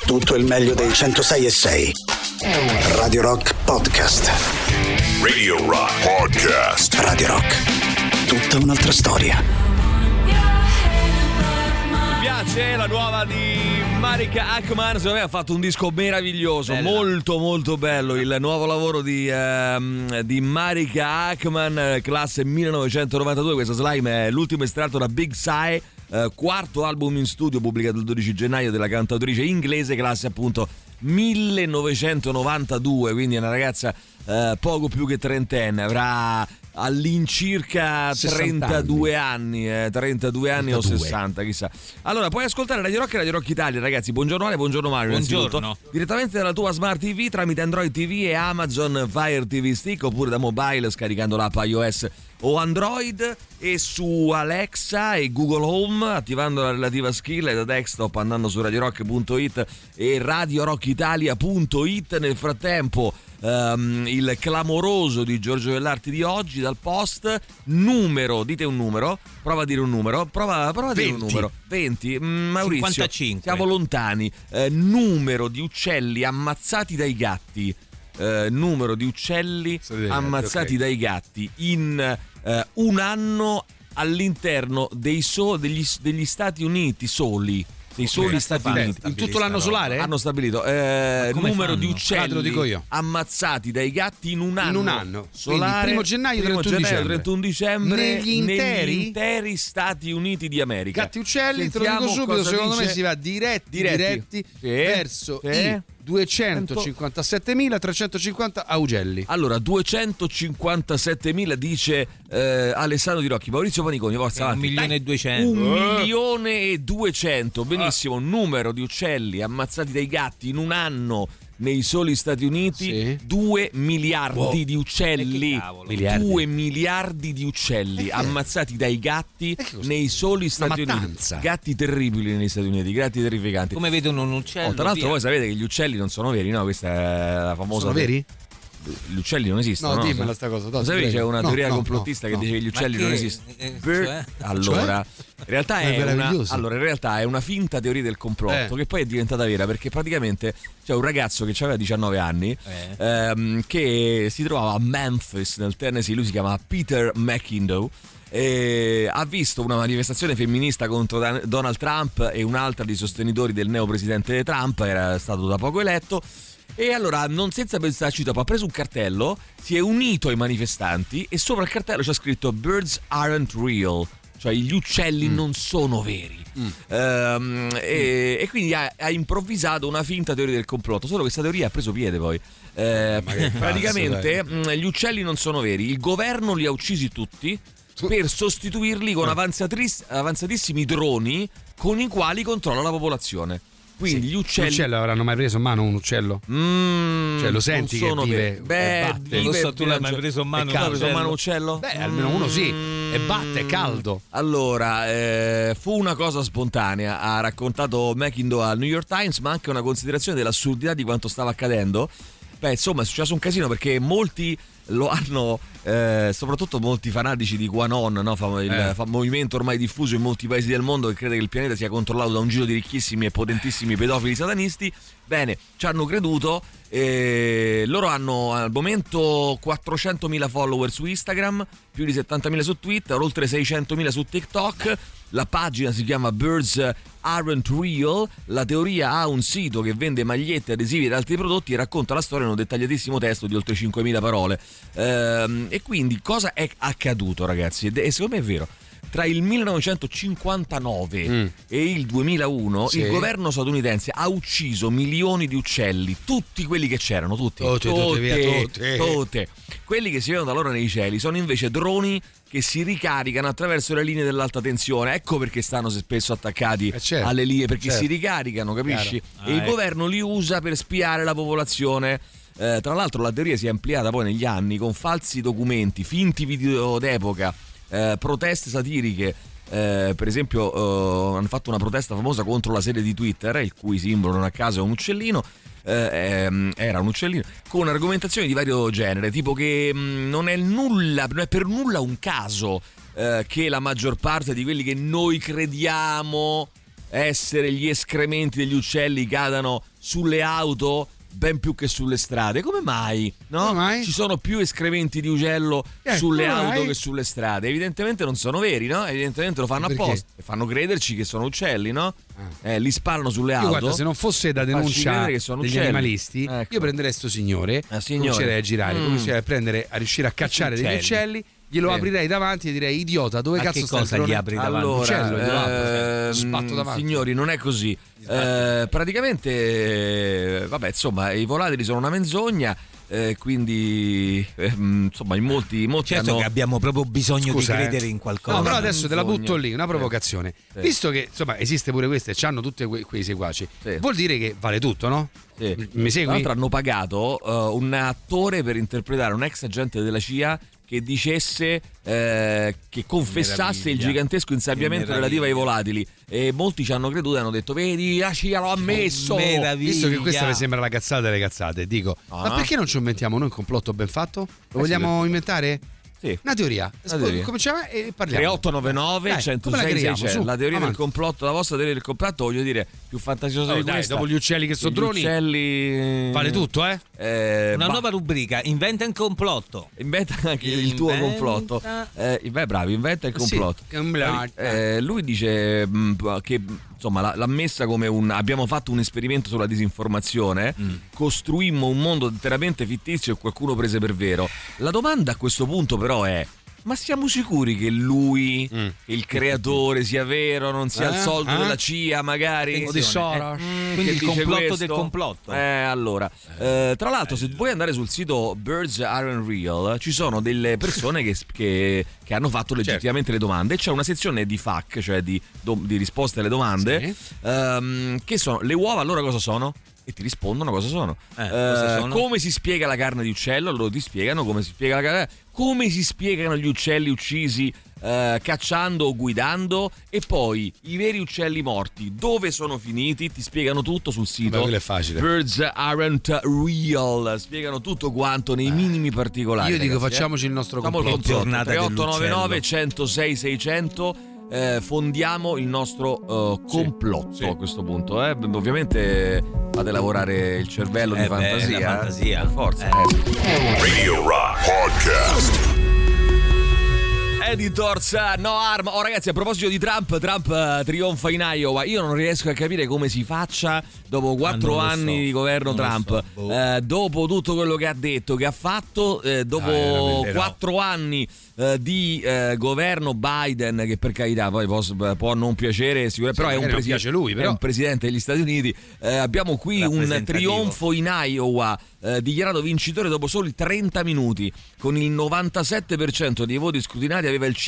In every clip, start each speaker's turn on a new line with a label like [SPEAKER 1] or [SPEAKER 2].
[SPEAKER 1] Tutto il meglio dei 106.6. Radio Rock Podcast.
[SPEAKER 2] Radio Rock Podcast.
[SPEAKER 1] Radio Rock. Tutta un'altra storia.
[SPEAKER 3] Mi piace la nuova di Marika Achman, secondo me ha fatto un disco meraviglioso, bella. Molto molto bello il nuovo lavoro di Marika Achman, classe 1992. Questo Slime è l'ultimo estratto da Big Sigh, quarto album in studio pubblicato il 12 gennaio della cantautrice inglese, classe appunto 1992, quindi è una ragazza poco più che trentenne, avrà all'incirca 32 anni, 32 anni o 60, chissà. Allora, puoi ascoltare Radio Rock e Radio Rock Italia, ragazzi. Buongiorno Ale, buongiorno Mario.
[SPEAKER 4] Buongiorno.
[SPEAKER 3] Direttamente dalla tua Smart TV tramite Android TV e Amazon Fire TV Stick, oppure da mobile scaricando l'app iOS o Android, e su Alexa e Google Home attivando la relativa skill, e da desktop andando su radiorock.it e radiorockitalia.it. Nel frattempo il clamoroso di Giorgio Vellarti di oggi dal Post, numero, dite un numero, prova a dire un numero, prova a dire un numero. 20, Maurizio,
[SPEAKER 4] 55.
[SPEAKER 3] Siamo lontani. Numero di uccelli ammazzati dai gatti. Numero di uccelli ammazzati dai gatti in un anno all'interno degli Stati Uniti soli. Dei soli Stati Uniti.
[SPEAKER 5] In tutto l'anno solare?
[SPEAKER 3] Hanno stabilito numero di uccelli ammazzati dai gatti in un anno.
[SPEAKER 5] In un anno.
[SPEAKER 3] Solare,
[SPEAKER 5] 1 gennaio, 31
[SPEAKER 3] dicembre
[SPEAKER 5] negli
[SPEAKER 3] interi Stati Uniti di America.
[SPEAKER 5] Gatti uccelli, te lo dico subito, secondo me si va diretti verso i 257.350 augelli.
[SPEAKER 3] Allora, 257.000 dice Alessandro Di Rocchi. Maurizio Paniconi, forza avanti. 1.200.000. Benissimo, numero di uccelli ammazzati dai gatti in un anno nei soli Stati Uniti, sì. 2 miliardi di uccelli. 2 miliardi di uccelli ammazzati dai gatti nei soli Stati Uniti. Gatti terribili negli Stati Uniti, gatti terrificanti.
[SPEAKER 4] Come vedono un uccello?
[SPEAKER 3] Tra l'altro voi sapete che gli uccelli non sono veri, no? Questa è la famosa...
[SPEAKER 5] Sono veri?
[SPEAKER 3] Gli uccelli non esistono.
[SPEAKER 5] No, dimmela sta cosa.
[SPEAKER 3] Lo sapevi, c'è una teoria complottista che dice che gli uccelli non esistono. Allora, in realtà è una finta teoria del complotto che poi è diventata vera, perché praticamente c'è un ragazzo che aveva 19 anni che si trovava a Memphis nel Tennessee. Lui si chiama Peter McIndoe. Ha visto una manifestazione femminista contro Donald Trump e un'altra di sostenitori del neopresidente Trump, era stato da poco eletto. E allora, non senza pensarci dopo, ha preso un cartello, si è unito ai manifestanti e sopra il cartello c'è scritto "Birds aren't real", cioè gli uccelli non sono veri. E quindi ha improvvisato una finta teoria del complotto, solo che questa teoria ha preso piede poi. Praticamente gli uccelli non sono veri, il governo li ha uccisi tutti per sostituirli con avanzatissimi droni con i quali controlla la popolazione. Quindi gli uccelli
[SPEAKER 5] avranno mai preso in mano un uccello? Cioè lo senti che vive?
[SPEAKER 4] Tu l'hai mai preso in mano
[SPEAKER 3] un uccello?
[SPEAKER 5] Beh, almeno uno sì. E batte, è caldo.
[SPEAKER 3] Allora, fu una cosa spontanea, ha raccontato McIndoe al New York Times, ma anche una considerazione dell'assurdità di quanto stava accadendo. Beh, insomma, è successo un casino perché molti lo hanno, soprattutto molti fanatici di QAnon, no? Il movimento ormai diffuso in molti paesi del mondo che crede che il pianeta sia controllato da un giro di ricchissimi e potentissimi pedofili satanisti. Bene, ci hanno creduto. Loro hanno al momento 400.000 follower su Instagram, più di 70.000 su Twitter, oltre 600.000 su TikTok. La pagina si chiama Birds Aren't Real. La teoria ha un sito che vende magliette, adesivi ed altri prodotti e racconta la storia in un dettagliatissimo testo di oltre 5.000 parole. E quindi cosa è accaduto, ragazzi? E secondo me è vero. Tra il 1959 e il 2001 il governo statunitense ha ucciso milioni di uccelli, tutti quelli che c'erano, tutti. Quelli che si vedono da loro nei cieli sono invece droni che si ricaricano attraverso le linee dell'alta tensione. Ecco perché stanno spesso attaccati alle linee, perché si ricaricano, capisci? E il governo li usa per spiare la popolazione. Tra l'altro la teoria si è ampliata poi negli anni con falsi documenti, finti video d'epoca, proteste satiriche. Per esempio hanno fatto una protesta famosa contro la sede di Twitter, il cui simbolo non a caso è un uccellino. Era un uccellino con argomentazioni di vario genere, tipo che non è per nulla un caso che la maggior parte di quelli che noi crediamo essere gli escrementi degli uccelli cadano sulle auto ben più che sulle strade? Come mai? No?
[SPEAKER 5] Come mai?
[SPEAKER 3] Ci sono più escrementi di uccello sulle auto che sulle strade. Evidentemente non sono veri, no? Evidentemente lo fanno apposta e fanno crederci che sono uccelli, no? Li sparano sulle auto.
[SPEAKER 5] Guarda, se non fosse da denuncia degli animalisti, io prenderei sto signore, comincerei a girare, comincerei a riuscire a cacciare degli uccelli. Glielo aprirei davanti e direi: idiota, dove cazzo stai?
[SPEAKER 4] Gli apri davanti?
[SPEAKER 3] Allora,
[SPEAKER 5] spatto davanti.
[SPEAKER 3] Signori, non è così. Praticamente, vabbè, insomma, i volatili sono una menzogna. Quindi insomma in molti
[SPEAKER 4] certo
[SPEAKER 3] hanno...
[SPEAKER 4] che abbiamo proprio bisogno di credere in qualcosa.
[SPEAKER 5] No, però adesso te la butto lì, una provocazione. Visto che insomma esiste pure questa e c'hanno tutti quei seguaci, vuol dire che vale tutto, no? Mi segui?
[SPEAKER 3] Tra l'altro hanno pagato un attore per interpretare un ex agente della CIA che dicesse che confessasse il gigantesco insabbiamento relativo ai volatili, e molti ci hanno creduto e hanno detto: vedi, la CIA l'ho ammesso.
[SPEAKER 5] Visto che questa mi sembra la cazzata delle cazzate, dico: ma perché non ci inventiamo noi un complotto ben fatto? Lo vogliamo inventare?
[SPEAKER 3] Sì.
[SPEAKER 5] Una teoria. Cominciamo e parliamo.
[SPEAKER 3] 3899 106 600. La teoria del complotto, la vostra teoria del complotto, voglio dire, più fantasiosa di questa.
[SPEAKER 5] Dopo gli uccelli che sono droni,
[SPEAKER 3] uccelli...
[SPEAKER 5] vale tutto,
[SPEAKER 4] una nuova rubrica, inventa un complotto.
[SPEAKER 3] Inventa anche il tuo complotto. Bravi, inventa il complotto. Lui dice che insomma l'ha messa come abbiamo fatto un esperimento sulla disinformazione, costruimmo un mondo interamente fittizio e qualcuno prese per vero. La domanda a questo punto però è: ma siamo sicuri che lui, il creatore, sia vero, non sia il soldo della CIA magari?
[SPEAKER 5] O di Soros?
[SPEAKER 4] Quindi il complotto del complotto.
[SPEAKER 3] Allora, tra l'altro, se vuoi andare sul sito Birds Aren't Real, ci sono delle persone che hanno fatto legittimamente le domande, e c'è una sezione di FAQ, cioè di risposte alle domande, che sono: le uova allora cosa sono? E ti rispondono cosa sono. Come si spiega la carne di uccello? Loro ti spiegano come si spiega la carne. Come si spiegano gli uccelli uccisi cacciando o guidando? E poi i veri uccelli morti dove sono finiti? Ti spiegano tutto sul sito.
[SPEAKER 5] Quello è facile.
[SPEAKER 3] Birds Aren't Real, spiegano tutto quanto nei minimi particolari.
[SPEAKER 5] Io dico, facciamoci il nostro complotto.
[SPEAKER 3] 3899 106 600. Fondiamo il nostro complotto a questo punto. Ovviamente fate lavorare il cervello di fantasia. Per forza.
[SPEAKER 2] Radio Rock Podcast.
[SPEAKER 3] Editors No Harm. Ragazzi, a proposito di Trump trionfa in Iowa. Io non riesco a capire come si faccia dopo 4 anni di governo Trump, dopo tutto quello che ha detto, che ha fatto, dopo 4 anni di governo Biden, che per carità poi può non piacere sicuramente, però è un presidente degli Stati Uniti. Abbiamo qui un trionfo in Iowa, dichiarato vincitore dopo soli 30 minuti, con il 97% dei voti scrutinati, aveva il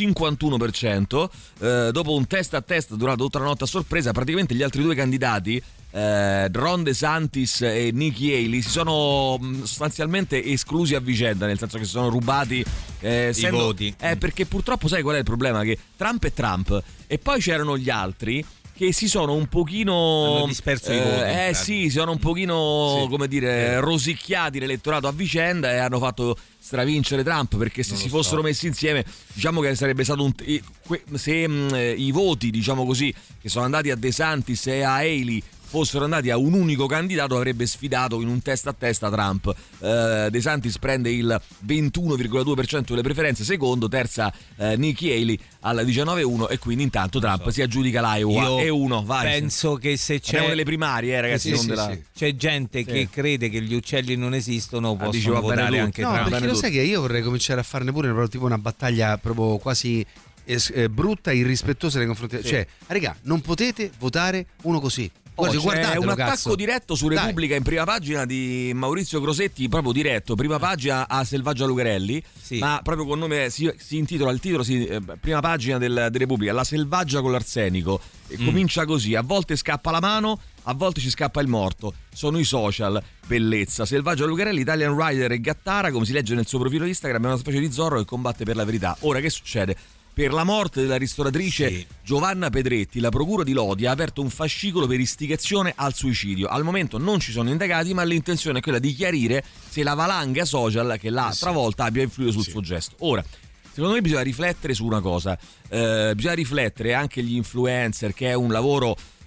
[SPEAKER 3] 51%, dopo un test a test durato tutta la notte a sorpresa. Praticamente gli altri due candidati, Ron DeSantis e Nikki Haley, si sono sostanzialmente esclusi a vicenda, nel senso che si sono rubati
[SPEAKER 4] i voti.
[SPEAKER 3] Perché purtroppo sai qual è il problema? Che Trump è Trump, e poi c'erano gli altri che si sono un pochino
[SPEAKER 4] hanno disperso i voti.
[SPEAKER 3] Si sono un pochino, come dire, rosicchiati l'elettorato a vicenda e hanno fatto stravincere Trump, perché se si fossero messi insieme, diciamo che sarebbe stato se i voti, diciamo così, che sono andati a DeSantis e a Haley fossero andati a un unico candidato, avrebbe sfidato in un testa a testa Trump. DeSantis prende il 21,2% delle preferenze, secondo, terza Nikki Haley al 19,1%, e quindi intanto Trump si aggiudica l'Iowa. E uno, vai.
[SPEAKER 4] Penso che se c'è
[SPEAKER 3] abbiamo delle primarie, ragazzi,
[SPEAKER 4] c'è gente che crede che gli uccelli non esistono, possono votare anche Trump.
[SPEAKER 5] Perché lo sai che io vorrei cominciare a farne pure proprio tipo una battaglia proprio quasi brutta e irrispettosa nei confronti. Cioè, raga, non potete votare uno così.
[SPEAKER 3] C'è un attacco diretto su Repubblica, in prima pagina di Maurizio Crosetti, proprio diretto, prima pagina a Selvaggia Lucarelli, ma proprio con nome, si intitola, il titolo prima pagina di Repubblica, La Selvaggia con l'arsenico, e comincia così: a volte scappa la mano, a volte ci scappa il morto, sono i social, bellezza. Selvaggia Lucarelli, Italian Rider e Gattara, come si legge nel suo profilo Instagram, è una specie di Zorro che combatte per la verità. Ora, che succede? Per la morte della ristoratrice Giovanna Pedretti, la procura di Lodi ha aperto un fascicolo per istigazione al suicidio. Al momento non ci sono indagati, ma l'intenzione è quella di chiarire se la valanga social che l'ha travolta abbia influito sul suo gesto. Ora, secondo me bisogna riflettere su una cosa, bisogna riflettere anche gli influencer, che è un lavoro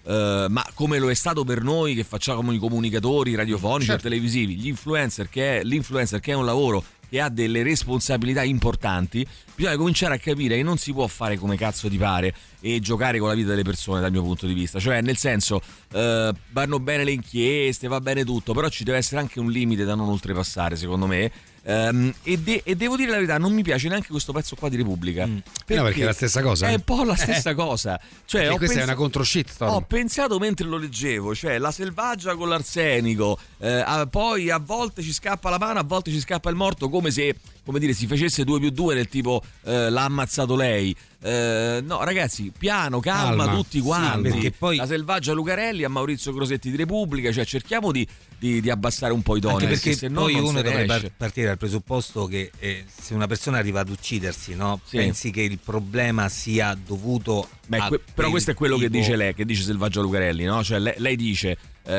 [SPEAKER 3] ma come lo è stato per noi che facciamo i comunicatori radiofonici o televisivi, l'influencer che è un lavoro che ha delle responsabilità importanti, bisogna cominciare a capire che non si può fare come cazzo ti pare e giocare con la vita delle persone, dal mio punto di vista. Cioè, nel senso, vanno bene le inchieste, va bene tutto, però ci deve essere anche un limite da non oltrepassare, secondo me. E devo dire la verità, non mi piace neanche questo pezzo qua di Repubblica,
[SPEAKER 5] perché è la stessa cosa.
[SPEAKER 3] È un po' la stessa cosa. Cioè,
[SPEAKER 5] questa è una controscit story.
[SPEAKER 3] Ho pensato mentre lo leggevo, cioè la selvaggia con l'arsenico, poi a volte ci scappa la mano, a volte ci scappa il morto, come se, come dire, si facesse 2+2 del tipo l'ha ammazzato lei. No ragazzi, piano, calma tutti quanti,
[SPEAKER 4] perché poi
[SPEAKER 3] la selvaggia Lucarelli a Maurizio Crosetti di Repubblica, cioè cerchiamo di abbassare un po' i toni,
[SPEAKER 4] perché
[SPEAKER 3] se
[SPEAKER 4] poi
[SPEAKER 3] no
[SPEAKER 4] uno dovrebbe partire dal presupposto che se una persona arriva ad uccidersi, no? Sì. Pensi che il problema sia dovuto
[SPEAKER 3] però questo è quello che dice lei, che dice Selvaggia Lucarelli, no? Cioè lei dice,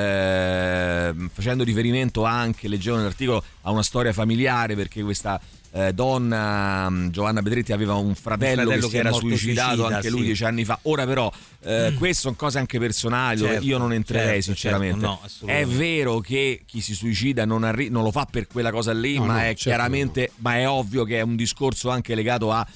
[SPEAKER 3] facendo riferimento anche, leggevo nell'articolo, a una storia familiare, perché questa donna Giovanna Pedretti aveva un fratello che si era suicidato anche lui 10 anni fa. Ora però queste sono cose anche personali, dove io non entrerei sinceramente.
[SPEAKER 4] No,
[SPEAKER 3] è vero che chi si suicida non lo fa per quella cosa lì, ma è chiaramente, ma è ovvio che è un discorso anche legato a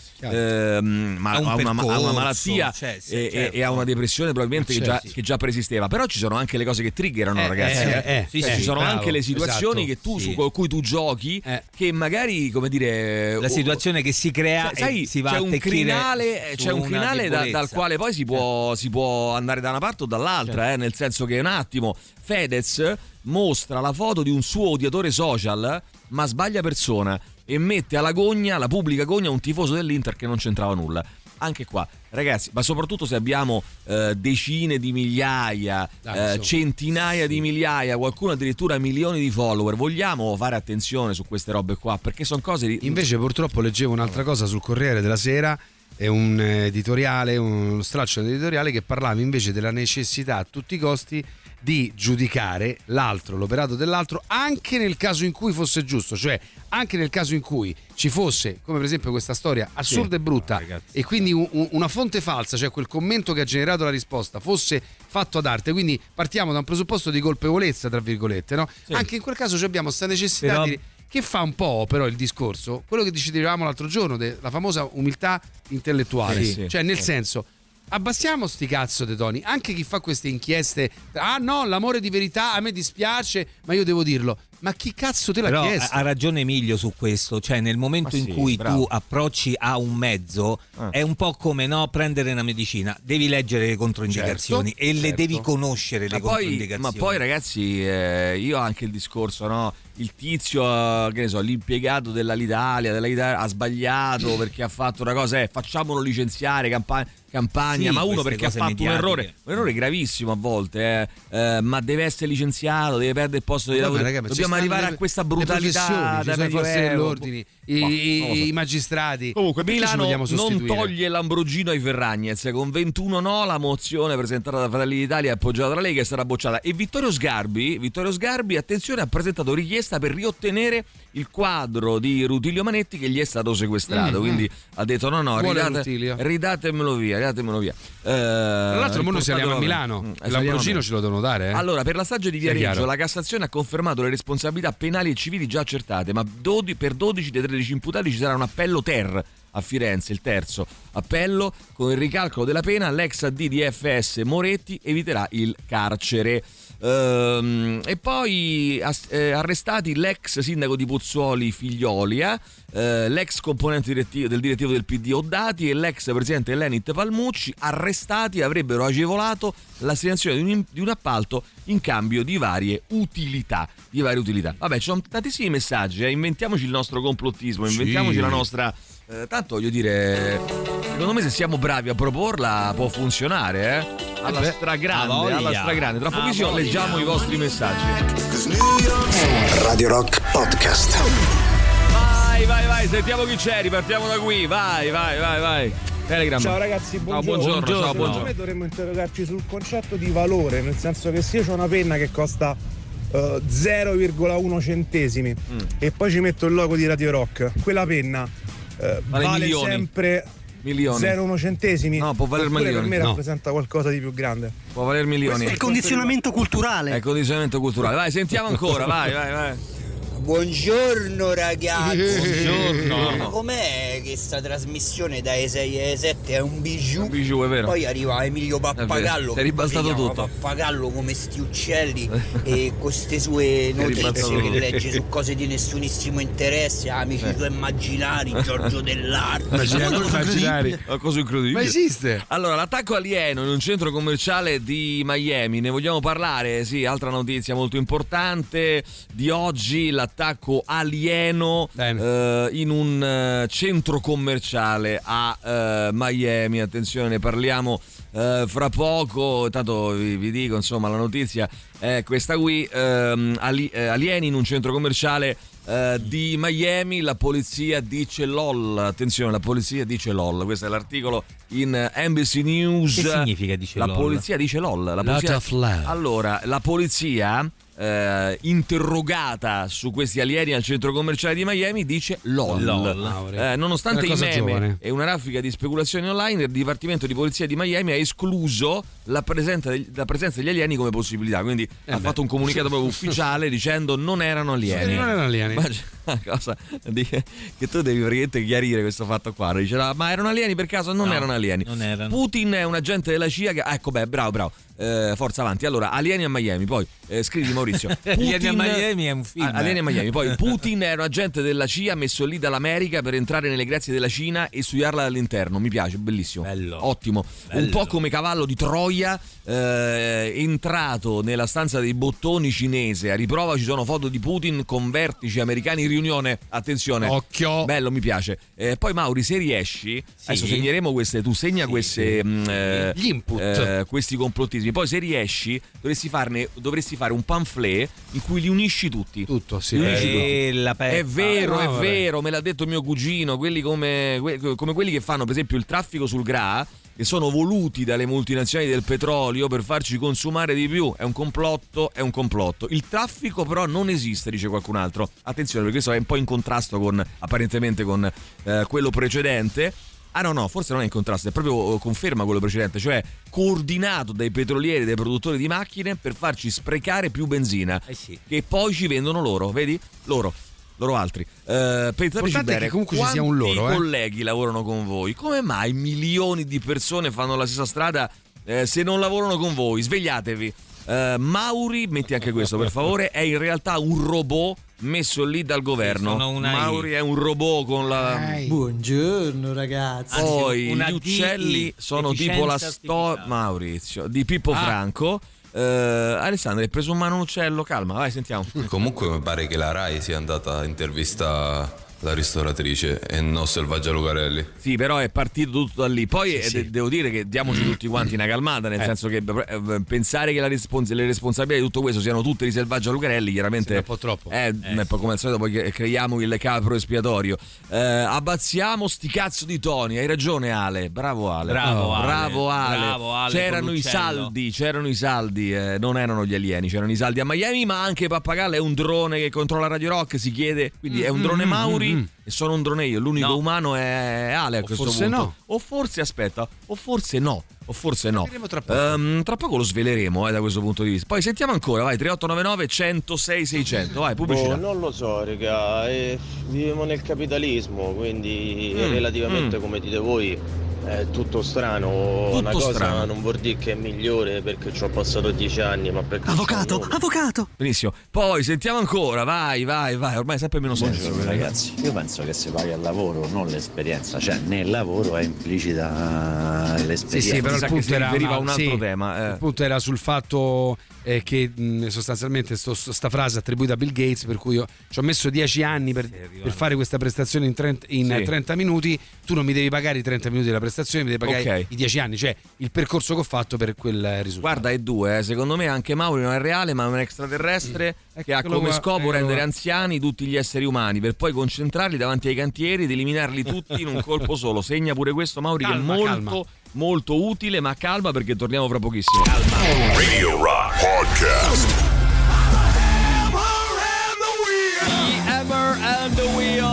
[SPEAKER 3] una malattia e a una depressione probabilmente che già preesisteva. Però ci sono anche le cose che triggerano, ragazzi. Ci sono anche le situazioni che con cui tu giochi, che magari, come dire,
[SPEAKER 4] la situazione che si crea,
[SPEAKER 3] sai,
[SPEAKER 4] si va a attecchire.
[SPEAKER 3] C'è un crinale dal quale poi si può andare da una parte o dall'altra, nel senso che un attimo Fedez mostra la foto di un suo odiatore social, ma sbaglia persona e mette alla pubblica gogna un tifoso dell'Inter che non c'entrava nulla. Anche qua, ragazzi, ma soprattutto se abbiamo decine di migliaia, centinaia di migliaia, qualcuno addirittura milioni di follower, vogliamo fare attenzione su queste robe qua, perché sono cose
[SPEAKER 5] Invece purtroppo leggevo un'altra cosa sul Corriere della Sera, è un editoriale, uno straccio editoriale che parlava invece della necessità a tutti i costi di giudicare l'operato dell'altro, anche nel caso in cui fosse giusto, cioè anche nel caso in cui ci fosse, come per esempio questa storia assurda e brutta, e quindi una fonte falsa, cioè quel commento che ha generato la risposta, fosse fatto ad arte, quindi partiamo da un presupposto di colpevolezza, tra virgolette, no? Sì. Anche in quel caso abbiamo questa necessità che fa un po' però il discorso, quello che dicevamo l'altro giorno, la famosa umiltà intellettuale, cioè nel senso, abbassiamo sti cazzo dei toni, anche chi fa queste inchieste, no, l'amore di verità a me dispiace, ma io devo dirlo. Ma chi cazzo te l'ha chiesto?
[SPEAKER 4] Ha ragione Emilio su questo, cioè nel momento in cui tu approcci a un mezzo è un po' come prendere una medicina, devi leggere le controindicazioni e le devi conoscere le controindicazioni.
[SPEAKER 3] Ma poi ragazzi, io ho anche il discorso, il tizio, che ne so, l'impiegato dell'Italia ha sbagliato perché ha fatto una cosa, facciamolo licenziare, campagna, ma uno perché ha fatto un errore gravissimo a volte, ma deve essere licenziato, deve perdere il posto di lavoro. Dobbiamo arrivare a questa brutalità
[SPEAKER 5] da forze dell'ordine, i magistrati.
[SPEAKER 3] Comunque Milano non toglie Lambrugino ai Ferragnez, con 21 no la mozione presentata da Fratelli d'Italia e appoggiata dalla Lega è stata bocciata. E Vittorio Sgarbi, attenzione, ha presentato richiesta per riottenere il quadro di Rutilio Manetti che gli è stato sequestrato, quindi ha detto ridatemelo via.
[SPEAKER 5] Tra l'altro noi siamo a Milano, il Lambrugino ce lo devono dare.
[SPEAKER 3] Allora, per la strage di Viareggio la Cassazione ha confermato le responsabilità penali e civili già accertate, ma per 12 dei 13 imputati ci sarà un appello ter a Firenze, il terzo appello. Con il ricalcolo della pena l'ex AD di FS Moretti eviterà il carcere. E poi arrestati l'ex sindaco di Pozzuoli Figliolia, l'ex componente del direttivo del PD Oddati e l'ex presidente dell'Enit Palmucci. Arrestati, avrebbero agevolato l'assegnazione di un appalto in cambio di varie utilità. Vabbè, ci sono tantissimi messaggi, inventiamoci il nostro complottismo, inventiamoci la nostra. Tanto voglio dire, secondo me se siamo bravi a proporla può funzionare, alla stragrande. Tra pochissimo leggiamo i vostri messaggi.
[SPEAKER 1] Radio Rock Podcast.
[SPEAKER 3] Vai, sentiamo chi c'è, ripartiamo da qui, vai. Telegram.
[SPEAKER 6] Ciao ragazzi, buongiorno. Ciao. Secondo me dovremmo interrogarci sul concetto di valore, nel senso che se io ho una penna che costa 0,1 centesimi e poi ci metto il logo di Radio Rock, quella penna vale sempre
[SPEAKER 3] milioni.
[SPEAKER 6] 0,1 centesimi.
[SPEAKER 3] No, può valer milioni.
[SPEAKER 6] Per me rappresenta qualcosa di più grande.
[SPEAKER 3] Può valer milioni.
[SPEAKER 7] Questo è il condizionamento culturale.
[SPEAKER 3] È il condizionamento culturale. Vai, sentiamo ancora, vai.
[SPEAKER 8] Buongiorno ragazzi.
[SPEAKER 3] Buongiorno.
[SPEAKER 8] Ma com'è che sta trasmissione dai 6 ai 7 è un bijou?
[SPEAKER 3] Un bijou, è vero.
[SPEAKER 8] Poi arriva Emilio Pappagallo.
[SPEAKER 3] Si è ribaltato tutto.
[SPEAKER 8] Pappagallo come sti uccelli e con queste sue notizie che legge su cose di nessunissimo interesse, amici suoi immaginari, Giorgio Dell'Arte.
[SPEAKER 5] Immaginari.
[SPEAKER 3] Cosa incredibile.
[SPEAKER 5] Ma esiste?
[SPEAKER 3] Allora, l'attacco alieno in un centro commerciale di Miami, ne vogliamo parlare? Sì, altra notizia molto importante di oggi, l'attacco alieno in un centro commerciale a Miami. Attenzione, ne parliamo fra poco. Tanto vi dico, insomma, la notizia è questa qui. Alieni in un centro commerciale di Miami. La polizia dice LOL. Attenzione, la polizia dice LOL. Questo è l'articolo in NBC News.
[SPEAKER 4] Che significa dice
[SPEAKER 3] la
[SPEAKER 4] LOL?
[SPEAKER 3] Polizia dice LOL. La polizia... Allora, la polizia interrogata su questi alieni al centro commerciale di Miami dice LOL. Nonostante i meme e una raffica di speculazioni online, il Dipartimento di Polizia di Miami ha escluso la presenza degli alieni come possibilità, quindi ha fatto un comunicato proprio ufficiale dicendo non erano alieni.
[SPEAKER 5] Non erano alieni.
[SPEAKER 3] Una cosa che tu devi praticamente chiarire questo fatto qua. Dice, ma erano alieni per caso? Non erano alieni.
[SPEAKER 4] Non erano.
[SPEAKER 3] Putin è un agente della CIA che... ecco, bravo. Forza avanti. Allora, alieni a Miami, poi scrivi Maurizio.
[SPEAKER 4] Alieni a Miami è un film.
[SPEAKER 3] Alieni a Miami. Poi Putin è un agente della CIA messo lì dall'America per entrare nelle grazie della Cina e studiarla dall'interno. Mi piace, bellissimo.
[SPEAKER 4] Bello.
[SPEAKER 3] Ottimo.
[SPEAKER 4] Bello.
[SPEAKER 3] Un po' come cavallo di Troia, entrato nella stanza dei bottoni cinese. A riprova ci sono foto di Putin con vertici americani in riunione. Attenzione.
[SPEAKER 5] Occhio.
[SPEAKER 3] Bello, mi piace. Poi Mauri, se riesci, adesso segneremo queste, tu segna queste
[SPEAKER 5] gli input,
[SPEAKER 3] questi complottismi. Poi se riesci dovresti fare un pamphlet in cui li unisci tutti.
[SPEAKER 5] Tutto, sì.
[SPEAKER 3] È vero, me l'ha detto mio cugino, quelli come quelli che fanno per esempio il traffico sul GRA, che sono voluti dalle multinazionali del petrolio per farci consumare di più. È un complotto. Il traffico però non esiste, dice qualcun altro. Attenzione, perché questo è un po' in contrasto apparentemente con quello precedente. Ah no, forse non è in contrasto, è proprio conferma quello precedente, cioè coordinato dai petrolieri e dai produttori di macchine per farci sprecare più benzina, che poi ci vendono loro, vedi? Loro altri. Pensateci bene,
[SPEAKER 5] che comunque ci sia un loro,
[SPEAKER 3] colleghi lavorano con voi. Come mai milioni di persone fanno la stessa strada se non lavorano con voi? Svegliatevi. Mauri, metti anche questo per favore, è in realtà un robot messo lì dal governo. Mauri è un robot con la...
[SPEAKER 9] Buongiorno ragazzi.
[SPEAKER 3] Poi gli uccelli sono tipo la storia, Maurizio, di Pippo Franco. Alessandro, hai preso in mano un uccello? Calma, vai, sentiamo.
[SPEAKER 10] Comunque mi pare che la Rai sia andata a intervistare la ristoratrice e non Selvaggia Lucarelli.
[SPEAKER 3] Sì, però è partito tutto da lì. Poi devo dire che diamoci tutti quanti una calmata, nel senso che pensare che le responsabilità di tutto questo siano tutte di Selvaggia Lucarelli chiaramente
[SPEAKER 5] è un po' troppo.
[SPEAKER 3] Come al solito poi creiamo il capro espiatorio. Abbazziamo sti cazzo di toni. Hai ragione Ale. Bravo Ale. C'erano i saldi, non erano gli alieni, c'erano i saldi a Miami, ma anche Pappagallo è un drone che controlla Radio Rock, si chiede, quindi è un drone Mauri. E sono un drone io, l'unico umano è Ale a questo punto.
[SPEAKER 5] No.
[SPEAKER 3] O forse no.
[SPEAKER 5] Tra poco.
[SPEAKER 3] Tra poco lo sveleremo da questo punto di vista. Poi sentiamo ancora, vai, 3899 106 600. Vai, pubblicità.
[SPEAKER 11] Non lo so, raga, viviamo nel capitalismo, quindi relativamente come dite voi è tutto strano.
[SPEAKER 3] Tutto
[SPEAKER 11] una cosa
[SPEAKER 3] strano.
[SPEAKER 11] Non vuol dire che è migliore perché ci ho passato 10 anni, ma perché
[SPEAKER 7] Avvocato.
[SPEAKER 3] Benissimo. Poi sentiamo ancora, vai, ormai sempre meno senso.
[SPEAKER 12] Buongiorno ragazzi, io penso che si paga il lavoro, non l'esperienza, cioè nel lavoro è implicita l'esperienza.
[SPEAKER 5] Sì, però il punto era
[SPEAKER 3] a un altro tema.
[SPEAKER 5] Il punto era sul fatto che sostanzialmente sta frase attribuita a Bill Gates, per cui io ci ho messo 10 anni per fare questa prestazione in 30 minuti, tu non mi devi pagare i 30 minuti della prestazione, mi devi pagare i 10 anni, cioè il percorso che ho fatto per quel risultato.
[SPEAKER 3] Guarda, è due, secondo me anche Mauri non è reale, ma è un extraterrestre che ha come scopo rendere anziani tutti gli esseri umani per poi concentrarli davanti ai cantieri ed eliminarli tutti in un colpo solo. Segna pure questo, Mauri,
[SPEAKER 5] Calma,
[SPEAKER 3] che è molto utile, ma calma perché torniamo fra pochissimo.
[SPEAKER 2] Radio Rock Podcast.
[SPEAKER 3] The Hammer and the Wheel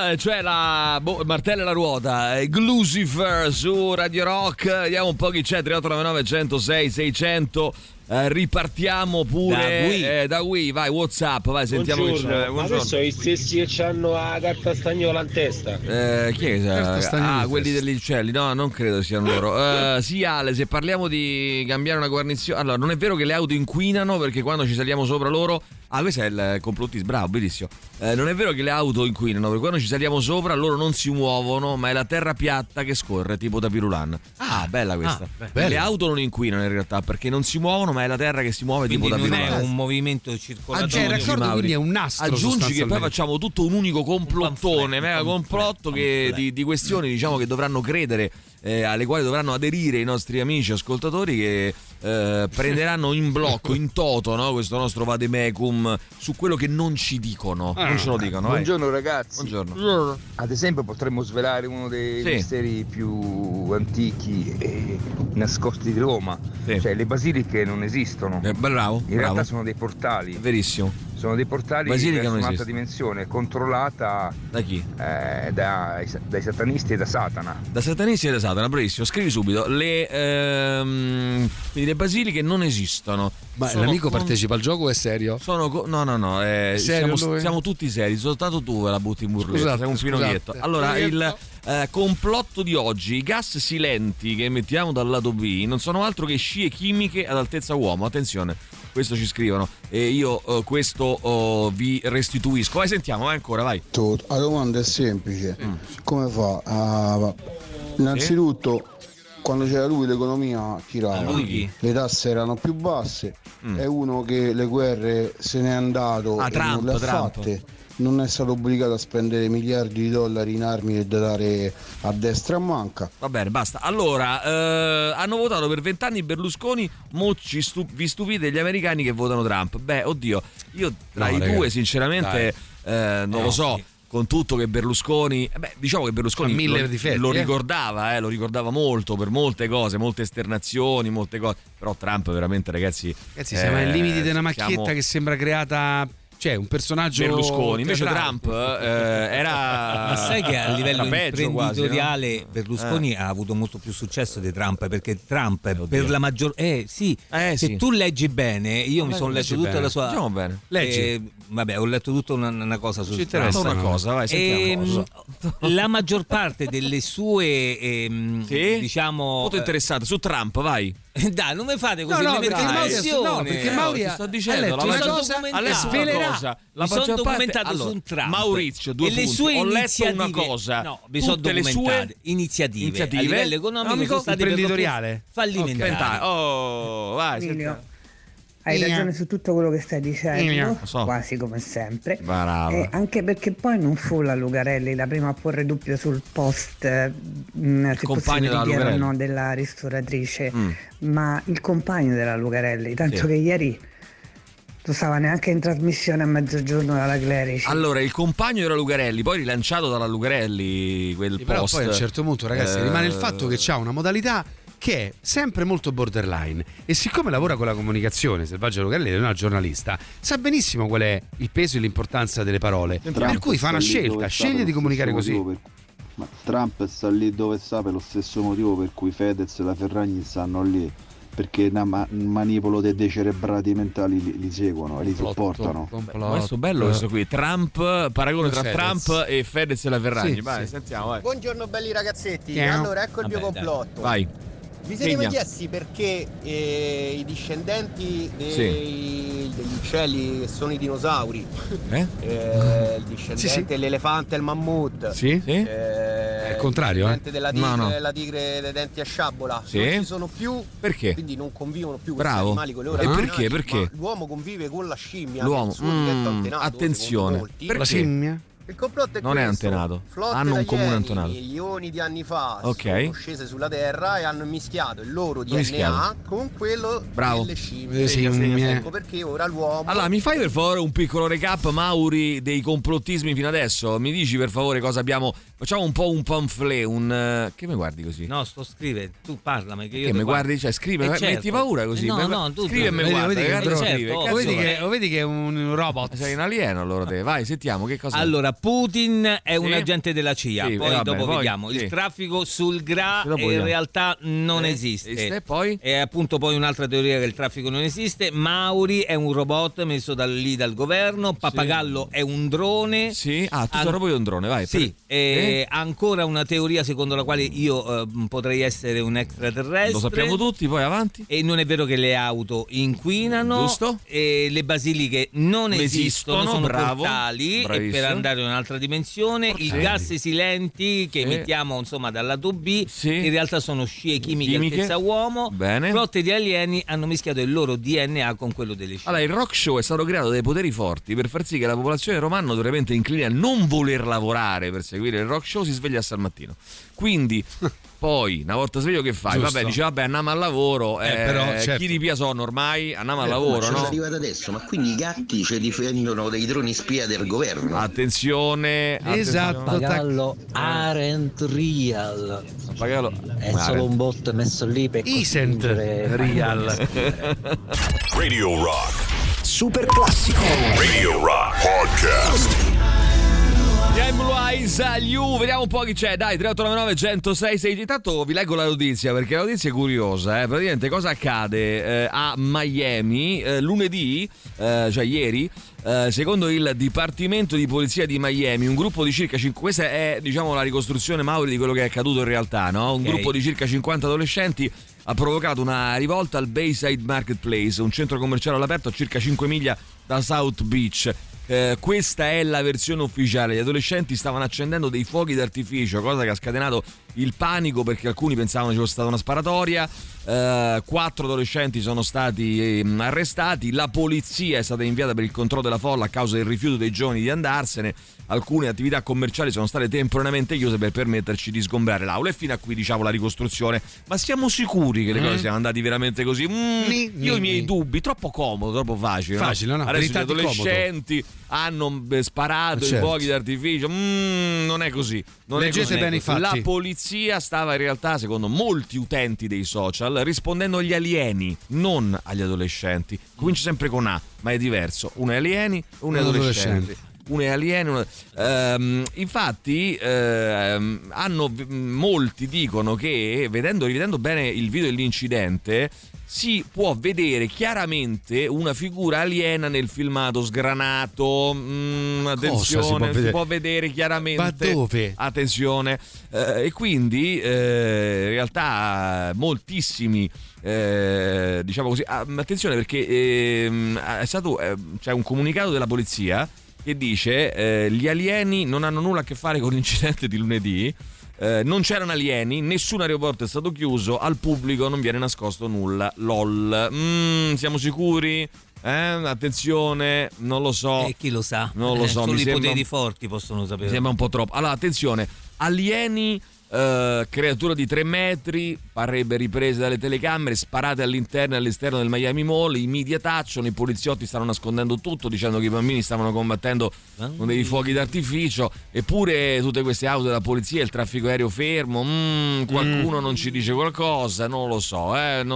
[SPEAKER 3] cioè la martella e la ruota, Glucifer su Radio Rock. Vediamo un po' chi c'è. 3899 106 600. Ripartiamo pure da Wii, vai, WhatsApp, vai, sentiamo che c'è.
[SPEAKER 7] Ma adesso sono gli stessi che hanno la carta stagnola in testa.
[SPEAKER 3] Chi è che quelli degli uccelli? No, non credo siano loro. Sì, Ale, se parliamo di cambiare una guarnizione, allora non è vero che le auto inquinano, perché quando ci saliamo sopra loro, questo è il complottista, bravo, bellissimo. Non è vero che le auto inquinano, perché quando ci saliamo sopra loro non si muovono, ma è la terra piatta che scorre, tipo da Pirulan. Bella questa. Le auto non inquinano in realtà, perché non si muovono, ma è la terra che si muove,
[SPEAKER 4] quindi
[SPEAKER 3] tipo da Pirulan.
[SPEAKER 4] Non è un movimento circolatorio.
[SPEAKER 5] Quindi è un nastro.
[SPEAKER 3] Aggiungi che poi facciamo tutto un unico complottone, mega complotto di questioni, diciamo, che dovranno credere, alle quali dovranno aderire i nostri amici ascoltatori, che prenderanno in blocco, in toto, no, questo nostro vademecum su quello che non ci dicono. Non ce lo dicono.
[SPEAKER 13] Buongiorno ragazzi.
[SPEAKER 3] Buongiorno.
[SPEAKER 13] Ad esempio potremmo svelare uno dei misteri più antichi e nascosti di Roma. Cioè le basiliche non esistono.
[SPEAKER 3] Bravo.
[SPEAKER 13] In realtà sono dei portali.
[SPEAKER 3] Verissimo.
[SPEAKER 13] Sono dei portali
[SPEAKER 3] di
[SPEAKER 13] un'altra dimensione, controllata
[SPEAKER 3] da chi?
[SPEAKER 13] Dai satanisti e da Satana.
[SPEAKER 3] Da satanisti e da Satana, bravissimo. Scrivi subito. Quindi le basiliche non esistono.
[SPEAKER 5] Ma l'amico partecipa al gioco o è serio?
[SPEAKER 3] No. Siamo tutti seri, soltanto tu la butti in burletta. Sei un pinocchietto. Allora, il complotto di oggi: i gas silenti che emettiamo dal lato B non sono altro che scie chimiche ad altezza uomo. Attenzione, questo ci scrivono e io questo vi restituisco. Vai, sentiamo, vai ancora, vai.
[SPEAKER 14] La domanda è semplice. Come fa? Innanzitutto, quando c'era lui l'economia tirava, le tasse erano più basse, è uno che le guerre se n'è andato e non le ha fatte, non è stato obbligato a spendere miliardi di dollari in armi da dare a destra e a manca.
[SPEAKER 3] Va bene, basta. Allora, hanno votato per 20 anni Berlusconi, vi stupite gli americani che votano Trump. Beh, oddio, io tra i due sinceramente non lo so. Sì. Con tutto che Berlusconi, diciamo che Berlusconi lo ricordava molto per molte cose, molte esternazioni, molte cose. Però Trump veramente, ragazzi,
[SPEAKER 5] siamo ai limiti di una macchietta che sembra creata. Cioè un personaggio
[SPEAKER 3] Berlusconi, invece Trump era.
[SPEAKER 4] Ma sai che a livello imprenditoriale
[SPEAKER 3] quasi, no?
[SPEAKER 4] Berlusconi ha avuto molto più successo di Trump, perché Trump per la maggior se tu leggi bene, io mi sono letto tutta la sua.
[SPEAKER 3] Diciamo bene.
[SPEAKER 4] Leggi. Ho letto tutta una cosa su
[SPEAKER 3] Trump. Una cosa, vai, sentiamo.
[SPEAKER 4] La maggior parte delle sue diciamo
[SPEAKER 3] molto interessante su Trump, vai.
[SPEAKER 4] Dai, non mi fate così,
[SPEAKER 5] perché Mauri
[SPEAKER 3] sto dicendo
[SPEAKER 4] mi sono documentato su un Trump,
[SPEAKER 3] Maurizio,
[SPEAKER 4] e le sue
[SPEAKER 3] ho letto
[SPEAKER 4] iniziative,
[SPEAKER 3] una cosa,
[SPEAKER 4] mi sono documentate iniziative a livello economico sono state
[SPEAKER 5] imprenditoriale
[SPEAKER 4] fallimentari.
[SPEAKER 3] Vai,
[SPEAKER 15] Emilio, hai ragione su tutto quello che stai dicendo, quasi come sempre, anche perché poi non fu la Lucarelli la prima a porre dubbio sul post della ristoratrice, ma il compagno della Lucarelli, tanto che ieri non stava neanche in trasmissione a mezzogiorno dalla Clerici.
[SPEAKER 3] Allora, il compagno della Lucarelli, poi rilanciato dalla Lucarelli quel
[SPEAKER 5] però
[SPEAKER 3] post.
[SPEAKER 5] Poi a un certo punto, ragazzi, rimane il fatto che c'ha una modalità che è sempre molto borderline, e siccome lavora con la comunicazione, Selvaggia Lucarelli è una giornalista, sa benissimo qual è il peso e l'importanza delle parole, per cui fa una scelta, sceglie di comunicare così.
[SPEAKER 16] Ma Trump sta lì dove sta per lo stesso motivo per cui Fedez e la Ferragni stanno lì, perché manipolo dei decerebrati mentali li seguono e li supportano.
[SPEAKER 3] Questo bello, questo qui, Trump, paragone tra Trump e Fedez e la Ferragni. Vai, sentiamo, vai.
[SPEAKER 17] Buongiorno belli ragazzetti. Allora ecco il mio complotto.
[SPEAKER 3] Vai.
[SPEAKER 17] Vi siete mai chiesti perché i discendenti degli uccelli che sono i dinosauri, il discendente dell'elefante e il mammut,
[SPEAKER 5] è il contrario,
[SPEAKER 17] il discendente della tigre dei denti a sciabola, non ci sono più,
[SPEAKER 3] perché?
[SPEAKER 17] Quindi non convivono più questi animali con le ore.
[SPEAKER 3] E perché?
[SPEAKER 17] L'uomo convive con la scimmia,
[SPEAKER 3] l'uomo,
[SPEAKER 17] il suo diventa antenato,
[SPEAKER 3] attenzione, perché?
[SPEAKER 5] La scimmia?
[SPEAKER 17] Il complotto è
[SPEAKER 3] non
[SPEAKER 17] questo.
[SPEAKER 3] È antenato,
[SPEAKER 17] Flotte
[SPEAKER 3] hanno un comune antenato.
[SPEAKER 17] Milioni di anni fa sono scese sulla Terra e hanno mischiato il loro DNA con quello delle scimmie. Ecco perché ora l'uomo.
[SPEAKER 3] Allora, mi fai per favore un piccolo recap, Mauri, dei complottismi fino adesso? Mi dici per favore cosa abbiamo? Facciamo un po' un pamphlet, che mi guardi così?
[SPEAKER 4] No, sto scrivendo, tu parlami che io
[SPEAKER 3] mi guardi, cioè scrive, metti paura così.
[SPEAKER 4] No, tu
[SPEAKER 3] scrive e mi guarda,
[SPEAKER 5] vedi che è un robot.
[SPEAKER 3] Sei un alieno allora te. Vai, sentiamo che cosa.
[SPEAKER 4] Allora, Putin è un agente della CIA,
[SPEAKER 3] Sì,
[SPEAKER 4] poi
[SPEAKER 3] vabbè,
[SPEAKER 4] dopo
[SPEAKER 3] poi,
[SPEAKER 4] vediamo.
[SPEAKER 3] sì.
[SPEAKER 4] Il traffico sul GRA
[SPEAKER 3] Dopo
[SPEAKER 4] in realtà non esiste.
[SPEAKER 3] E poi?
[SPEAKER 4] E appunto poi un'altra teoria che il traffico non esiste. Mauri è un robot messo lì dal governo. Pappagallo è un drone.
[SPEAKER 3] Sì, tutto proprio un drone, vai.
[SPEAKER 4] Sì, ancora una teoria secondo la quale io potrei essere un extraterrestre.
[SPEAKER 3] Lo sappiamo tutti, poi avanti.
[SPEAKER 4] E non è vero che le auto inquinano.
[SPEAKER 3] Giusto.
[SPEAKER 4] E le basiliche non esistono, sono portali
[SPEAKER 3] bravissimo.
[SPEAKER 4] per andare in un'altra dimensione. I gas silenti che emettiamo insomma dal lato B in realtà sono scie chimiche altezza uomo.
[SPEAKER 3] Bene.
[SPEAKER 4] Flotte di alieni hanno mischiato il loro DNA con quello delle scie.
[SPEAKER 3] Allora, il rock show è stato creato dai poteri forti per far sì che la popolazione romana, notoriamente incline a non voler lavorare per seguire il rock show, si svegliasse al mattino. Quindi poi una volta sveglio che fai?
[SPEAKER 5] Giusto.
[SPEAKER 3] Vabbè, dice vabbè, andiamo al lavoro,
[SPEAKER 5] però, certo.
[SPEAKER 3] chi ripia sono ormai, andiamo al lavoro, no?
[SPEAKER 18] Sono arrivato adesso, ma quindi i gatti ci difendono dei droni spia del governo.
[SPEAKER 3] Attenzione,
[SPEAKER 5] esatto.
[SPEAKER 19] Pappagallo aren't real.
[SPEAKER 3] Pappagallo
[SPEAKER 19] è solo un bot messo lì per
[SPEAKER 5] Isn't real.
[SPEAKER 2] Radio Rock.
[SPEAKER 1] Super classico.
[SPEAKER 2] Radio Rock Podcast.
[SPEAKER 3] Vediamo un po' chi c'è. Dai, 3899 106 6. Intanto vi leggo la notizia perché la notizia è curiosa. Praticamente cosa accade a Miami lunedì, cioè ieri. Secondo il Dipartimento di Polizia di Miami, un gruppo di circa 5, questa è diciamo la ricostruzione Mauri di quello che è accaduto in realtà, no? Un gruppo di circa 50 adolescenti ha provocato una rivolta al Bayside Marketplace, un centro commerciale all'aperto a circa 5 miglia da South Beach. Questa è la versione ufficiale. Gli adolescenti stavano accendendo dei fuochi d'artificio, cosa che ha scatenato il panico perché alcuni pensavano ci fosse stata una sparatoria. 4 adolescenti sono stati arrestati. La polizia è stata inviata per il controllo della folla a causa del rifiuto dei giovani di andarsene. Alcune attività commerciali sono state temporaneamente chiuse per permetterci di sgombrare l'aula. E fino a qui diciamo la ricostruzione. Ma siamo sicuri che le cose siano andate veramente così? Io ho i miei dubbi. Troppo comodo, troppo facile,
[SPEAKER 5] no?
[SPEAKER 3] Adesso gli adolescenti hanno sparato i fuochi d'artificio. Non è così.
[SPEAKER 5] Leggete bene i fatti.
[SPEAKER 3] La polizia stava in realtà, secondo molti utenti dei social, rispondendo agli alieni, non agli adolescenti. Comincia sempre con A, ma è diverso. Uno è alieni, uno è adolescenti. Uno è alieno. Infatti molti dicono che rivedendo bene il video dell'incidente si può vedere chiaramente una figura aliena nel filmato sgranato. Attenzione, si può vedere chiaramente.
[SPEAKER 5] Ma dove?
[SPEAKER 3] Attenzione. E quindi in realtà moltissimi diciamo così, attenzione perché è stato c'è un comunicato della polizia che dice gli alieni non hanno nulla a che fare con l'incidente di lunedì. Non c'erano alieni, nessun aeroporto è stato chiuso, al pubblico non viene nascosto nulla. LOL. Siamo sicuri? Attenzione, non lo so.
[SPEAKER 4] Chi lo sa?
[SPEAKER 3] Non lo so.
[SPEAKER 4] Solo i poteri forti possono sapere.
[SPEAKER 3] Mi sembra un po' troppo. Allora, attenzione, alieni. Creatura di 3 metri, parrebbe riprese dalle telecamere, sparate all'interno e all'esterno del Miami Mall. I media tacciono, i poliziotti stanno nascondendo tutto dicendo che i bambini stavano combattendo con dei fuochi d'artificio. Eppure tutte queste auto della polizia, il traffico aereo fermo. Qualcuno non ci dice qualcosa, non lo so.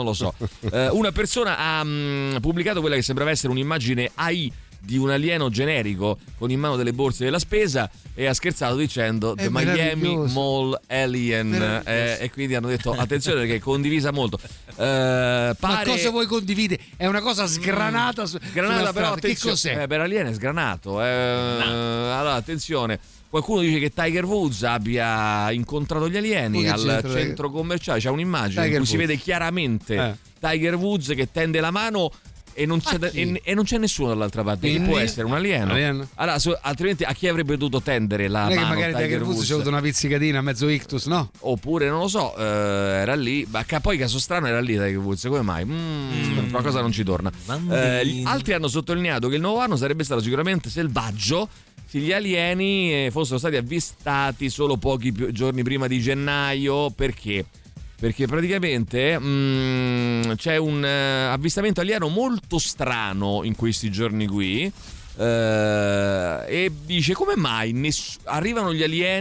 [SPEAKER 3] Una persona ha pubblicato quella che sembrava essere un'immagine AI di un alieno generico con in mano delle borse della spesa e ha scherzato dicendo The Miami Mall Alien, e quindi hanno detto attenzione perché è condivisa molto.
[SPEAKER 5] Ma cosa vuoi condividere? È una cosa sgranata
[SPEAKER 3] però
[SPEAKER 5] che cos'è?
[SPEAKER 3] Per alieno è sgranato. Allora attenzione, qualcuno dice che Tiger Woods abbia incontrato gli alieni al centro commerciale. C'è un'immagine in cui si vede chiaramente Tiger Woods che tende la mano e non c'è nessuno dall'altra parte. Che può essere un alieno. Allora, altrimenti a chi avrebbe dovuto tendere la mano?
[SPEAKER 5] Non è che magari Tiger Woods c'ha avuto una pizzicatina, mezzo ictus, no?
[SPEAKER 3] Oppure non lo so, era lì. Ma poi caso strano era lì Tiger Woods. Come mai? Qualcosa non ci torna. Altri hanno sottolineato che il nuovo anno sarebbe stato sicuramente selvaggio se gli alieni fossero stati avvistati solo pochi giorni prima di gennaio. Perché? Perché praticamente c'è un avvistamento alieno molto strano in questi giorni qui, e dice come mai arrivano gli alieni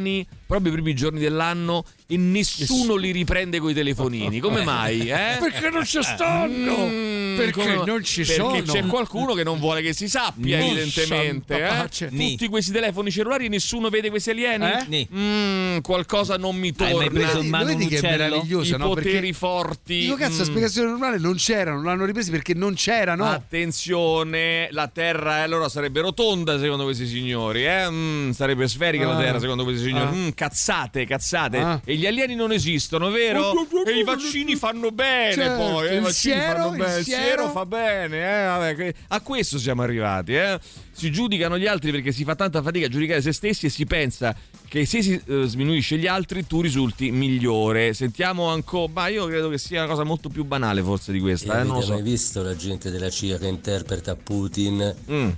[SPEAKER 3] proprio i primi giorni dell'anno e nessuno li riprende coi telefonini. Come mai?
[SPEAKER 5] Perché non ci stanno? Perché non ci sono?
[SPEAKER 3] Perché c'è qualcuno che non vuole che si sappia, evidentemente. Tutti questi telefoni cellulari, nessuno vede questi alieni? Qualcosa non mi torna.
[SPEAKER 4] Hai mai preso in mano
[SPEAKER 5] vedi
[SPEAKER 4] un
[SPEAKER 5] che è
[SPEAKER 4] uccello?
[SPEAKER 5] meraviglioso,
[SPEAKER 3] I
[SPEAKER 5] no?
[SPEAKER 3] poteri forti.
[SPEAKER 5] Dico, cazzo, la spiegazione normale non c'erano, non l'hanno ripresi perché non c'erano.
[SPEAKER 3] Attenzione, la Terra allora sarebbe rotonda secondo questi signori, sarebbe sferica la Terra secondo questi signori. Cazzate. E gli alieni non esistono, vero? E i vaccini fanno bene,
[SPEAKER 5] certo,
[SPEAKER 3] poi. I vaccini fanno bene, il
[SPEAKER 5] siero
[SPEAKER 3] siero fa bene, vabbè, a questo siamo arrivati, Si giudicano gli altri perché si fa tanta fatica a giudicare se stessi e si pensa che se si sminuisce gli altri tu risulti migliore. Sentiamo ancora, ma io credo che sia una cosa molto più banale forse di questa. Non lo so.
[SPEAKER 20] Hai mai visto la gente della CIA che interpreta Putin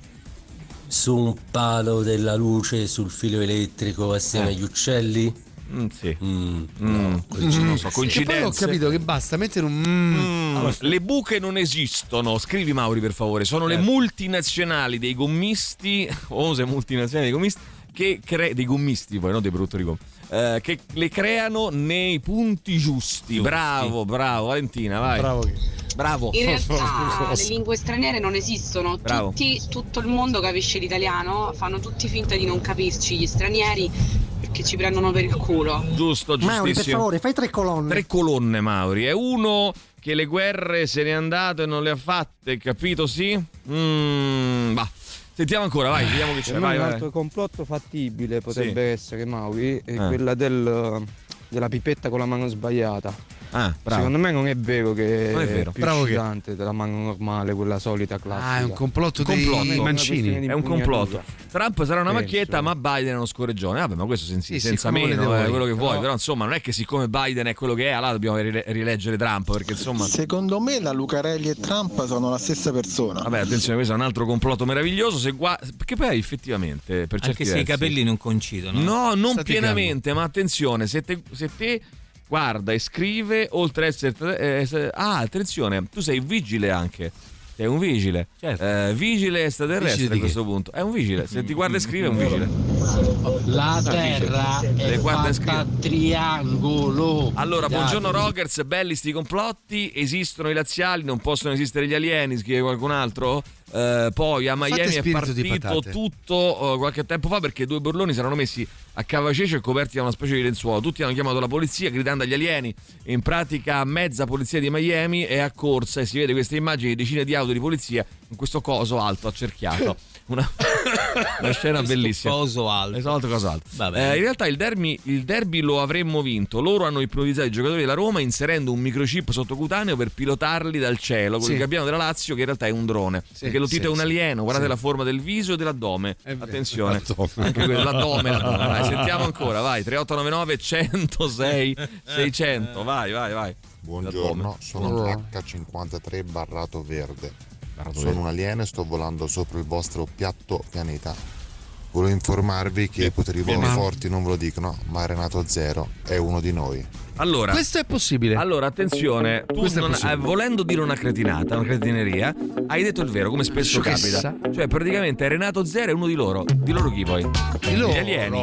[SPEAKER 20] su un palo della luce sul filo elettrico assieme agli uccelli?
[SPEAKER 3] Sì.
[SPEAKER 20] No,
[SPEAKER 3] non so, coincidenze.
[SPEAKER 5] Che poi ho capito che basta mettere un
[SPEAKER 3] Le buche non esistono. Scrivi, Mauri, per favore. Sono le multinazionali dei gommisti, multinazionali dei gommisti che dei gommisti, poi non dei produttori gommi, che le creano nei punti giusti. Bravo Valentina, vai. Bravo.
[SPEAKER 21] In realtà le lingue straniere non esistono. Tutto il mondo capisce l'italiano, fanno tutti finta di non capirci gli stranieri perché ci prendono per il culo.
[SPEAKER 3] Giusto, giustissimo.
[SPEAKER 9] Mauri, per favore, fai 3 colonne.
[SPEAKER 3] 3 colonne, Mauri. È uno che le guerre se n'è andato e non le ha fatte, capito? Sì? Sentiamo ancora, vai, vediamo che c'è.
[SPEAKER 6] Un altro complotto fattibile potrebbe essere, Mauri, è quella della pipetta con la mano sbagliata. Secondo me non è vero che è più eccitante della mano normale, quella solita classica.
[SPEAKER 5] È un complotto dei mancini.
[SPEAKER 3] È un complotto. Trump sarà una macchietta, ma Biden è uno scorreggione. Vabbè, ma questo senza meno è quello che vuoi. Però insomma non è che siccome Biden è quello che è, allora dobbiamo rileggere Trump, perché insomma.
[SPEAKER 22] Secondo me la Lucarelli e Trump sono la stessa persona.
[SPEAKER 3] Vabbè, attenzione, questo è un altro complotto meraviglioso. Perché poi effettivamente per certi
[SPEAKER 4] anche se i capelli non coincidono.
[SPEAKER 3] No, non pienamente, ma attenzione, se te guarda e scrive, oltre a essere attenzione, tu sei vigile anche. Sei un vigile, certo. Vigile extraterrestre a questo punto. È un vigile, se ti guarda e scrive è un vigile.
[SPEAKER 19] La Terra è fatta a triangolo.
[SPEAKER 3] Allora, buongiorno Rogers, belli sti complotti. Esistono i laziali, non possono esistere gli alieni, scrive qualcun altro. Poi a Miami è partito tutto qualche tempo fa perché 2 burloni si erano messi a cavacecio e coperti da una specie di lenzuolo. Tutti hanno chiamato la polizia gridando agli alieni. In pratica mezza polizia di Miami è accorsa e si vede queste immagini di decine di auto di polizia con questo coso alto accerchiato. Una scena bellissima.
[SPEAKER 4] Coso alto.
[SPEAKER 3] Esatto, coso alto. In realtà il derby lo avremmo vinto. Loro hanno ipnotizzato i giocatori della Roma inserendo un microchip sottocutaneo per pilotarli dal cielo con il gabbiano della Lazio, che in realtà è un drone. Perché lo Tito è un alieno. Guardate la forma del viso e dell'addome. Attenzione, anche l'addome. Vai, sentiamo ancora, vai. 3899 106 600. Vai.
[SPEAKER 23] Buongiorno, sono H53 barrato verde. Sono un alieno e sto volando sopra il vostro piatto pianeta. Volevo informarvi che i poteri forti non ve lo dicono, ma Renato Zero è uno di noi.
[SPEAKER 3] Allora,
[SPEAKER 5] questo è possibile.
[SPEAKER 3] Allora, attenzione, tu volendo dire una cretinata, una cretineria, hai detto il vero, come spesso capita. Cioè, praticamente Renato Zero è uno di loro. Di loro chi poi? Gli alieni.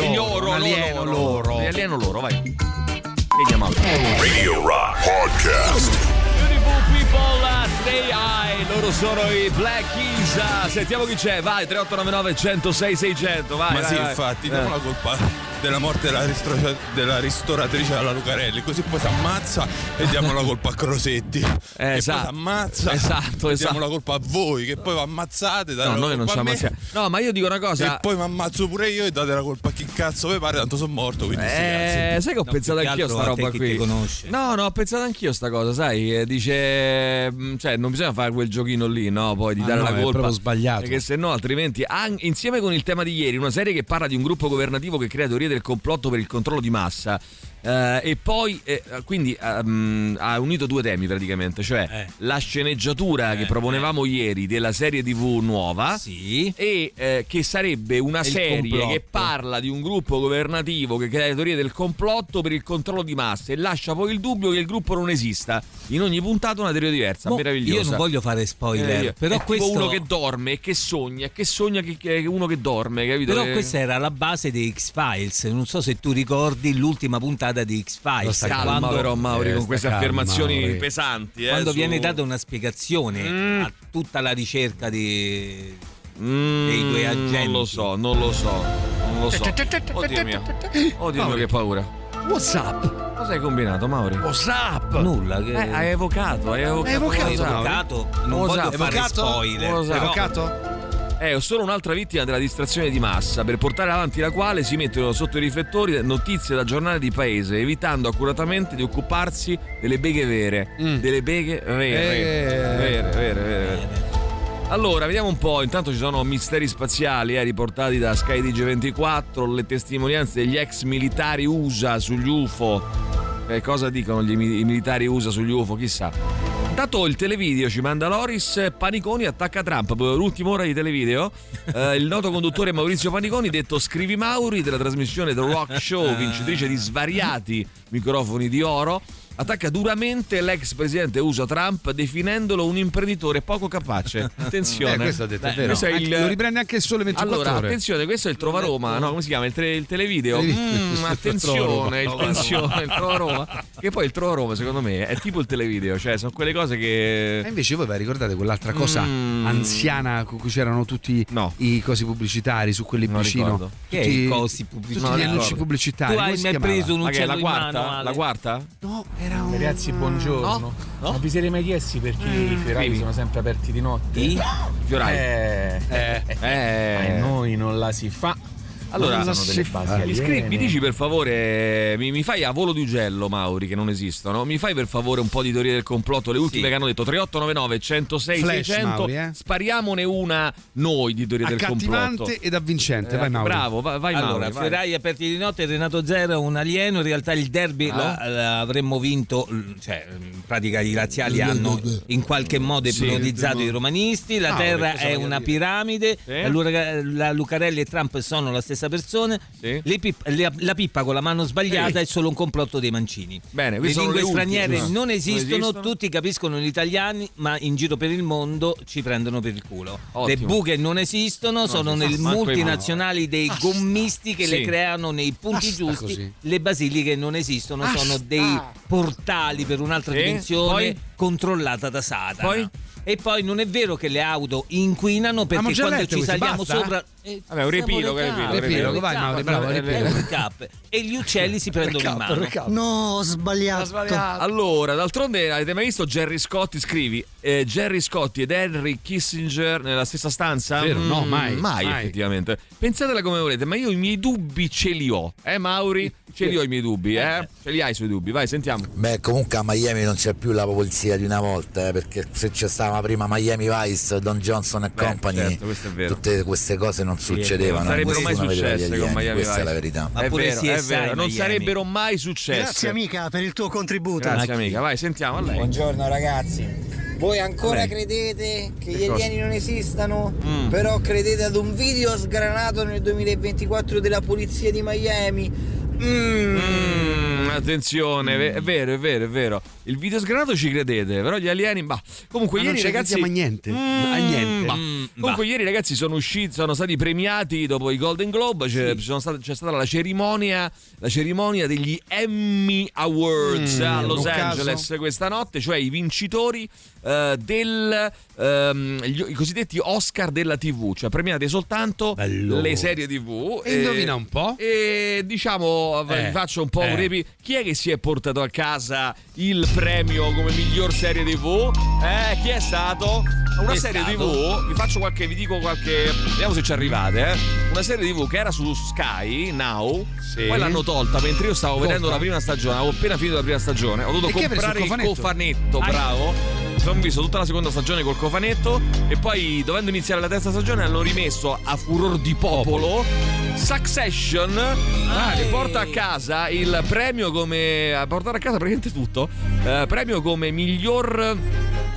[SPEAKER 3] Gli alieno loro, vai.
[SPEAKER 2] Radio Rock Podcast.
[SPEAKER 3] Beautiful people, stay high. Loro sono i Black Keys. Sentiamo chi c'è, vai. 3899 106 600. Vai.
[SPEAKER 10] Ma sì, infatti, diamo la colpa della morte della ristoratrice alla Lucarelli, così poi si ammazza e diamo la colpa a Crosetti.
[SPEAKER 3] Esatto.
[SPEAKER 10] E poi si ammazza.
[SPEAKER 3] Esatto.
[SPEAKER 10] Diamo la colpa a voi, che poi vi ammazzate.
[SPEAKER 3] No, noi non ci ammazziamo. No, ma io dico una cosa.
[SPEAKER 10] E poi mi ammazzo pure io e date la colpa a chi cazzo vi pare, tanto sono morto. Quindi
[SPEAKER 3] sai che ho pensato anch'io sta roba qui. No, ho pensato anch'io sta cosa, sai. Dice, cioè, non bisogna fare quel giochino lì, no? Poi di dare la colpa. È proprio
[SPEAKER 5] sbagliato.
[SPEAKER 3] Perché se no, altrimenti, insieme con il tema di ieri, una serie che parla di un gruppo governativo che crea teorie del complotto per il controllo di massa. E poi quindi ha unito 2 temi praticamente, cioè la sceneggiatura che proponevamo ieri della serie TV nuova e che sarebbe una serie che parla di un gruppo governativo che crea le teorie del complotto per il controllo di massa e lascia poi il dubbio che il gruppo non esista. In ogni puntata una teoria diversa, meravigliosa.
[SPEAKER 4] Io non voglio fare spoiler, però
[SPEAKER 3] è
[SPEAKER 4] questo
[SPEAKER 3] tipo uno che dorme e che sogna che è uno che dorme, capito?
[SPEAKER 4] Però questa era la base dei X-Files, X-Files. Non so se tu ricordi l'ultima puntata di X-Files.
[SPEAKER 3] Calma però Mauri con queste affermazioni pesanti.
[SPEAKER 4] Quando viene data una spiegazione a tutta la ricerca dei due agenti.
[SPEAKER 3] Non lo so. Oddio mio che paura.
[SPEAKER 5] What's up?
[SPEAKER 3] Cosa hai combinato, Mauri?
[SPEAKER 5] What's up?
[SPEAKER 4] Nulla.
[SPEAKER 3] Hai evocato.
[SPEAKER 4] Non voglio fare spoiler.
[SPEAKER 5] Evocato?
[SPEAKER 3] È solo un'altra vittima della distrazione di massa, per portare avanti la quale si mettono sotto i riflettori notizie da giornale di paese, evitando accuratamente di occuparsi delle beghe vere. Delle beghe vere. Allora, vediamo un po'. Intanto ci sono misteri spaziali riportati da Sky TG24, le testimonianze degli ex militari USA sugli UFO. Cosa dicono i militari USA sugli UFO? Chissà. Intanto il televideo ci manda Loris. Paniconi attacca Trump. L'ultima ora di televideo, il noto conduttore Maurizio Paniconi, detto Scrivi Mauri, della trasmissione The Rock Show, vincitrice di svariati microfoni di oro, attacca duramente l'ex presidente USA Trump, definendolo un imprenditore poco capace. Attenzione,
[SPEAKER 5] questo ha detto, è vero. Lo riprende anche il Sole 24
[SPEAKER 3] Ore.
[SPEAKER 5] Allora,
[SPEAKER 3] attenzione, questo è il Trova Roma, no? Come si chiama? Il televideo? Attenzione, il Trova Roma. Che poi il Trova Roma, secondo me, è tipo il televideo, cioè sono quelle cose che.
[SPEAKER 5] E invece voi ricordate quell'altra cosa anziana con cui c'erano tutti i cosi pubblicitari su quell'ibicino?
[SPEAKER 4] Che è i cosi pubblicitari?
[SPEAKER 5] Tutti gli annunci pubblicitari.
[SPEAKER 4] Tu hai mai preso un uccello
[SPEAKER 3] la quarta? La quarta?
[SPEAKER 5] No, era un...
[SPEAKER 8] Ragazzi, buongiorno. No? Ma vi siete mai chiesti perché i fiorali sono sempre aperti di notte?
[SPEAKER 3] I fiorali?
[SPEAKER 8] Noi non la si fa.
[SPEAKER 3] Allora, mi dici per favore, mi fai a volo di ugello, Mauri, che non esistono, mi fai per favore un po' di teorie del complotto, le ultime che hanno detto 3899 106 Flash, 600, Mauri, spariamone una noi di teorie del complotto.
[SPEAKER 5] Accattivante ed avvincente, vai Mauri.
[SPEAKER 3] Bravo, vai
[SPEAKER 4] allora,
[SPEAKER 3] Mauri.
[SPEAKER 4] Ferrari aperti di notte, Renato Zero, un alieno, in realtà il derby avremmo vinto, cioè in pratica i razziali hanno in qualche modo ipnotizzato i romanisti, la Terra è una piramide, la Lucarelli e Trump sono la stessa persone, la pippa con la mano sbagliata è solo un complotto dei mancini.
[SPEAKER 3] Bene,
[SPEAKER 4] le lingue straniere non esistono, tutti capiscono gli italiani, ma in giro per il mondo ci prendono per il culo. Ottimo. Le buche non esistono, sono nelle multinazionali dei gommisti che le creano nei punti giusti. Così. Le basiliche non esistono, sono dei portali per un'altra dimensione controllata da Satana. E poi non è vero che le auto inquinano, perché quando ci saliamo sopra
[SPEAKER 3] vabbè, un riepilogo,
[SPEAKER 5] vai Mauri, bravo,
[SPEAKER 4] e gli uccelli si prendono in mano.
[SPEAKER 9] No, ho sbagliato.
[SPEAKER 3] Allora, d'altronde avete mai visto Gerry Scotti? Scrivi Gerry Scotti ed Henry Kissinger nella stessa stanza?
[SPEAKER 5] Vero, no, mai
[SPEAKER 3] effettivamente. Pensatela come volete, ma io i miei dubbi ce li ho, Mauri? Ce li ho i miei dubbi, Ce li hai i suoi dubbi, vai, sentiamo.
[SPEAKER 11] Beh, comunque a Miami non c'è più la polizia di una volta, perché se c'è stava prima Miami Vice, Don Johnson e compagni,
[SPEAKER 3] certo, questo è vero.
[SPEAKER 11] Tutte queste cose non succedevano.
[SPEAKER 3] Non sarebbero mai successe con Miami
[SPEAKER 11] Vice. Questa è la verità.
[SPEAKER 3] È vero, non sarebbero mai successe.
[SPEAKER 9] Grazie amica per il tuo contributo.
[SPEAKER 3] Grazie amica, vai, sentiamo a lei.
[SPEAKER 12] Buongiorno ragazzi. Voi ancora credete che gli alieni non esistano? Però credete ad un video sgranato nel 2024 della polizia di Miami?
[SPEAKER 3] Attenzione, è vero. Il video sgranato ci credete, però gli alieni, comunque ieri ragazzi, comunque ieri ragazzi sono stati premiati dopo i Golden Globe, c'è stata la cerimonia degli Emmy Awards a Los Angeles questa notte, cioè i vincitori i cosiddetti Oscar della TV, cioè premiate soltanto le serie TV.
[SPEAKER 5] E indovina un po'.
[SPEAKER 3] E diciamo vi faccio un po' un repi. Chi è che si è portato a casa il premio come miglior serie TV? Chi è stato? Una serie TV, vi dico qualche, vediamo se ci arrivate, Una serie TV che era su Sky Now, poi l'hanno tolta mentre io stavo vedendo la prima stagione, avevo appena finito la prima stagione, ho dovuto comprare il cofanetto, bravo. Sono visto tutta la seconda stagione col cofanetto e poi, dovendo iniziare la terza stagione, hanno rimesso a furor di popolo Succession, che porta a casa il premio come, a portare a casa praticamente tutto, premio come miglior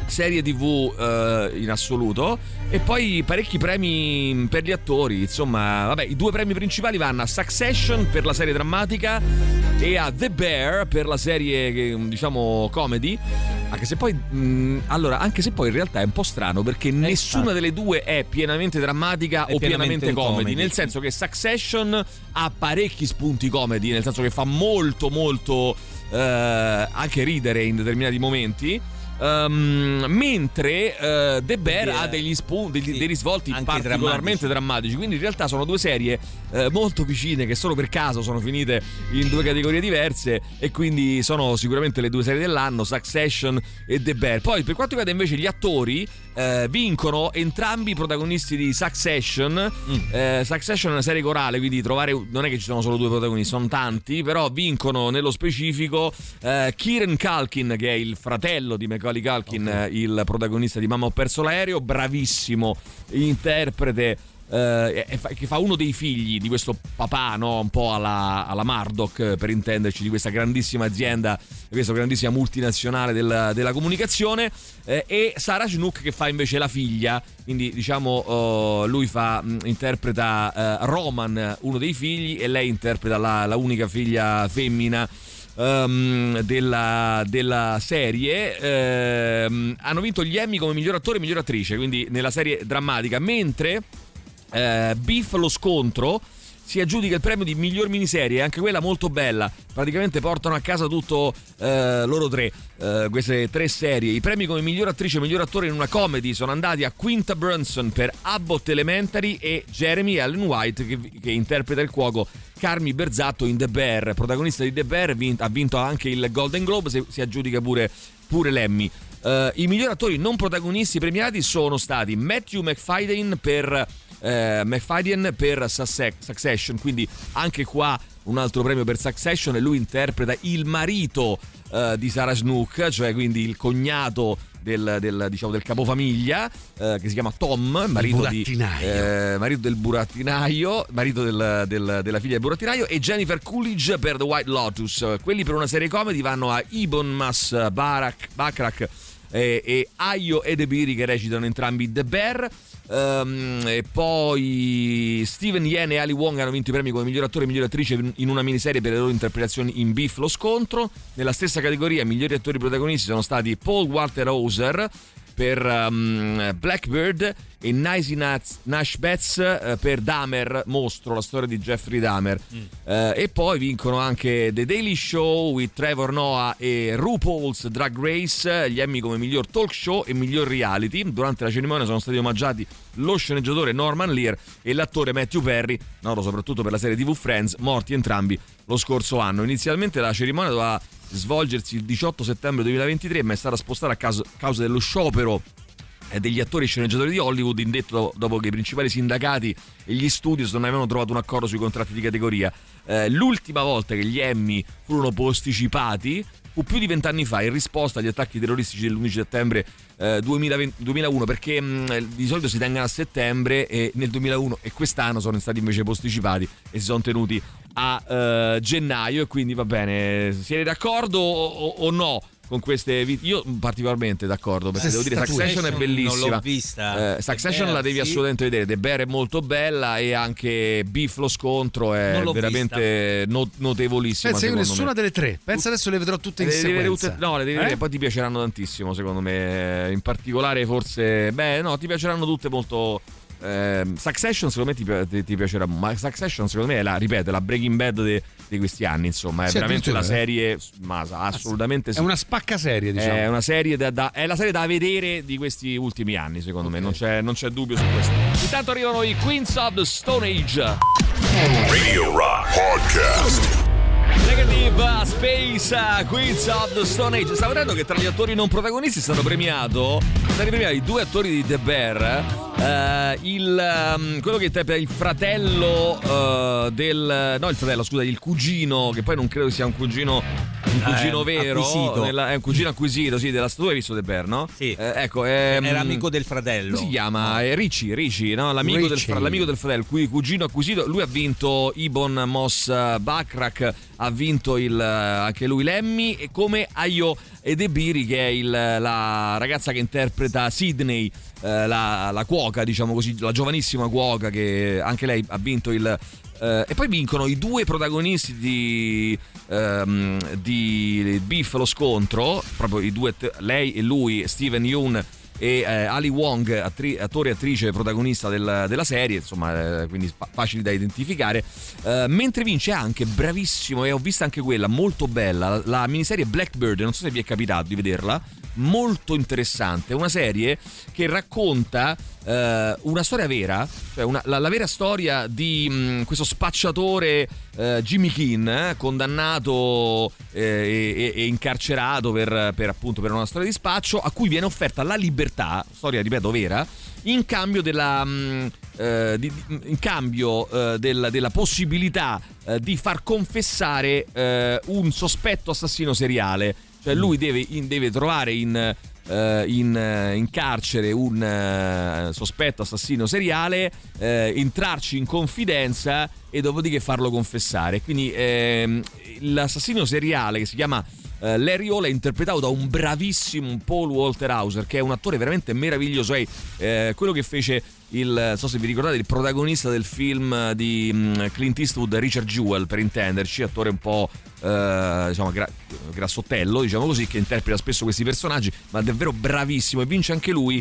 [SPEAKER 3] serie TV in assoluto, e poi parecchi premi per gli attori. Insomma, vabbè, i due premi principali vanno a Succession per la serie drammatica e a The Bear per la serie, diciamo, comedy. Anche se poi anche se poi in realtà è un po' strano, perché nessuna delle due è pienamente drammatica o pienamente comedy, nel senso che Succession ha parecchi spunti comedy, nel senso che fa molto anche ridere in determinati momenti. Mentre The Bear ha dei risvolti particolarmente drammatici. Quindi in realtà sono due serie molto vicine, che solo per caso sono finite in due categorie diverse, e quindi sono sicuramente le due serie dell'anno, Succession e The Bear. Poi per quanto riguarda invece gli attori, vincono entrambi i protagonisti di Succession. Succession è una serie corale, quindi non è che ci sono solo due protagonisti, sono tanti, però vincono nello specifico Kieran Culkin, che è il fratello di Macaulay Culkin, il protagonista di Mamma ho perso l'aereo, bravissimo interprete, che fa uno dei figli di questo papà, no? Un po' alla Murdoch, per intenderci, di questa grandissima azienda, questa grandissima multinazionale della comunicazione, e Sarah Snook, che fa invece la figlia. Quindi diciamo lui interpreta Roman, uno dei figli, e lei interpreta la unica figlia femmina della serie. Hanno vinto gli Emmy come miglior attore e miglior attrice, quindi nella serie drammatica, mentre Beef lo scontro si aggiudica il premio di miglior miniserie, anche quella molto bella. Praticamente portano a casa tutto loro tre, queste tre serie. I premi come miglior attrice e miglior attore in una comedy sono andati a Quinta Brunson per Abbott Elementary e Jeremy Allen White, che interpreta il cuoco Carmi Berzatto in The Bear. Protagonista di The Bear, ha vinto anche il Golden Globe, si aggiudica pure l'Emmy. I migliori attori non protagonisti premiati sono stati Matthew McFadyen per Succession, quindi anche qua un altro premio per Succession, e lui interpreta il marito di Sarah Snook, cioè quindi il cognato del capofamiglia, che si chiama Tom, marito del burattinaio, marito della figlia del burattinaio, e Jennifer Coolidge per The White Lotus. Quelli per una serie comedy vanno a Ibn Mas Backrack e Ayo Edebiri, che recitano entrambi The Bear. E poi Steven Yeun e Ali Wong hanno vinto i premi come miglior attore e miglior attrice in una miniserie per le loro interpretazioni in Beef lo scontro. Nella stessa categoria migliori attori protagonisti sono stati Paul Walter Hauser per Blackbird e Nicey Nash Betts per Dahmer, Mostro, la storia di Jeffrey Dahmer. E poi vincono anche The Daily Show with Trevor Noah e RuPaul's Drag Race gli Emmy come miglior talk show e miglior reality. Durante la cerimonia sono stati omaggiati lo sceneggiatore Norman Lear e l'attore Matthew Perry, noto soprattutto per la serie TV Friends, morti entrambi lo scorso anno. Inizialmente la cerimonia doveva svolgersi il 18 settembre 2023, ma è stata spostata a causa dello sciopero degli attori e sceneggiatori di Hollywood, indetto dopo che i principali sindacati e gli studios non avevano trovato un accordo sui contratti di categoria. L'ultima volta che gli Emmy furono posticipati fu più di 20 anni fa, in risposta agli attacchi terroristici dell'11 settembre 2001, perché di solito si tengono a settembre, e nel 2001 e quest'anno sono stati invece posticipati e si sono tenuti a gennaio. E quindi va bene, siete d'accordo o no con queste io particolarmente d'accordo, perché devo dire Succession è bellissima,
[SPEAKER 4] non l'ho vista.
[SPEAKER 3] Succession la devi assolutamente vedere. The Bear è molto bella, e anche Beef lo scontro è veramente notevolissima.
[SPEAKER 5] Pensa, io nessuna delle tre, pensa, adesso le vedrò tutte in sequenza.
[SPEAKER 3] No, le devi vedere, poi ti piaceranno tantissimo, secondo me. In particolare forse ti piaceranno tutte molto. Succession secondo me ti piacerà, ma Succession secondo me è la Breaking Bad di questi anni, insomma, è veramente la serie, ma assolutamente sì.
[SPEAKER 5] È una spacca serie, diciamo.
[SPEAKER 3] È una serie è la serie da vedere di questi ultimi anni, secondo me, non c'è dubbio su questo. Intanto arrivano i Queens of the Stone Age.
[SPEAKER 2] Radio Rock Podcast.
[SPEAKER 3] Negative Space, Queens of the Stone Age. Stavo vedendo che tra gli attori non protagonisti stati premiati i due attori di The Bear, quello che interpreta il fratello il cugino, che poi non credo sia un cugino un cugino vero, è un cugino acquisito, sì, della statua. Hai visto The Bear, no?
[SPEAKER 4] Sì.
[SPEAKER 3] Ecco,
[SPEAKER 4] era amico del fratello.
[SPEAKER 3] Come si chiama? Ricci, no? L'amico del fratello, cui cugino acquisito. Lui ha vinto Ibon Mos Bakrak, ha vinto anche lui l'Emmy, e come Ayo Edebiri, che è la ragazza che interpreta Sydney, la cuoca, diciamo così, la giovanissima cuoca, che anche lei ha vinto e poi vincono i due protagonisti di Beef, lo scontro, proprio i due, lei e lui, Steven Yeun e Ali Wong, attore e attrice protagonista della serie, insomma, quindi facili da identificare. Mentre vince anche, bravissimo, e ho visto anche quella molto bella, la miniserie Blackbird, non so se vi è capitato di vederla, molto interessante, una serie che racconta una storia vera, cioè la vera storia di questo spacciatore Jimmy Keane, condannato e incarcerato per appunto per una storia di spaccio, a cui viene offerta la libertà, storia ripeto vera, in cambio della possibilità di far confessare un sospetto assassino seriale. Cioè lui deve trovare in carcere un sospetto assassino seriale, entrarci in confidenza e dopodiché farlo confessare. Quindi l'assassino seriale, che si chiama Larry Hall, è interpretato da un bravissimo Paul Walter Hauser, che è un attore veramente meraviglioso. È quello che fece non so se vi ricordate, il protagonista del film di Clint Eastwood, Richard Jewell, per intenderci, attore un po' diciamo grassottello, diciamo così, che interpreta spesso questi personaggi, ma davvero bravissimo, e vince anche lui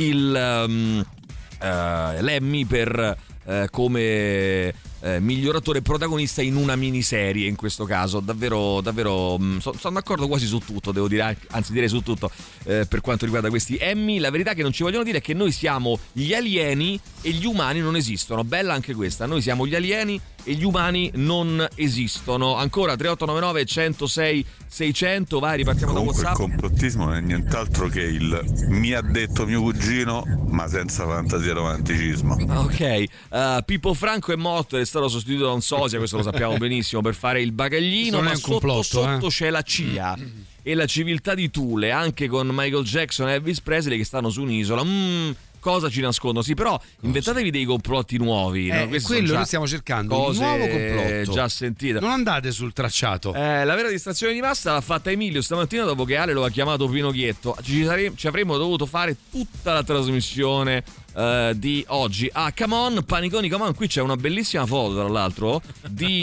[SPEAKER 3] l'Emmy per come miglior attore protagonista in una miniserie, in questo caso. Davvero sono d'accordo quasi su tutto, devo dire, anzi direi su tutto, per quanto riguarda questi Emmy. La verità che non ci vogliono dire è che noi siamo gli alieni e gli umani non esistono. Bella anche questa, noi siamo gli alieni e gli umani non esistono. Ancora 3899 106 600, vai, ripartiamo da WhatsApp.
[SPEAKER 7] Il complottismo non è nient'altro che il mi ha detto mio cugino, ma senza fantasia e romanticismo.
[SPEAKER 3] Ok, Pippo Franco è morto ed è stato sostituito da un sosia, questo lo sappiamo benissimo, per fare il bagaglino, ma sotto c'è la CIA e la civiltà di Thule, anche con Michael Jackson e Elvis Presley che stanno su un'isola. Cosa ci nascondono? Sì, però inventatevi dei complotti nuovi, no?
[SPEAKER 5] Quello noi stiamo cercando un nuovo complotto
[SPEAKER 3] già sentito.
[SPEAKER 5] Non andate sul tracciato.
[SPEAKER 3] La vera distrazione di massa l'ha fatta Emilio stamattina, dopo che Ale lo ha chiamato Pinocchietto. Ci avremmo dovuto fare tutta la trasmissione di oggi. Come on, Paniconi, come on. Qui c'è una bellissima foto, tra l'altro, di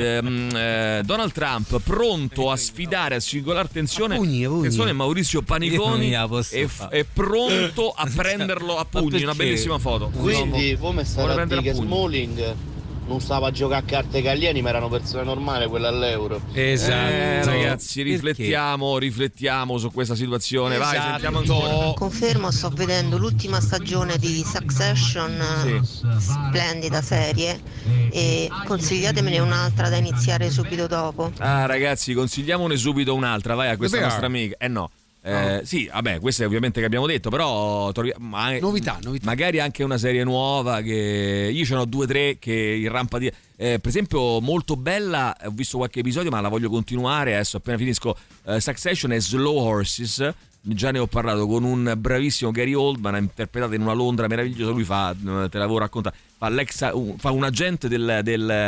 [SPEAKER 3] Donald Trump pronto a sfidare a singolare tensione Maurizio Paniconi, è pronto a prenderlo a pugni. Una bellissima foto.
[SPEAKER 17] Quindi voi mi state a dire che Smalling non stava a giocare a carte con gli alieni, ma erano persone normali, quelle all'euro.
[SPEAKER 3] Esatto. Ragazzi, riflettiamo su questa situazione. Esatto. Vai, sentiamo ancora.
[SPEAKER 13] Confermo, sto vedendo l'ultima stagione di Succession, splendida serie, e consigliatemene un'altra da iniziare subito dopo.
[SPEAKER 3] Ragazzi, consigliamone subito un'altra, vai, a questa nostra amica. No. Sì, vabbè, queste ovviamente che abbiamo detto, però
[SPEAKER 5] novità.
[SPEAKER 3] Magari anche una serie nuova, che io ce n'ho 2 o 3 che in rampa di per esempio molto bella, ho visto qualche episodio ma la voglio continuare adesso appena finisco. Succession e Slow Horses, già ne ho parlato, con un bravissimo Gary Oldman, interpretato in una Londra meravigliosa. Lui te l'avevo raccontato, fa un agente del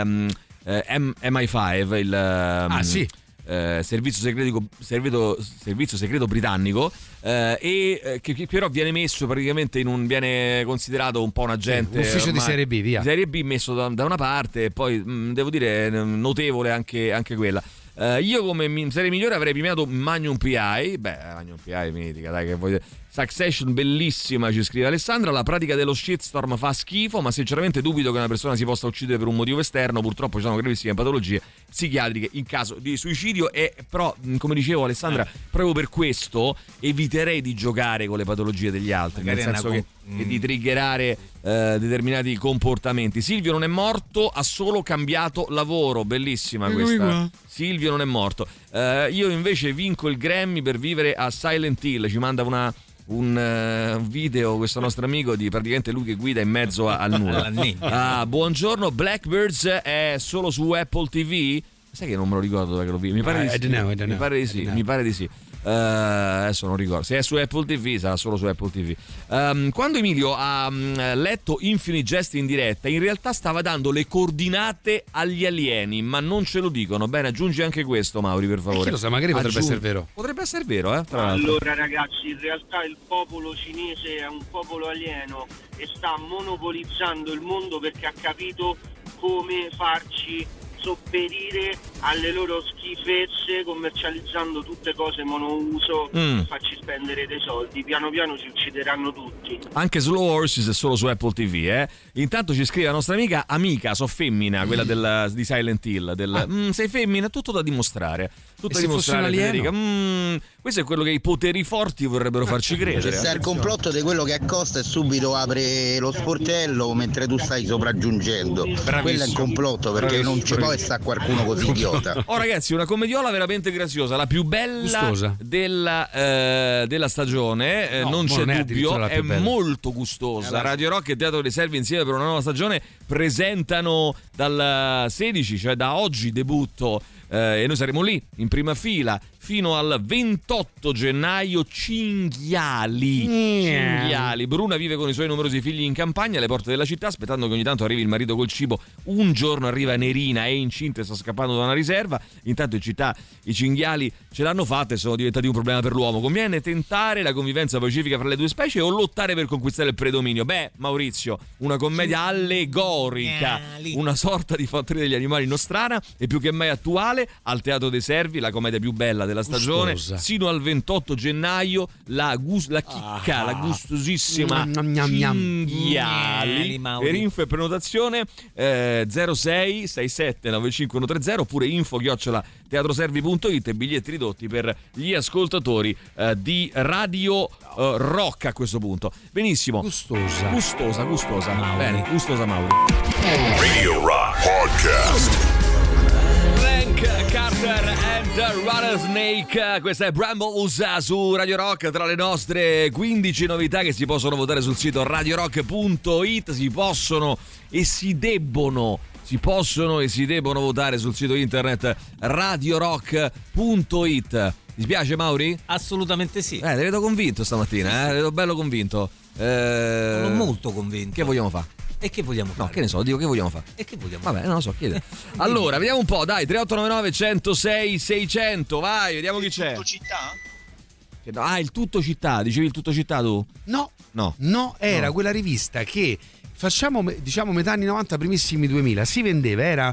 [SPEAKER 3] MI5,
[SPEAKER 5] sì,
[SPEAKER 3] servizio segreto britannico, e che però viene messo praticamente viene considerato un po' un agente,
[SPEAKER 5] un ufficio di serie B, via.
[SPEAKER 3] Serie B, messo da una parte, e poi devo dire notevole anche quella. Io come serie migliore avrei premiato Magnum PI. Magnum PI mitica, dai, che vuoi. Succession bellissima, ci scrive Alessandra. La pratica dello shitstorm fa schifo, ma sinceramente dubito che una persona si possa uccidere per un motivo esterno. Purtroppo ci sono gravissime patologie psichiatriche in caso di suicidio, e però, come dicevo Alessandra, proprio per questo eviterei di giocare con le patologie degli altri, nel senso che di triggerare determinati comportamenti. Silvio non è morto, ha solo cambiato lavoro. Bellissima questa. Silvio non è morto. Io invece vinco il Grammy per vivere a Silent Hill. Ci manda un video questo nostro amico, di praticamente lui che guida in mezzo al nulla. Buongiorno, Blackbirds è solo su Apple TV? Sai che non me lo ricordo dove lo vi. Mi pare di sì. Adesso non ricordo. Se è su Apple TV sarà solo su Apple TV. Quando Emilio ha letto Infinite Jest in diretta, in realtà stava dando le coordinate agli alieni, ma non ce lo dicono. Bene, aggiungi anche questo, Mauri, per favore.
[SPEAKER 5] Chi lo sa, magari potrebbe essere vero.
[SPEAKER 3] Potrebbe essere vero,
[SPEAKER 14] Allora ragazzi, in realtà il popolo cinese è un popolo alieno e sta monopolizzando il mondo perché ha capito come farci sopperire alle loro schifezze, commercializzando tutte cose monouso e farci spendere dei soldi. Piano piano ci uccideranno tutti.
[SPEAKER 3] Anche Slow Horses è solo su Apple TV, Intanto ci scrive la nostra amica, so femmina, quella di Silent Hill, sei femmina, tutto da dimostrare. Tutto da dimostrare, Federica. Questo è quello che i poteri forti vorrebbero farci credere.
[SPEAKER 18] C'è il complotto di quello che accosta e subito apre lo sportello mentre tu stai sopraggiungendo.
[SPEAKER 3] Bravissimo.
[SPEAKER 18] Quello è un complotto, perché non ci può stare qualcuno così idiota.
[SPEAKER 3] Ragazzi, una commediola veramente graziosa, la più bella della stagione, non c'è dubbio, è molto gustosa. Radio Rock e Teatro dei Servi insieme per una nuova stagione presentano dal 16, cioè da oggi debutto, e noi saremo lì in prima fila fino al 28 gennaio. Cinghiali. Bruna vive con i suoi numerosi figli in campagna alle porte della città, aspettando che ogni tanto arrivi il marito col cibo. Un giorno arriva Nerina, è incinta e sta scappando da una riserva. Intanto in città i cinghiali ce l'hanno fatta e sono diventati un problema per l'uomo. Conviene tentare la convivenza pacifica fra le due specie o lottare per conquistare il predominio? Beh, Maurizio, una commedia allegorica, una sorta di fattoria degli animali nostrana e più che mai attuale. Al Teatro dei Servi, la commedia più bella della stagione, sino al 28 gennaio la gustosissima Cinghiali. Per info e prenotazione 06 67 95130 oppure info@teatroservi.it e biglietti ridotti per gli ascoltatori di Radio Rock a questo punto. Benissimo. Gustosa Mauri. Bene, gustosa Mauri.
[SPEAKER 2] Radio Rock Podcast.
[SPEAKER 3] Carter and Rattlesnake, questa è Brambles su Radio Rock. Tra le nostre 15 novità che si possono votare sul sito radiorock.it, si possono e si debbono votare sul sito internet radiorock.it. Ti spiace, Mauri?
[SPEAKER 4] Assolutamente sì.
[SPEAKER 3] Ti vedo convinto stamattina, ti vedo bello convinto.
[SPEAKER 4] Sono molto convinto.
[SPEAKER 3] Che vogliamo fare?
[SPEAKER 4] E che vogliamo fare?
[SPEAKER 3] No, che ne so, dico che vogliamo fare.
[SPEAKER 4] E che vogliamo
[SPEAKER 3] fare? Vabbè, non lo so, chiede. Allora, vediamo un po', dai, 3899 106 600, vai, vediamo chi c'è.
[SPEAKER 15] Tutto città?
[SPEAKER 3] Il Tutto Città, dicevi il Tutto Città tu?
[SPEAKER 5] No, era quella rivista che facciamo, diciamo, metà anni 90, primissimi 2000, si vendeva, era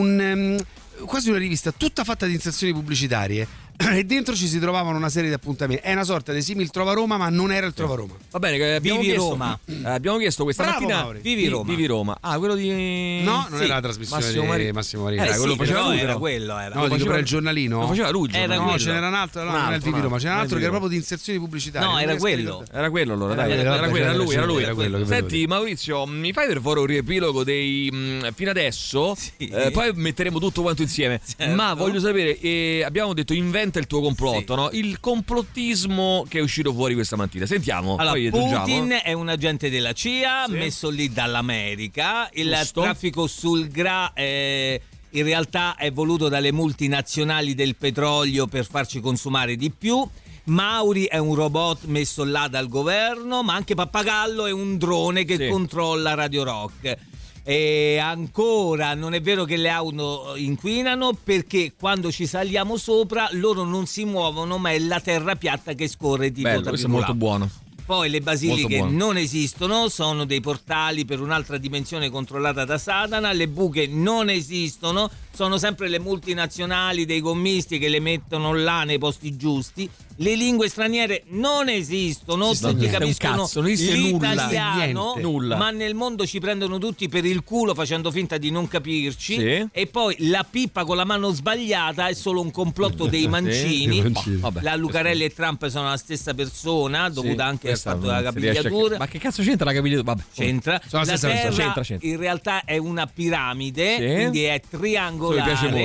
[SPEAKER 5] quasi una rivista tutta fatta di inserzioni pubblicitarie. E dentro ci si trovavano una serie di appuntamenti. È una sorta di simil Trova Roma, ma non era il Trova Roma.
[SPEAKER 3] Va bene, abbiamo chiesto questa mattina.
[SPEAKER 5] Mauri.
[SPEAKER 3] Vivi Roma. Quello di.
[SPEAKER 5] No, non era la trasmissione di Massimo Marini.
[SPEAKER 3] Quello faceva lui.
[SPEAKER 4] Era quello.
[SPEAKER 5] No, dico per il giornalino.
[SPEAKER 3] Lo faceva lui.
[SPEAKER 5] No, ce n'era un altro. No, non era il Vivi Roma, c'era un altro che era proprio di inserzioni pubblicitarie.
[SPEAKER 4] No, era quello.
[SPEAKER 3] Era quello allora, dai. Era lui. Senti, Maurizio, mi fai per favore un riepilogo dei. Fino adesso. Poi metteremo tutto quanto insieme. Ma voglio sapere, abbiamo detto inventa il tuo complotto. No? Il complottismo che è uscito fuori questa mattina. Sentiamo.
[SPEAKER 4] Allora, Putin è un agente della CIA messo lì dall'America. Il traffico sul GRA in realtà è voluto dalle multinazionali del petrolio per farci consumare di più. Mauri è un robot messo là dal governo, ma anche Pappagallo è un drone che controlla Radio Rock. E ancora non è vero che le auto inquinano, perché quando ci saliamo sopra loro non si muovono, ma è la terra piatta che scorre tipo
[SPEAKER 3] bello, questo è molto buono.
[SPEAKER 4] Poi le basiliche non esistono, sono dei portali per un'altra dimensione controllata da Satana. Le buche non esistono, sono sempre le multinazionali dei gommisti che le mettono là nei posti giusti. Le lingue straniere non esistono, tutti capiscono l'italiano, nulla. Ma nel mondo ci prendono tutti per il culo facendo finta di non capirci. E poi la pippa con la mano sbagliata è solo un complotto dei mancini. La Lucarelli e Trump sono la stessa persona, dovuta anche al fatto della capigliatura.
[SPEAKER 3] Ma che cazzo c'entra la capigliatura? Vabbè,
[SPEAKER 4] c'entra. La terra in realtà è una piramide, quindi è triangolare.
[SPEAKER 3] Mi piace molto.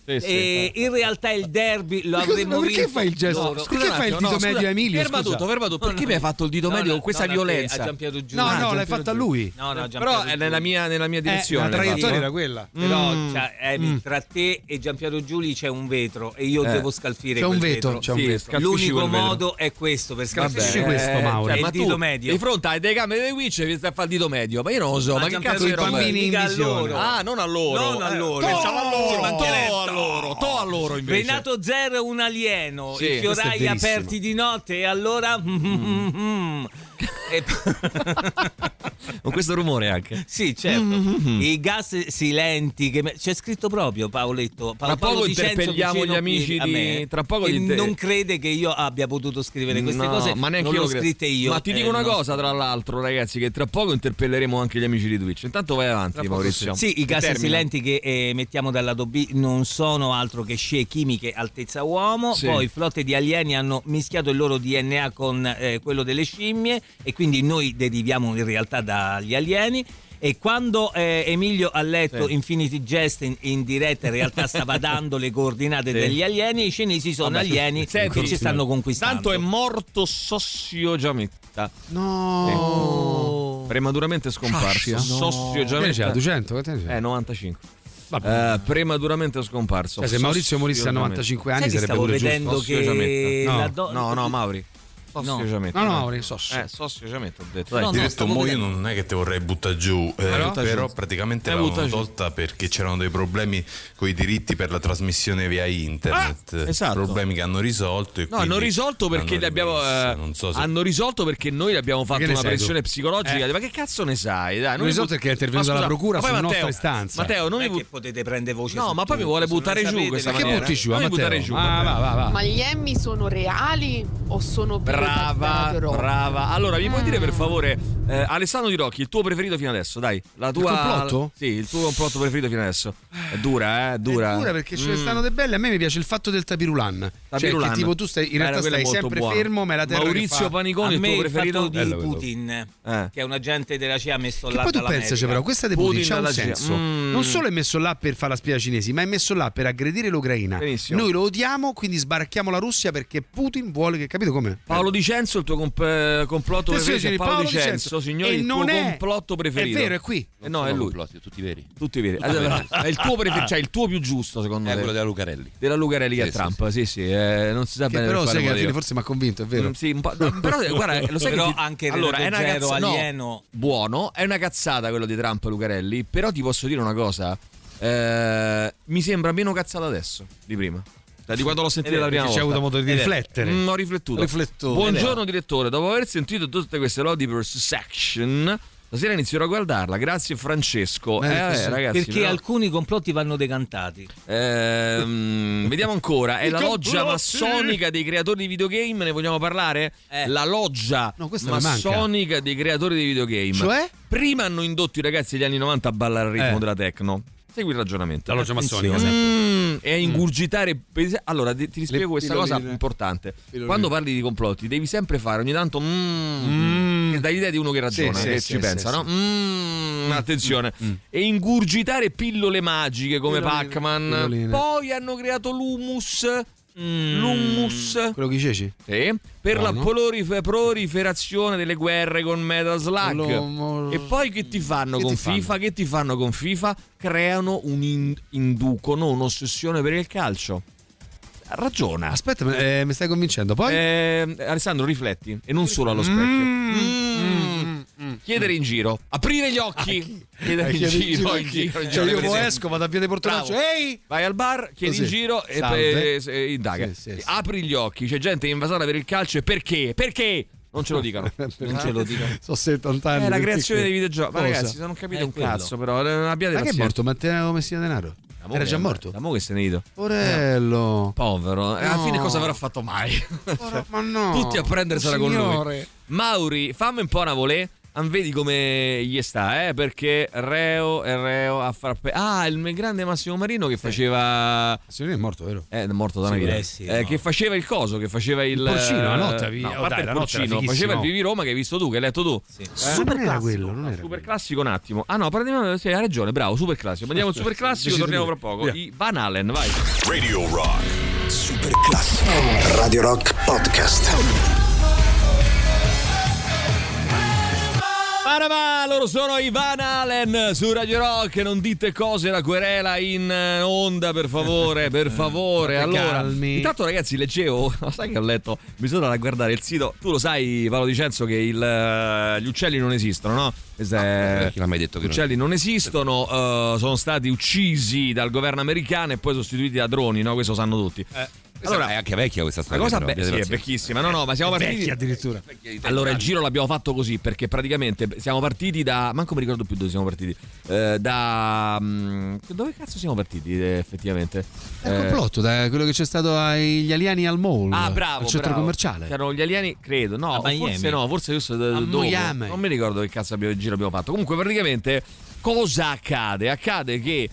[SPEAKER 4] E in realtà il derby lo avremmo vinto.
[SPEAKER 5] Perché fai il gesto? Perché fai il dito medio a Emilio?
[SPEAKER 3] Ferma tutto. Perché mi hai fatto il dito medio con questa violenza?
[SPEAKER 5] No, l'hai fatto a lui.
[SPEAKER 3] Però è nella mia direzione.
[SPEAKER 5] La traiettoria era quella.
[SPEAKER 4] Però tra te e Giampiero Giuli c'è un vetro e io devo scalfire quel vetro. L'unico modo è questo, per scalfire
[SPEAKER 5] questo, Mauro.
[SPEAKER 4] È il dito medio.
[SPEAKER 3] Di fronte ai telecamere dei Twitch mi stai a fare il dito medio. Ma io non lo so, ma che cazzo di
[SPEAKER 5] bambini in visione?
[SPEAKER 3] Ah, non a loro. Pensavo a loro invece.
[SPEAKER 4] Renato Zero, un alieno, i fiorai aperti di notte, e allora
[SPEAKER 3] con questo rumore anche.
[SPEAKER 4] Sì, certo. I gas silenti che c'è scritto proprio Paoletto.
[SPEAKER 3] Tra poco interpelliamo gli amici di tra poco
[SPEAKER 4] non crede che io abbia potuto scrivere queste cose,
[SPEAKER 3] ma neanche
[SPEAKER 4] non
[SPEAKER 3] io
[SPEAKER 4] l'ho scritte io.
[SPEAKER 3] Ma ti dico una cosa, tra l'altro, ragazzi, che tra poco interpelleremo anche gli amici di Twitch. Intanto vai avanti, Maurizio.
[SPEAKER 4] Sì, i gas silenti che mettiamo dal lato B non sono altro che scie chimiche altezza uomo. Poi flotte di alieni hanno mischiato il loro DNA con quello delle scimmie e quindi noi deriviamo in realtà dagli alieni. E quando Emilio ha letto Infinity Jest in diretta, in realtà stava dando le coordinate degli alieni. I cinesi sono alieni che ci stanno conquistando.
[SPEAKER 3] Tanto è morto Sossio Giametta.
[SPEAKER 5] No,
[SPEAKER 3] prematuramente scomparso. Sossio Giametta.
[SPEAKER 5] 200?
[SPEAKER 3] 95. Prematuramente scomparso.
[SPEAKER 5] Se Maurizio morisse a 95 anni sarebbe pure
[SPEAKER 4] vedendo
[SPEAKER 5] giusto.
[SPEAKER 4] Che
[SPEAKER 3] no, Mauri. Sossio Giametta.
[SPEAKER 5] No, Sossio.
[SPEAKER 3] Sossio Giametta, ho detto.
[SPEAKER 10] Ho detto, io non è che ti vorrei buttare giù, però praticamente l'avevano tolta perché c'erano dei problemi con i diritti per la trasmissione via internet.
[SPEAKER 3] Esatto.
[SPEAKER 10] Problemi che hanno risolto. E
[SPEAKER 3] hanno risolto perché hanno risolto perché noi le abbiamo fatto una pressione psicologica. Ma che cazzo ne sai? Dai,
[SPEAKER 5] hanno risolto perché è intervenuta la procura sulla nostra istanza.
[SPEAKER 3] Matteo,
[SPEAKER 4] non è che potete prendere voce.
[SPEAKER 3] No, ma poi mi vuole buttare giù questa maniera.
[SPEAKER 5] Che butti giù, Matteo?
[SPEAKER 3] Va.
[SPEAKER 1] Ma gli Emmy sono reali o sono
[SPEAKER 3] Brava. Allora, mi puoi dire per favore, Alessandro Di Rocchi, il tuo preferito fino adesso? Dai, la tua.
[SPEAKER 5] Il complotto?
[SPEAKER 3] Sì, il tuo complotto preferito fino adesso. È dura.
[SPEAKER 5] È dura perché ce ne stanno dei belli. A me mi piace il fatto del tapirulan. Cioè, che tipo tu stai in realtà stai sempre fermo, ma è la terra
[SPEAKER 3] Maurizio Paniconi, il tuo preferito
[SPEAKER 4] di Putin, che è un agente della CIA messo là.
[SPEAKER 5] Poi tu pensaci, però, questa di Putin c'ha un senso. Non solo è messo là per fare la spia cinesi, ma è messo là per aggredire l'Ucraina.
[SPEAKER 3] Benissimo.
[SPEAKER 5] Noi lo odiamo, quindi sbaracchiamo la Russia perché Putin vuole che, capito come?
[SPEAKER 3] Paolo Dicenzo, il tuo complotto preferito. Paolo Dicenzo, signori, il tuo complotto preferito.
[SPEAKER 5] È vero, è qui.
[SPEAKER 3] No, è lui.
[SPEAKER 15] Tutti veri.
[SPEAKER 3] È il tuo preferito, cioè il tuo più giusto, secondo me.
[SPEAKER 15] È quello della Lucarelli.
[SPEAKER 3] Della Lucarelli che è Trump, sì. Non si sa bene.
[SPEAKER 5] Però sai che alla fine forse mi ha convinto, è vero.
[SPEAKER 3] Sì, un po'. Però guarda, lo sai
[SPEAKER 4] però
[SPEAKER 3] che
[SPEAKER 4] anche allora è una cazzata alieno.
[SPEAKER 3] Buono, è una cazzata quello di Trump Lucarelli, però ti posso dire una cosa. Mi sembra meno cazzata adesso di prima. Di quando l'ho sentita la prima volta.
[SPEAKER 5] Ci hai avuto modo di riflettere.
[SPEAKER 3] Ho riflettuto. Buongiorno direttore, dopo aver sentito tutte queste lodi per section, stasera inizierò a guardarla. Grazie Francesco. Ragazzi,
[SPEAKER 4] perché alcuni complotti vanno decantati.
[SPEAKER 3] Vediamo ancora. È la loggia massonica dei creatori di videogame. Ne vogliamo parlare? La loggia massonica dei creatori di videogame.
[SPEAKER 5] Cioè?
[SPEAKER 3] Prima hanno indotto i ragazzi degli anni 90 a ballare al ritmo della techno. Segui il ragionamento.
[SPEAKER 5] La loggia massonica
[SPEAKER 3] e a ingurgitare. Allora ti rispiego questa cosa importante. Quando parli di complotti devi sempre fare ogni tanto che dai l'idea di uno che ragiona, che ci pensa, no? Attenzione. E ingurgitare pillole magiche come Pac-Man. Poi hanno creato l'humus. L'hummus,
[SPEAKER 5] quello che dici?
[SPEAKER 3] Sì, per la proliferazione delle guerre con Metal Slug. E poi che ti fanno con FIFA? Che ti fanno con FIFA? Creano inducono un'ossessione per il calcio. Ragiona.
[SPEAKER 5] Aspetta, mi stai convincendo. Poi
[SPEAKER 3] Alessandro, rifletti e non solo allo specchio. Chiedere in giro, aprire gli occhi, chiedere in giro.
[SPEAKER 5] Cioè io esco, vado a via dei Portonaccio, ehi!
[SPEAKER 3] Vai al bar, chiedi in giro e indaga. Apri gli occhi, c'è gente invasata per il calcio e perché? Perché? Non ce lo dicano.
[SPEAKER 4] Non ce lo dicano.
[SPEAKER 5] Sono 70 anni.
[SPEAKER 3] È la creazione dei videogiochi. Ma ragazzi, non capite un cazzo, però abbiate
[SPEAKER 5] pazienza. Ma che è morto Matteo Messina Denaro? Era già morto?
[SPEAKER 3] Da mo' che se ne ido.
[SPEAKER 5] Porello.
[SPEAKER 3] Povero. Alla fine cosa avrà fatto mai?
[SPEAKER 5] Ma no.
[SPEAKER 3] Tutti a prendersela con lui. Mauri, fammi un po' una volée. vedi come gli sta, perché reo a far il grande Massimo Marino che faceva.
[SPEAKER 5] Massimo Marino è morto, vero?
[SPEAKER 3] È morto da una vita. Che faceva il coso, che faceva il
[SPEAKER 5] porcino, la notte,
[SPEAKER 3] a parte il porcino, faceva il Vivi Roma che hai visto tu, che hai letto tu.
[SPEAKER 5] Sì. Super classico. Quello, non era
[SPEAKER 3] super classico un attimo. No, parliamo, sì, hai ragione, bravo, super classico. Andiamo al super classico, torniamo fra poco. I Van Halen, vai.
[SPEAKER 2] Radio Rock.
[SPEAKER 15] Super classico. Radio Rock Podcast.
[SPEAKER 3] Loro sono i Van Halen su Radio Rock. Non dite cose, la querela in onda, per favore, per favore. Allora, intanto ragazzi, leggevo, sai che ho letto, bisogna andare a guardare il sito. Tu lo sai, Paolo Dicenzo, che gli uccelli non esistono, no?
[SPEAKER 16] Chi l'ha mai detto che
[SPEAKER 3] gli uccelli non esistono, sono stati uccisi dal governo americano e poi sostituiti da droni, no? Questo sanno tutti.
[SPEAKER 16] Allora, è anche vecchia questa storia.
[SPEAKER 3] La cosa sì, è vecchissima. No, ma siamo partiti.
[SPEAKER 5] Vecchia addirittura.
[SPEAKER 3] Allora, il giro l'abbiamo fatto così perché praticamente siamo partiti da. Manco mi ricordo più dove siamo partiti. Dove cazzo siamo partiti effettivamente?
[SPEAKER 5] Dal complotto, da quello che c'è stato agli alieni al mall.
[SPEAKER 3] Bravo.
[SPEAKER 5] Al centro commerciale.
[SPEAKER 3] Erano gli alieni, credo. No, forse questo dopo. Non mi ricordo che cazzo il giro abbiamo fatto. Comunque, praticamente. Cosa accade? Accade che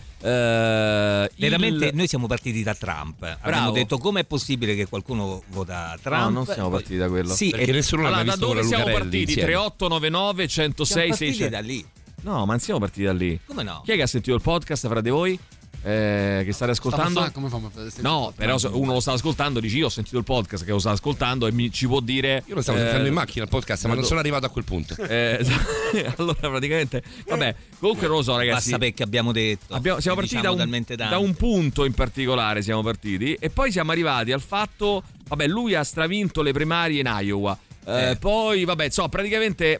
[SPEAKER 4] veramente noi siamo partiti da Trump. Abbiamo detto come è possibile che qualcuno vota Trump?
[SPEAKER 3] No, non siamo partiti da quello.
[SPEAKER 4] Sì,
[SPEAKER 16] perché nessuno l'ha visto.
[SPEAKER 3] Da dove siamo partiti? 3899 106
[SPEAKER 4] siamo partiti
[SPEAKER 3] 600.
[SPEAKER 4] Da lì.
[SPEAKER 3] No, ma non siamo partiti da lì.
[SPEAKER 4] Come no?
[SPEAKER 3] Chi è che ha sentito il podcast fra di voi? Che state ascoltando?
[SPEAKER 5] Come fa?
[SPEAKER 3] No, però uno lo sta ascoltando, dici io ho sentito il podcast che lo sta ascoltando e ci può dire.
[SPEAKER 16] Io lo stavo sentendo in macchina il podcast, ma non sono arrivato a quel punto.
[SPEAKER 3] Allora praticamente vabbè, comunque non lo so ragazzi.
[SPEAKER 4] Basta perché abbiamo detto.
[SPEAKER 3] Siamo partiti da un punto in particolare, siamo partiti e poi siamo arrivati al fatto, vabbè, lui ha stravinto le primarie in Iowa. Poi vabbè, praticamente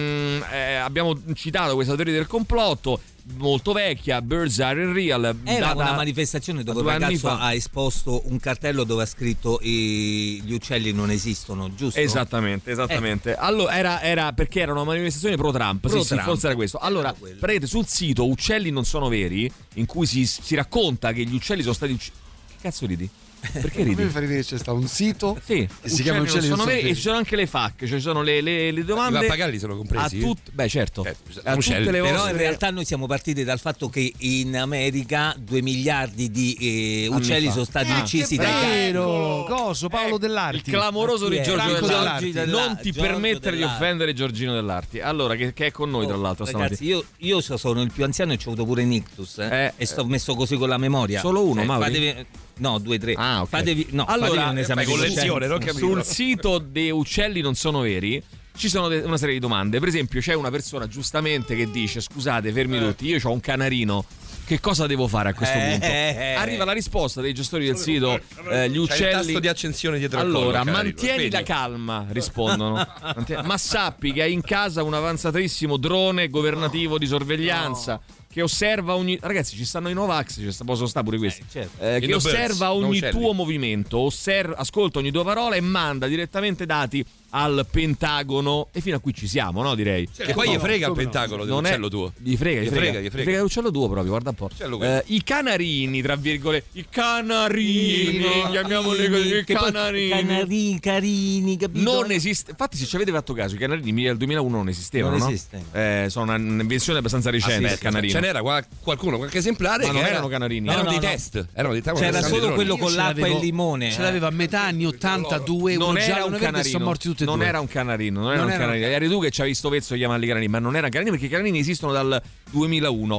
[SPEAKER 3] abbiamo citato questa teoria del complotto molto vecchia, Birds Are Real.
[SPEAKER 4] Era una manifestazione dove un ragazzo ha esposto un cartello dove ha scritto gli uccelli non esistono, giusto?
[SPEAKER 3] Esattamente. Allora era perché era una manifestazione pro Trump. Sì, forse era questo. Allora, praticamente sul sito Uccelli non sono veri, in cui si racconta che gli uccelli sono stati Che cazzo ridi? Perché ridi?
[SPEAKER 5] Mi fa ridere, c'è sta un sito
[SPEAKER 3] che si chiama Uccelli non sono veri e ci sono anche le FAQ, cioè ci sono le domande.
[SPEAKER 16] I pappagalli sono compresi?
[SPEAKER 3] Beh, certo.
[SPEAKER 16] A tutte le
[SPEAKER 4] però in realtà noi siamo partiti dal fatto che in America 2 miliardi di uccelli sono stati uccisi dai
[SPEAKER 5] cani. Paolo Dell'Arti.
[SPEAKER 3] Il clamoroso di Giorgio Dell'Arti. Non ti permettere di offendere Giorgino Dell'Arti. Allora, che è con noi tra l'altro
[SPEAKER 4] ragazzi, io sono il più anziano e ci ho avuto pure un ictus e sto messo così con la memoria.
[SPEAKER 3] Solo uno, Mauri?
[SPEAKER 4] No, 2, 3.
[SPEAKER 3] Okay.
[SPEAKER 4] Fatevi un esame
[SPEAKER 16] con lezione,
[SPEAKER 3] sul sito dei uccelli non sono veri. Ci sono una serie di domande. Per esempio, c'è una persona giustamente che dice: scusate, fermi tutti, io ho un canarino. Che cosa devo fare a questo punto? Arriva la risposta dei gestori del sito. Gli uccelli. C'è
[SPEAKER 16] il tasto di accensione dietro il
[SPEAKER 3] collo. Allora, mantieni la calma, rispondono. Ma sappi che hai in casa un avanzatissimo drone governativo di sorveglianza. Che osserva ogni. Ragazzi, ci stanno i Novax, possono stare pure questi.
[SPEAKER 4] Certo.
[SPEAKER 3] Che osserva ogni tuo movimento, ascolta ogni tua parola e manda direttamente dati al Pentagono. E fino a qui ci siamo, no? Direi.
[SPEAKER 16] Che poi gli frega il Pentagono dell'uccello tuo.
[SPEAKER 3] Gli frega l'uccello tuo proprio, guarda un po'. I canarini, tra virgolette. I canarini, chiamiamoli così. I canarini.
[SPEAKER 4] Carini, capito?
[SPEAKER 3] Non esiste. Infatti, se ci avete fatto caso, i canarini nel 2001 non esistevano.
[SPEAKER 4] Non esiste.
[SPEAKER 3] Sono un'invenzione abbastanza recente. Il canarino.
[SPEAKER 16] Ce n'era qualcuno, qualche esemplare.
[SPEAKER 3] Ma non erano canarini.
[SPEAKER 16] Erano dei test.
[SPEAKER 4] C'era solo quello con l'acqua e il limone.
[SPEAKER 5] Ce l'aveva a metà anni 82.
[SPEAKER 3] Non era un canarino.
[SPEAKER 5] Sono morti tutti e
[SPEAKER 3] non
[SPEAKER 5] due.
[SPEAKER 3] Era un canarino. Non era un canarino. Eri tu che ci hai visto vezzo di chiamarli canarini, ma non erano canarini perché i canarini esistono dal 2001,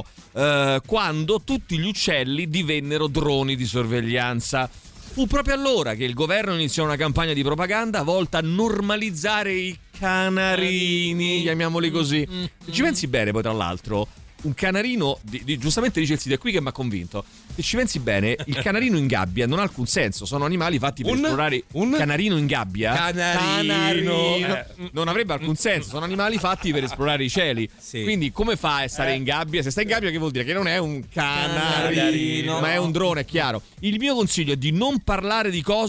[SPEAKER 3] quando tutti gli uccelli divennero droni di sorveglianza. Fu proprio allora che il governo iniziò una campagna di propaganda volta a normalizzare i canarini, chiamiamoli così. Se ci pensi bene, poi tra l'altro, un canarino, giustamente dice il sito, è qui che mi ha convinto. Se ci pensi bene, il canarino in gabbia non ha alcun senso. Sono animali fatti per esplorare. Un canarino in gabbia? Canarino. Non avrebbe alcun senso. Sono animali fatti per esplorare i cieli. Sì. Quindi come fa a stare in gabbia? Se stai in gabbia, che vuol dire? Che non è un canarino, ma è un drone, è chiaro. Il mio consiglio è di non parlare di cose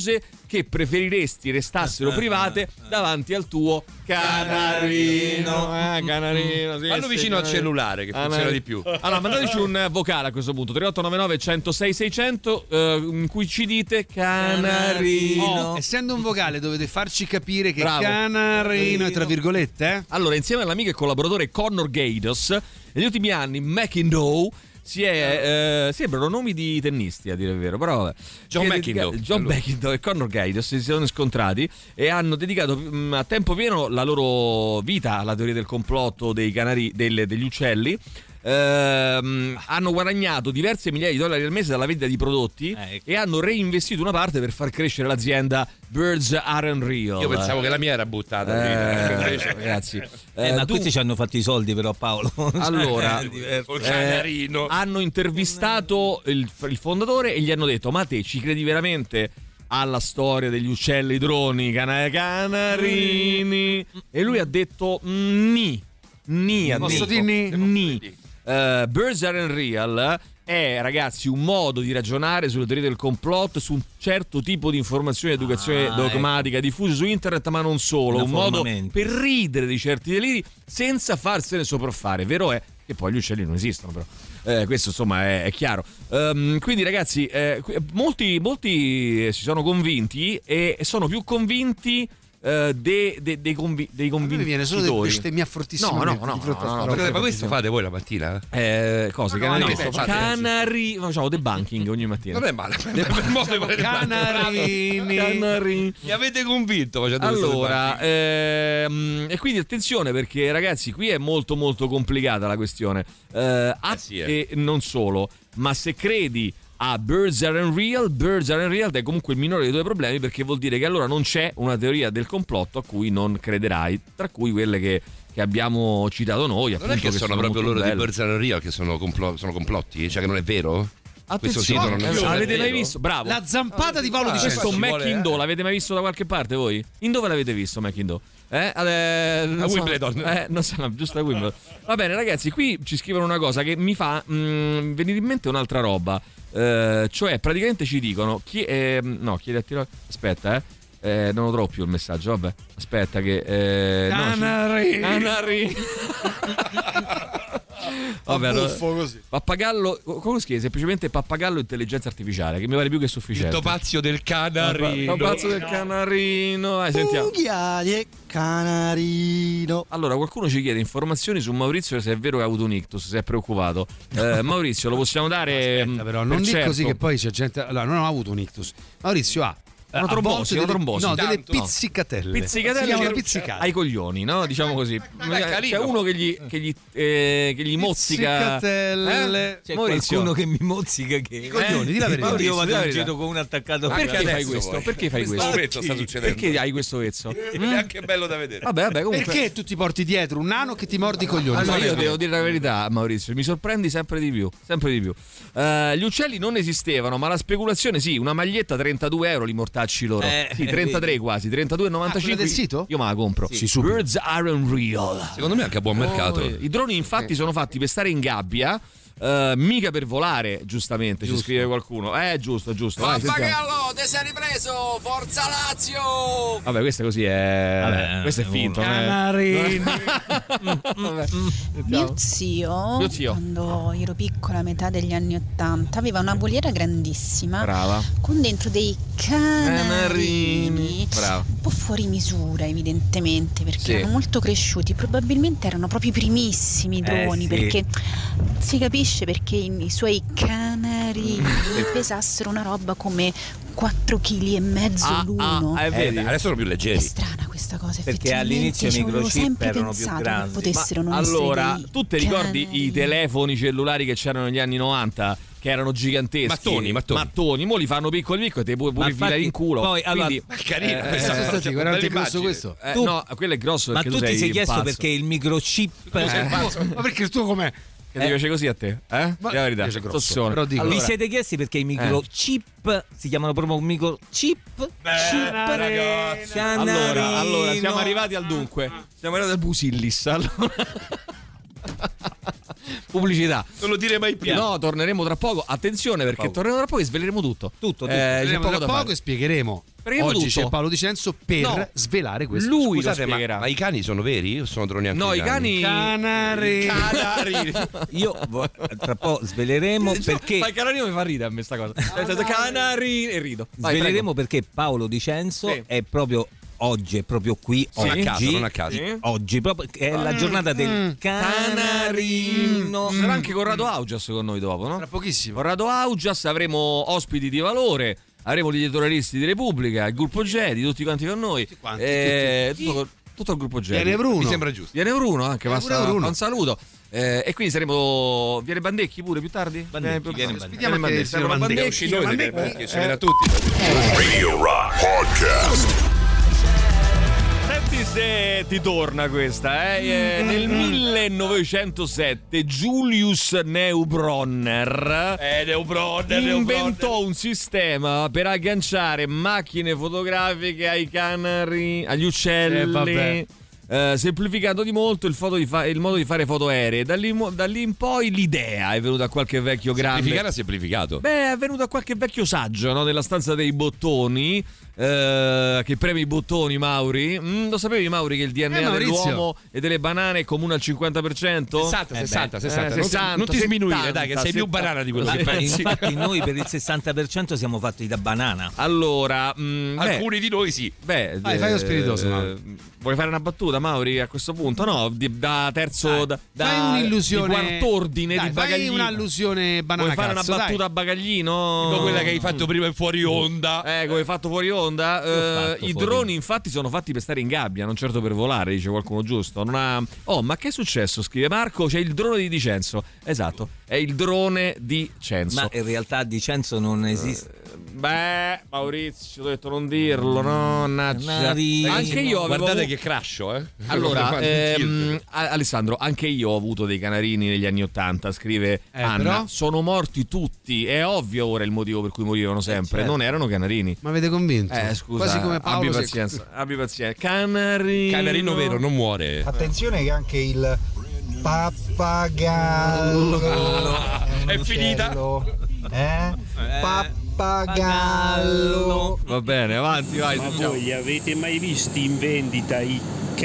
[SPEAKER 3] che preferiresti restassero private davanti al tuo canarino. Canarino, sì,
[SPEAKER 16] Fallo vicino al cellulare che funziona di più.
[SPEAKER 3] Allora, mandateci un vocale a questo punto, 3899 106 600, in cui ci dite canarino.
[SPEAKER 5] Essendo un vocale dovete farci capire che
[SPEAKER 3] Bravo.
[SPEAKER 5] canarino è tra virgolette.
[SPEAKER 3] Allora, insieme all'amico e collaboratore Connor Gaydos, negli ultimi anni McIndoe sembrano nomi di tennisti, a dire il vero, però vabbè.
[SPEAKER 16] John
[SPEAKER 3] McIndoe e Connor Gaydos si sono scontrati e hanno dedicato a tempo pieno la loro vita alla teoria del complotto dei canari, degli uccelli. Hanno guadagnato diverse migliaia di dollari al mese dalla vendita di prodotti e hanno reinvestito una parte per far crescere l'azienda Birds Aren't Real.
[SPEAKER 16] Io pensavo che la mia era buttata.
[SPEAKER 3] Ragazzi,
[SPEAKER 4] ma questi ci hanno fatto i soldi però, Paolo.
[SPEAKER 3] Allora, hanno intervistato il fondatore e gli hanno detto: ma te ci credi veramente alla storia degli uccelli, i droni, canarini? E lui ha detto ni.
[SPEAKER 5] Posso dire
[SPEAKER 3] ni. Birds Aren't Real è, ragazzi, un modo di ragionare sulle teorie del complotto, su un certo tipo di informazione e educazione dogmatica diffuse su internet, ma non solo, un modo per ridere di certi deliri senza farsene sopraffare. Vero è che poi gli uccelli non esistono, però questo insomma è chiaro. Quindi ragazzi, molti si sono convinti e sono più convinti dei convintitori.
[SPEAKER 5] Mi viene solo del bestemmia fortissimo.
[SPEAKER 3] No.
[SPEAKER 16] Ma questo fate voi la mattina?
[SPEAKER 3] Cose? Canari. Facciamo debunking ogni mattina.
[SPEAKER 16] Non è male.
[SPEAKER 5] Canarini.
[SPEAKER 16] Mi avete convinto facendo
[SPEAKER 3] allora, e quindi attenzione, perché ragazzi qui è molto molto complicata la questione. E non solo, ma se credi a Birds Aren't Real è comunque il minore dei tuoi problemi, perché vuol dire che allora non c'è una teoria del complotto a cui non crederai, tra cui quelle che abbiamo citato noi.
[SPEAKER 16] Non è che sono proprio loro di Birds Aren't Real che sono complotti? Cioè che non è vero? Questo sito non è
[SPEAKER 3] l'avete mai visto? Bravo.
[SPEAKER 5] La zampata di Paolo Di
[SPEAKER 3] Questo McIndoe l'avete mai visto da qualche parte voi? In dove l'avete visto McIndoe?
[SPEAKER 16] A Wimbledon.
[SPEAKER 3] Non so, giusto a Wimbledon. Va bene ragazzi, qui ci scrivono una cosa che mi fa venire in mente un'altra roba. Cioè praticamente ci dicono chiedi a tiro. Aspetta, non lo trovo più il messaggio. Vabbè, aspetta che Canari. Vabbè, allora,
[SPEAKER 5] così.
[SPEAKER 3] Pappagallo, come si chiama? Semplicemente pappagallo intelligenza artificiale, che mi pare più che sufficiente.
[SPEAKER 16] Il topazio del canarino.
[SPEAKER 3] Topazio del canarino. Sentiamo.
[SPEAKER 9] Canarino.
[SPEAKER 3] Allora, qualcuno ci chiede informazioni su Maurizio, se è vero che ha avuto un ictus, se è preoccupato. Maurizio, lo possiamo dare?
[SPEAKER 5] Aspetta, però non dico così che poi c'è gente. Allora, non ho avuto un ictus. Maurizio ha
[SPEAKER 3] una trombosi.
[SPEAKER 5] No, delle pizzicatelle. Si chiamano pizzicate.
[SPEAKER 3] Ai coglioni, no? Diciamo così. C'è uno che gli mozzica.
[SPEAKER 4] C'è qualcuno che mi mozzica che
[SPEAKER 5] i coglioni, di la verità.
[SPEAKER 4] Io vado in giro con uno attaccato.
[SPEAKER 3] Perché fai questo? Perché fai questo?
[SPEAKER 16] Sta succedendo.
[SPEAKER 3] Perché hai questo vezzo?
[SPEAKER 16] È anche bello da vedere.
[SPEAKER 3] Vabbè, comunque.
[SPEAKER 5] Perché tu ti porti dietro un nano che ti mordi i coglioni?
[SPEAKER 3] Allora, io devo dire la verità, Maurizio, mi sorprendi sempre di più. Gli uccelli non esistevano, ma la speculazione sì. Una maglietta €32 li mortacci loro. Sì, 33 quasi, 32,95.
[SPEAKER 5] Del sito?
[SPEAKER 3] Io me la compro.
[SPEAKER 5] Sì,
[SPEAKER 3] Birds Aren't Real.
[SPEAKER 16] Secondo me è anche a buon mercato.
[SPEAKER 3] I droni infatti sono fatti per stare in gabbia, mica per volare, giustamente, ci scrive qualcuno. Giusto.
[SPEAKER 12] Pappagallo, te sei ripreso, Forza Lazio!
[SPEAKER 3] Vabbè, questo è così, questo è finto.
[SPEAKER 5] Canarini.
[SPEAKER 6] Mio zio, quando ero piccola, a metà degli anni '80, aveva una voliera grandissima.
[SPEAKER 3] Brava.
[SPEAKER 6] Con dentro dei canarini.
[SPEAKER 3] Brava.
[SPEAKER 6] Un po' fuori misura, evidentemente, perché erano molto cresciuti. Probabilmente erano proprio i primissimi droni, perché si capisce perché i suoi canarini pesassero una roba come 4,5 kg l'uno.
[SPEAKER 16] Adesso sono più leggeri.
[SPEAKER 6] È strana questa cosa,
[SPEAKER 4] perché all'inizio i microchip erano più grandi.
[SPEAKER 6] Potessero non
[SPEAKER 3] allora, tu ti ricordi i telefoni cellulari che c'erano negli anni 90? Che erano giganteschi, mattoni, mo li fanno piccoli e te puoi pure filare in culo.
[SPEAKER 4] Poi,
[SPEAKER 3] quindi,
[SPEAKER 16] ma carino,
[SPEAKER 5] guardate è grosso questo.
[SPEAKER 3] No, quello è grosso.
[SPEAKER 4] Ma tu ti sei chiesto perché il microchip?
[SPEAKER 5] Ma perché il tuo com'è?
[SPEAKER 3] Che ti piace così a te? La verità.
[SPEAKER 5] Però dico,
[SPEAKER 4] vi siete chiesti perché i microchip si chiamano proprio microchip?
[SPEAKER 3] Ragazzi. Allora, siamo arrivati al dunque. Siamo arrivati al Busillis. Allora. Pubblicità.
[SPEAKER 16] Non lo dire mai più.
[SPEAKER 3] No, torneremo tra poco. Attenzione, perché torneremo tra poco e sveleremo tutto.
[SPEAKER 5] Torneremo tra poco e spiegheremo. Oggi
[SPEAKER 3] tutto.
[SPEAKER 5] c'è Paolo Dicenzo per svelare questo.
[SPEAKER 3] Lui
[SPEAKER 16] Scusate,
[SPEAKER 3] lo spiegherà.
[SPEAKER 16] ma i cani sono veri o sono droni anche?
[SPEAKER 3] No, i cani.
[SPEAKER 5] Canari.
[SPEAKER 4] Io tra poco sveleremo perché.
[SPEAKER 3] Ma il canarino mi fa ridere a me sta cosa. Canari e rido.
[SPEAKER 4] Sveleremo perché Paolo Dicenzo è proprio oggi, è proprio qui.
[SPEAKER 16] Non
[SPEAKER 4] oggi,
[SPEAKER 16] a caso, non a caso.
[SPEAKER 4] Oggi proprio è la giornata del canarino.
[SPEAKER 3] Sarà anche Corrado Augias con noi dopo, no?
[SPEAKER 5] Tra pochissimo.
[SPEAKER 3] Corrado Augias, avremo ospiti di valore. Avremo gli editorialisti di Repubblica, il gruppo Gedi, tutti quanti con noi.
[SPEAKER 5] Tutti.
[SPEAKER 3] Tutto il gruppo Gedi.
[SPEAKER 5] Viene Bruno.
[SPEAKER 16] Mi sembra giusto.
[SPEAKER 3] Viene Bruno anche, basta un saluto. E quindi saremo. Viene Bandecchi pure più tardi?
[SPEAKER 4] Viene
[SPEAKER 5] Bandecchi.
[SPEAKER 3] Saremo Bandecchi.
[SPEAKER 16] Che ci viene a tutti.
[SPEAKER 2] Radio Rock Podcast.
[SPEAKER 3] Senti se ti torna questa, nel 1907 Julius Neubronner inventò un sistema per agganciare macchine fotografiche ai canari, agli uccelli, semplificando di molto il modo di fare foto aeree. Da lì in poi l'idea è venuta a qualche vecchio grande.
[SPEAKER 16] Semplificato.
[SPEAKER 3] Beh, è venuto a qualche vecchio saggio, no? Nella stanza dei bottoni. Che premi i bottoni, Mauri. Lo sapevi, Mauri, che il DNA dell'uomo e delle banane è comune al 50%?
[SPEAKER 16] 60. Non ti sminuire, dai, che sei più banana di quello che pensi.
[SPEAKER 4] Infatti noi per il 60% siamo fatti da banana.
[SPEAKER 3] Allora,
[SPEAKER 16] alcuni di noi sì.
[SPEAKER 3] Beh,
[SPEAKER 5] fai lo spiritoso,
[SPEAKER 3] vuoi fare una battuta, Mauri, a questo punto? No, da terzo,
[SPEAKER 5] fai un'illusione
[SPEAKER 3] di quart'ordine di Bagaglino.
[SPEAKER 5] Fai un'allusione banana.
[SPEAKER 3] Vuoi fare una battuta a Bagaglino?
[SPEAKER 16] Tipo quella che hai fatto prima in fuori onda.
[SPEAKER 3] Come hai fatto fuori onda. I droni infatti sono fatti per stare in gabbia, non certo per volare, dice qualcuno, giusto? Oh, ma che è successo? Scrive Marco, c'è il drone di Dicenzo. Esatto, è il drone di Cenzo.
[SPEAKER 4] Ma in realtà Dicenzo non esiste.
[SPEAKER 3] Beh, Maurizio, ho detto non dirlo, no? Anche io avevo...
[SPEAKER 16] Guardate che crasho,
[SPEAKER 3] Allora, Alessandro, anche io ho avuto dei canarini negli anni '80, scrive Anna.
[SPEAKER 5] Però?
[SPEAKER 3] Sono morti tutti, è ovvio ora il motivo per cui morivano sempre.
[SPEAKER 5] Certo.
[SPEAKER 3] Non erano canarini.
[SPEAKER 5] Ma avete convinto?
[SPEAKER 3] Scusa,
[SPEAKER 5] quasi come Paolo.
[SPEAKER 3] Abbi pazienza. Canarino
[SPEAKER 16] vero, non muore.
[SPEAKER 12] Attenzione che anche il pappagallo
[SPEAKER 16] è finita.
[SPEAKER 12] Pappagallo.
[SPEAKER 3] Va bene, avanti, vai.
[SPEAKER 20] Ma voi avete mai visti in vendita i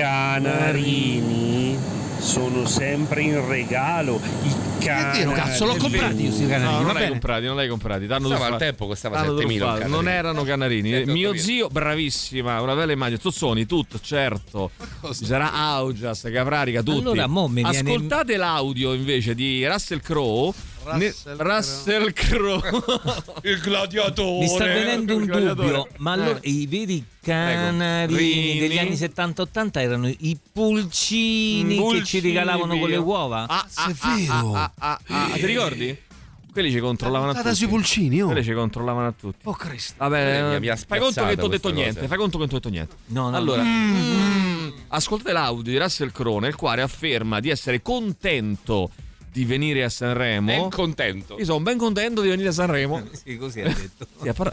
[SPEAKER 20] canarini? Sono sempre in regalo. I canari.
[SPEAKER 5] È vero, cazzo, l'ho comprati io questi canarini.
[SPEAKER 3] No, non l'hai comprati.
[SPEAKER 16] Stava al tempo, costava 7.000.
[SPEAKER 3] Non erano canarini. Mio zio, bravissima, una bella immagine. Tozzoni, tutto, certo. Ci sarà Augias, Caprarica, tutti.
[SPEAKER 4] Allora,
[SPEAKER 3] ascoltate l'audio invece di Russell Crowe. Russell Crowe,
[SPEAKER 16] il gladiatore.
[SPEAKER 4] Mi sta venendo un dubbio, ma allora i veri canarini degli anni 70-80 erano i pulcini che ci regalavano con le uova?
[SPEAKER 5] È vero.
[SPEAKER 3] Ti ricordi? Quelli ci controllavano a tutti.
[SPEAKER 5] Sui pulcini,
[SPEAKER 3] Quelli ci controllavano a tutti.
[SPEAKER 5] Oh Cristo.
[SPEAKER 3] Vabbè,
[SPEAKER 16] mi ha
[SPEAKER 3] fai conto che ti ho detto
[SPEAKER 16] cosa.
[SPEAKER 3] niente. Fai conto che ti ho detto niente.
[SPEAKER 4] No.
[SPEAKER 3] Allora, ascoltate l'audio di Russell Crowe, nel quale afferma di essere contento di venire a Sanremo.
[SPEAKER 16] Ben contento.
[SPEAKER 3] Io sono ben contento di venire a Sanremo.
[SPEAKER 4] Sì, così ha detto.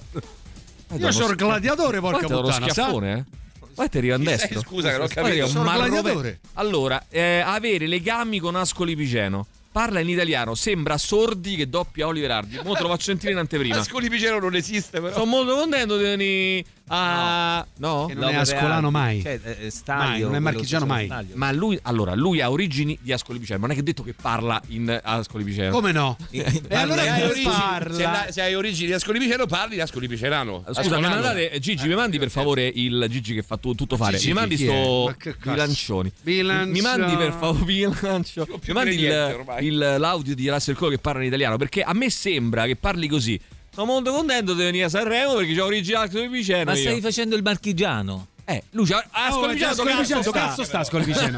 [SPEAKER 5] Io sono il gladiatore, porca puttana.
[SPEAKER 3] Uno schiaffone, Poi ti arriva a destra.
[SPEAKER 16] Scusa che non ho capito.
[SPEAKER 5] Sono il gladiatore.
[SPEAKER 3] Allora, avere legami con Ascoli Piceno. Parla in italiano, sembra Sordi che doppia Oliver Hardy. Mo te lo faccio sentire in anteprima.
[SPEAKER 16] Ascoli Piceno non esiste, però.
[SPEAKER 3] Sono molto contento di venire a... No?
[SPEAKER 5] Che non è ascolano mai.
[SPEAKER 4] Stadio,
[SPEAKER 5] non è marchigiano mai.
[SPEAKER 3] Ma lui ha origini di Ascoli Piceno. Non è che è detto che parla in Ascoli Piceno.
[SPEAKER 5] Come no?
[SPEAKER 16] E allora se hai origini di Ascoli Piceno, parli di Ascoli Picenano.
[SPEAKER 3] Scusa, mi mandate, Gigi, mi mandi per favore il Gigi che fa tutto fare.
[SPEAKER 5] Gigi,
[SPEAKER 3] mi mandi sto bilancioni. Mi mandi per favore bilancio. Mi mandi l'audio di Russell Crowe che parla in italiano, perché a me sembra che parli così. Sono molto contento di venire a Sanremo perché c'ho origini Ascoli Piceno.
[SPEAKER 4] Ma stai facendo il marchigiano?
[SPEAKER 3] Lui c'ha Ascoli Piceno.
[SPEAKER 5] Cazzo sta Ascoli Piceno.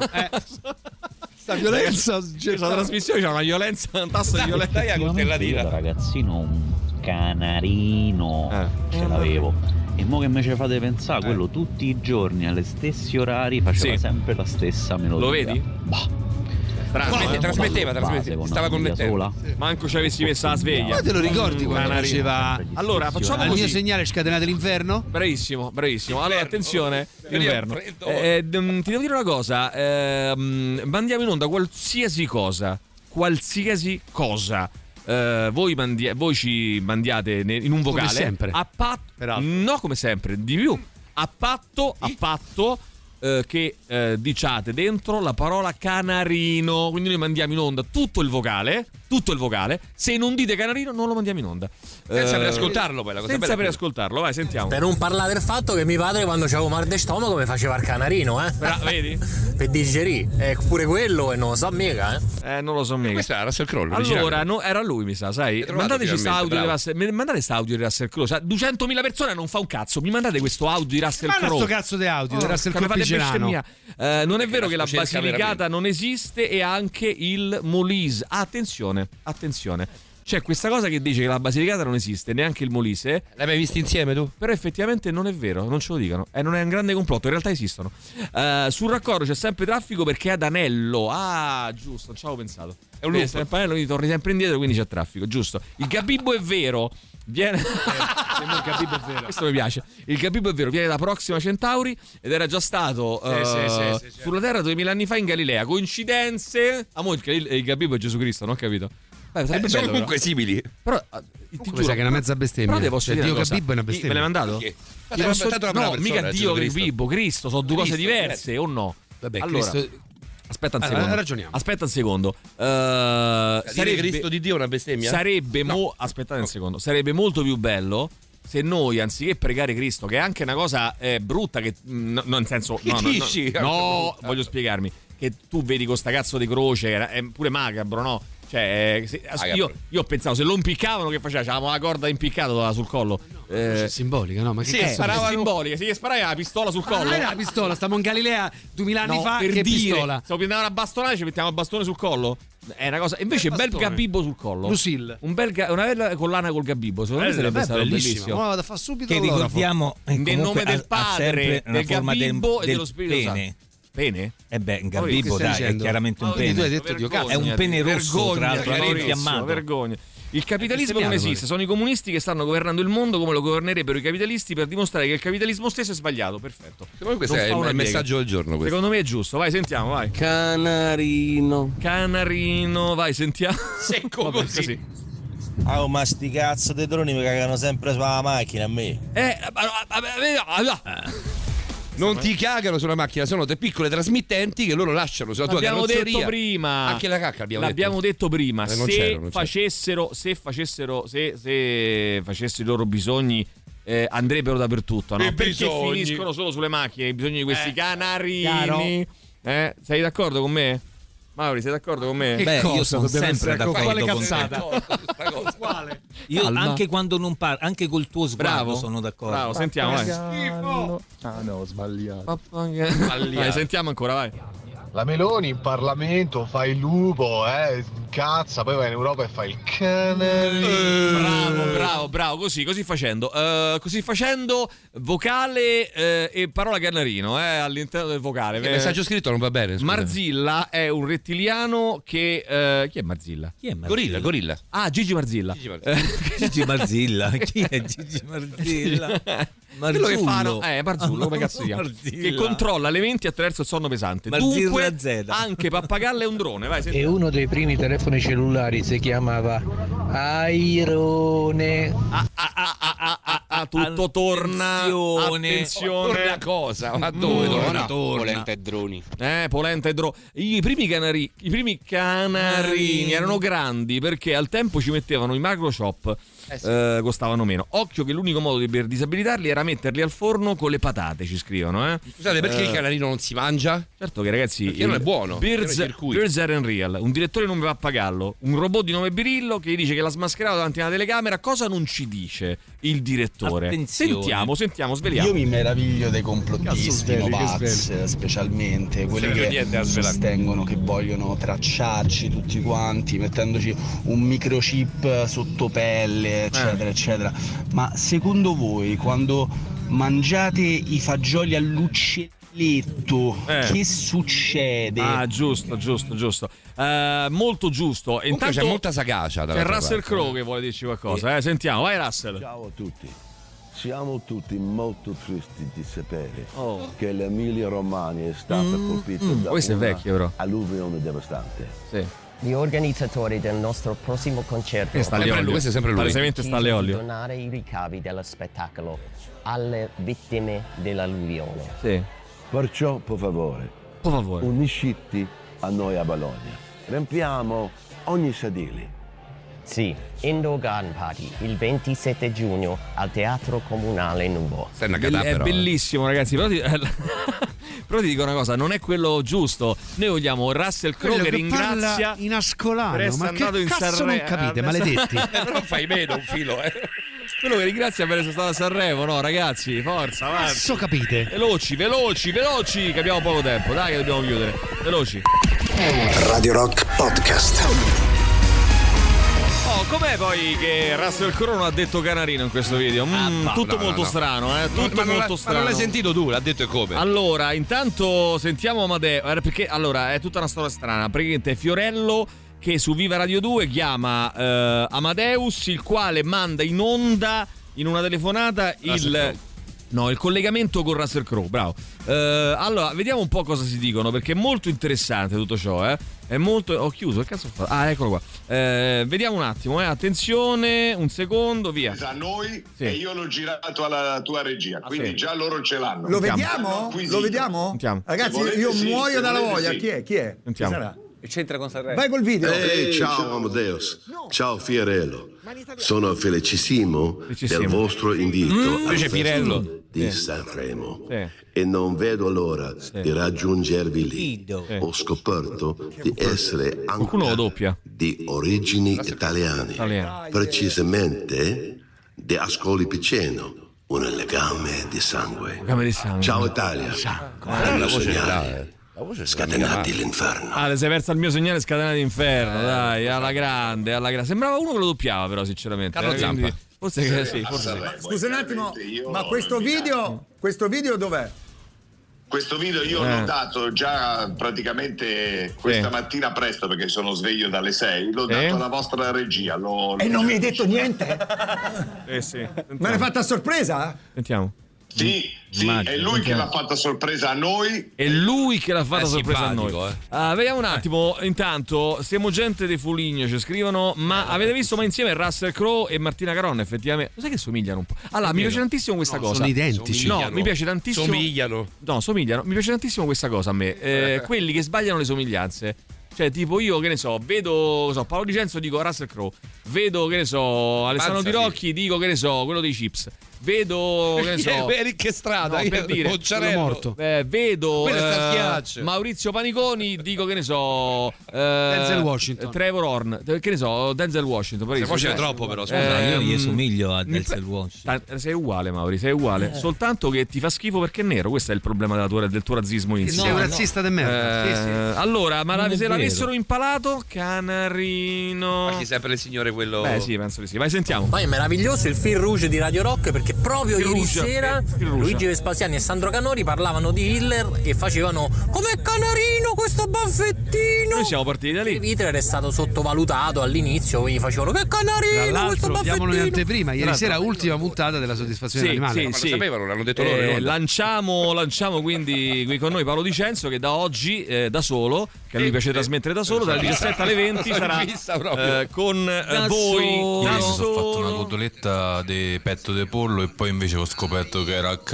[SPEAKER 5] Sta violenza.
[SPEAKER 3] Questa trasmissione c'ha una violenza, un tasso di violenza.
[SPEAKER 21] Io da ragazzino un canarino ce l'avevo. E mo che me ci fate pensare, quello tutti i giorni alle stessi orari faceva sempre la stessa melodia.
[SPEAKER 3] Lo vedi? Trasmetteva, stava connettendo. Manco ci avessi messo la sveglia.
[SPEAKER 5] Ma te lo ricordi quando faceva?
[SPEAKER 3] Allora, facciamo
[SPEAKER 5] al
[SPEAKER 3] così.
[SPEAKER 5] mio segnale scatenate l'inferno?
[SPEAKER 3] Bravissimo. Allora, attenzione, l'inverno. Ti devo dire una cosa, mandiamo in onda qualsiasi cosa. qualsiasi cosa voi ci mandiate in un vocale,
[SPEAKER 5] come sempre,
[SPEAKER 3] no, come sempre, di più, a patto che diciate dentro la parola canarino, quindi noi mandiamo in onda tutto il vocale. Se non dite canarino non lo mandiamo in onda,
[SPEAKER 16] senza per ascoltarlo. Poi la cosa
[SPEAKER 3] senza per ascoltarlo, vai, sentiamo.
[SPEAKER 19] Per non parlare del fatto che mio padre quando c'avevo mal di stomaco mi faceva il canarino,
[SPEAKER 3] vedi?
[SPEAKER 19] Per digerire, pure quello e non lo so mica,
[SPEAKER 3] non lo so mica.
[SPEAKER 16] Questo era Russell Crowe.
[SPEAKER 3] Allora era lui, mi sa, sai. Mandateci sta audio mandate sta audio di Russell Crowe. 200.000 persone non fa un cazzo, mi mandate questo audio di Russell Crowe.
[SPEAKER 5] Ma sto cazzo di audio di Russell Crowe.
[SPEAKER 3] Non è vero che la Basilicata non esiste, e anche il Molise. Attenzione. C'è questa cosa che dice che la Basilicata non esiste, neanche il Molise.
[SPEAKER 16] L'hai mai visti insieme tu?
[SPEAKER 3] Però effettivamente non è vero, non ce lo dicono. Non è un grande complotto, in realtà esistono. Sul raccordo c'è sempre traffico perché è ad anello. Ah, giusto, non ci avevo pensato. È un loop. Sempre anello, quindi torni sempre indietro, quindi c'è traffico, giusto. Il Gabibbo è vero. Viene il Gabibbo è vero. Questo mi piace. Il Gabibbo è vero, viene da Proxima Centauri ed era già stato sulla Terra 2000 anni fa in Galilea. Coincidenze? Il Gabibbo è Gesù Cristo, non ho capito.
[SPEAKER 16] Sono comunque simili.
[SPEAKER 3] Però ti giuro
[SPEAKER 5] che è una mezza bestemmia.
[SPEAKER 3] Però posso dire
[SPEAKER 5] Dio Gabibbo è una bestemmia.
[SPEAKER 3] Me l'hai mandato? No, mica Dio Gabibbo, Cristo, sono due cose diverse o no?
[SPEAKER 5] Vabbè,
[SPEAKER 3] allora,
[SPEAKER 5] Cristo...
[SPEAKER 3] Aspetta un secondo.
[SPEAKER 5] Ragioniamo.
[SPEAKER 3] Aspetta un secondo.
[SPEAKER 16] Sarebbe Cristo di Dio una bestemmia?
[SPEAKER 3] Sarebbe aspettate un secondo. Sarebbe molto più bello se noi, anziché pregare Cristo, che è anche una cosa brutta, che no, in senso no, voglio spiegarmi, che tu vedi con sta cazzo di croce, è pure macabro, no? Cioè, io ho pensato, se lo impiccavano, che faceva? C'avevamo la corda impiccata sul collo.
[SPEAKER 5] È simbolica, no? Ma che
[SPEAKER 3] sparavano... simbolica, sì, che sparavano la pistola sul collo.
[SPEAKER 5] Non era la pistola, stiamo in Galilea 2000 anni fa.
[SPEAKER 3] Per
[SPEAKER 5] che
[SPEAKER 3] dire,
[SPEAKER 5] pistola?
[SPEAKER 3] se lo prendiamo una bastonata, ci mettiamo il bastone sul collo. È una cosa. Invece bel Gabibbo sul collo.
[SPEAKER 5] Lucille.
[SPEAKER 3] Una bella collana col Gabibbo. Secondo me sarebbe stato bellissimo.
[SPEAKER 5] No, da fare subito.
[SPEAKER 4] Che ricordiamo
[SPEAKER 3] nel nome del padre, del Gabibbo e dello Spirito Santo. Pene?
[SPEAKER 4] Gabibbo è chiaramente un pene.
[SPEAKER 5] Tu hai detto Dio cazzo.
[SPEAKER 4] È un pene rosso, tra l'altro, infiammato.
[SPEAKER 3] Vergogna. Il capitalismo non esiste, sono i comunisti che stanno governando il mondo come lo governerebbero i capitalisti, per dimostrare che il capitalismo stesso è sbagliato. Perfetto.
[SPEAKER 16] Secondo me questo è il messaggio del giorno. Questo.
[SPEAKER 3] Secondo me è giusto. Vai, sentiamo, vai.
[SPEAKER 19] Canarino,
[SPEAKER 3] vai, sentiamo.
[SPEAKER 16] Secco così.
[SPEAKER 19] Ma sti cazzo dei droni mi cagano sempre sulla macchina a me.
[SPEAKER 16] Non ti cagano sulla macchina, sono delle piccole trasmittenti che loro lasciano sulla tua carrozzeria.
[SPEAKER 3] L'abbiamo detto prima.
[SPEAKER 16] Anche la cacca
[SPEAKER 3] l'abbiamo detto prima. Se facessero i loro bisogni, andrebbero dappertutto, no? Perché finiscono solo sulle macchine i bisogni di questi canarini. Sei d'accordo con me? Mauri, sei d'accordo con me?
[SPEAKER 4] Io sono sempre d'accordo
[SPEAKER 5] quale
[SPEAKER 4] con
[SPEAKER 5] cazzata?
[SPEAKER 4] te. Quale? Io anche quando non parlo, anche col tuo sguardo sono d'accordo.
[SPEAKER 3] Bravo, sentiamo, vai.
[SPEAKER 19] Schifo. No, sbagliato.
[SPEAKER 3] Vai, sentiamo ancora, vai.
[SPEAKER 19] La Meloni in Parlamento fa il lupo, cazza, poi va in Europa e fa il canarino.
[SPEAKER 3] Bravo, così facendo, vocale e parola canarino all'interno del vocale.
[SPEAKER 16] Il messaggio scritto non va bene. Scusa.
[SPEAKER 3] Marzilla è un rettiliano che chi è Marzilla?
[SPEAKER 16] Gorilla.
[SPEAKER 3] Ah, Gigi Marzilla.
[SPEAKER 4] Gigi Marzilla. Chi è Gigi Marzilla?
[SPEAKER 3] Quello che fanno Marzullo, come cazzo si chiama? Che controlla le menti attraverso il sonno pesante.
[SPEAKER 4] Marzilla
[SPEAKER 3] Dunque
[SPEAKER 4] Z.
[SPEAKER 3] anche pappagallo è un drone, vai.
[SPEAKER 19] E uno dei primi telefoni cellulari si chiamava Airone.
[SPEAKER 3] Tutto torna. Attenzione.
[SPEAKER 16] Torna cosa? Ma dove torna?
[SPEAKER 19] Polenta e droni.
[SPEAKER 3] Polenta e droni. I primi canarini erano grandi perché al tempo ci mettevano i microchip. Costavano meno. Occhio che l'unico modo per disabilitarli era metterli al forno con le patate, ci scrivono.
[SPEAKER 16] Scusate, perché il canarino non si mangia?
[SPEAKER 3] Certo che ragazzi,
[SPEAKER 16] perché non è buono.
[SPEAKER 3] Birds Are Unreal, un direttore nome Pappagallo, un robot di nome Birillo che dice che l'ha smascherato davanti a una telecamera. Cosa non ci dice il direttore?
[SPEAKER 4] Attenzione.
[SPEAKER 3] Sentiamo, sveliamo.
[SPEAKER 19] Io mi meraviglio dei complottisti Novax, specialmente quelli che sostengono che vogliono tracciarci tutti quanti mettendoci un microchip sotto pelle, eccetera eccetera. Ma secondo voi quando mangiate i fagioli all'uccelletto che succede?
[SPEAKER 3] Giusto. Molto giusto. Intanto
[SPEAKER 16] c'è molta sagacia.
[SPEAKER 3] C'è Russell Crowe che vuole dirci qualcosa. Sentiamo, vai Russell.
[SPEAKER 22] Ciao a tutti. Siamo tutti molto tristi di sapere che l'Emilia Romagna è stata colpita da
[SPEAKER 3] una
[SPEAKER 22] alluvione devastante.
[SPEAKER 3] Sì.
[SPEAKER 8] gli organizzatori del nostro prossimo concerto.
[SPEAKER 3] Questo è sempre lui. Palesemente sta alle olio.
[SPEAKER 8] Donare i ricavi dello spettacolo alle vittime dell'alluvione.
[SPEAKER 3] Sì.
[SPEAKER 22] Perciò, per favore, unisciti a noi a Bologna. Riempiamo ogni sedile.
[SPEAKER 8] Sì, Indoor Garden Party il 27 giugno al Teatro Comunale Nuovo.
[SPEAKER 3] È bellissimo, ragazzi, però ti dico una cosa, non è quello giusto. Noi vogliamo Russell Crowe che ringrazia
[SPEAKER 5] in ascolano,
[SPEAKER 3] per essere andato in Sanremo.
[SPEAKER 5] Non capite, maledetti.
[SPEAKER 16] Però fai meno un filo,
[SPEAKER 3] Quello che ringrazia per essere stato a Sanremo, no ragazzi, forza, avanti.
[SPEAKER 5] Cazzo capite?
[SPEAKER 3] Veloci, che abbiamo poco tempo, dai che dobbiamo chiudere. Veloci.
[SPEAKER 15] Radio Rock Podcast.
[SPEAKER 3] Oh, com'è poi che Russell Crowe non ha detto canarino in questo video? Tutto molto strano, tutto molto strano.
[SPEAKER 16] Ma non l'hai sentito tu, l'ha detto e come?
[SPEAKER 3] Allora, intanto sentiamo Amadeo, perché allora è tutta una storia strana. Praticamente è Fiorello che su Viva Radio 2 chiama Amadeus, il quale manda in onda in una telefonata il collegamento con Russell Crowe, bravo. Allora, vediamo un po' cosa si dicono, perché è molto interessante tutto ciò, È molto... Ho chiuso, che cazzo ho fatto? Ah, eccolo qua. Vediamo un attimo, attenzione, un secondo, via.
[SPEAKER 11] A noi e io l'ho girato alla tua regia, quindi già loro ce l'hanno.
[SPEAKER 23] Lo vediamo? Lo vediamo?
[SPEAKER 3] Sentiamo.
[SPEAKER 23] Ragazzi, io muoio dalla voglia. Chi è?
[SPEAKER 3] Sentiamo.
[SPEAKER 23] Chi sarà?
[SPEAKER 4] C'entra con Sanremo.
[SPEAKER 23] Vai col video.
[SPEAKER 22] Ciao Amadeus, ciao Fiorello. Sono felicissimo del vostro invito al Festival di Sanremo e non vedo l'ora di raggiungervi lì. Ho scoperto di essere anche di origini italiane, precisamente di Ascoli Piceno, un legame di sangue. Ciao Italia, bello segnale. Scatenati l'inferno.
[SPEAKER 3] Le sei persa il mio segnale, scatenati l'inferno. Dai, alla grande. Sembrava uno che lo doppiava, però, sinceramente.
[SPEAKER 16] Carlo Zampa.
[SPEAKER 3] Forse sì.
[SPEAKER 23] Scusa un attimo, ma questo video dov'è?
[SPEAKER 11] Questo video io l'ho dato già praticamente questa mattina presto, perché sono sveglio dalle 6. L'ho dato alla vostra regia.
[SPEAKER 23] E non mi hai detto niente?
[SPEAKER 3] Sì.
[SPEAKER 23] Me l'hai fatta a sorpresa?
[SPEAKER 3] Sentiamo.
[SPEAKER 11] Sì, è lui che l'ha fatta sorpresa a noi.
[SPEAKER 3] È lui che l'ha fatta sorpresa a noi. Vediamo un attimo. Intanto, siamo gente di Foligno, ci scrivono. Ma avete visto mai insieme Russell Crowe e Martina Caron? Effettivamente, lo sai che somigliano un po'? Allora, mi piace tantissimo questa cosa.
[SPEAKER 5] Sono identici.
[SPEAKER 3] No, mi piace tantissimo.
[SPEAKER 16] Somigliano.
[SPEAKER 3] Mi piace tantissimo questa cosa a me. Quelli che sbagliano le somiglianze. Cioè, tipo, io che ne so, vedo Paolo Di Cenzo, dico Russell Crowe. Vedo, che ne so, Alessandro Di Rocchi, dico, che ne so, quello dei Chips. Vedo, che ne so,
[SPEAKER 16] Eric Strada,
[SPEAKER 3] per dire,
[SPEAKER 5] morto.
[SPEAKER 3] Vedo Maurizio Paniconi, dico, che ne so,
[SPEAKER 5] Denzel Washington,
[SPEAKER 3] Trevor Horn, che ne so, Denzel Washington.
[SPEAKER 16] Se c'è troppo, però
[SPEAKER 4] io gli somiglio a Denzel Washington.
[SPEAKER 3] Sei uguale, Mauri, sei uguale. Soltanto che ti fa schifo perché è nero. Questo è il problema del tuo razzismo iniziale.
[SPEAKER 5] Sei un razzista di merda.
[SPEAKER 3] Allora, ma se l'avessero impalato, canarino.
[SPEAKER 16] Ma chi sempre il signore quello?
[SPEAKER 3] Sì, penso di sì. Vai, sentiamo.
[SPEAKER 24] Poi è meraviglioso il fil rouge di Radio Rock, perché proprio ieri sera Luigi Vespasiani e Sandro Canori parlavano di Hitler e facevano com'è canarino questo baffettino.
[SPEAKER 3] Noi siamo partiti da lì.
[SPEAKER 24] Hitler è stato sottovalutato all'inizio, quindi facevano che canarino questo baffettino.
[SPEAKER 5] Diamolo in anteprima, ieri sera ultima puntata della soddisfazione animale.
[SPEAKER 3] Sì.
[SPEAKER 16] Lo sapevano, l'hanno detto loro.
[SPEAKER 3] Lanciamo quindi qui con noi Paolo Di Cenzo, che da oggi da solo, che a lui piace trasmettere da solo, dalle 17 alle 20 sarà con voi.
[SPEAKER 10] Ho fatto una cotoletta di petto di pollo e poi invece ho scoperto che era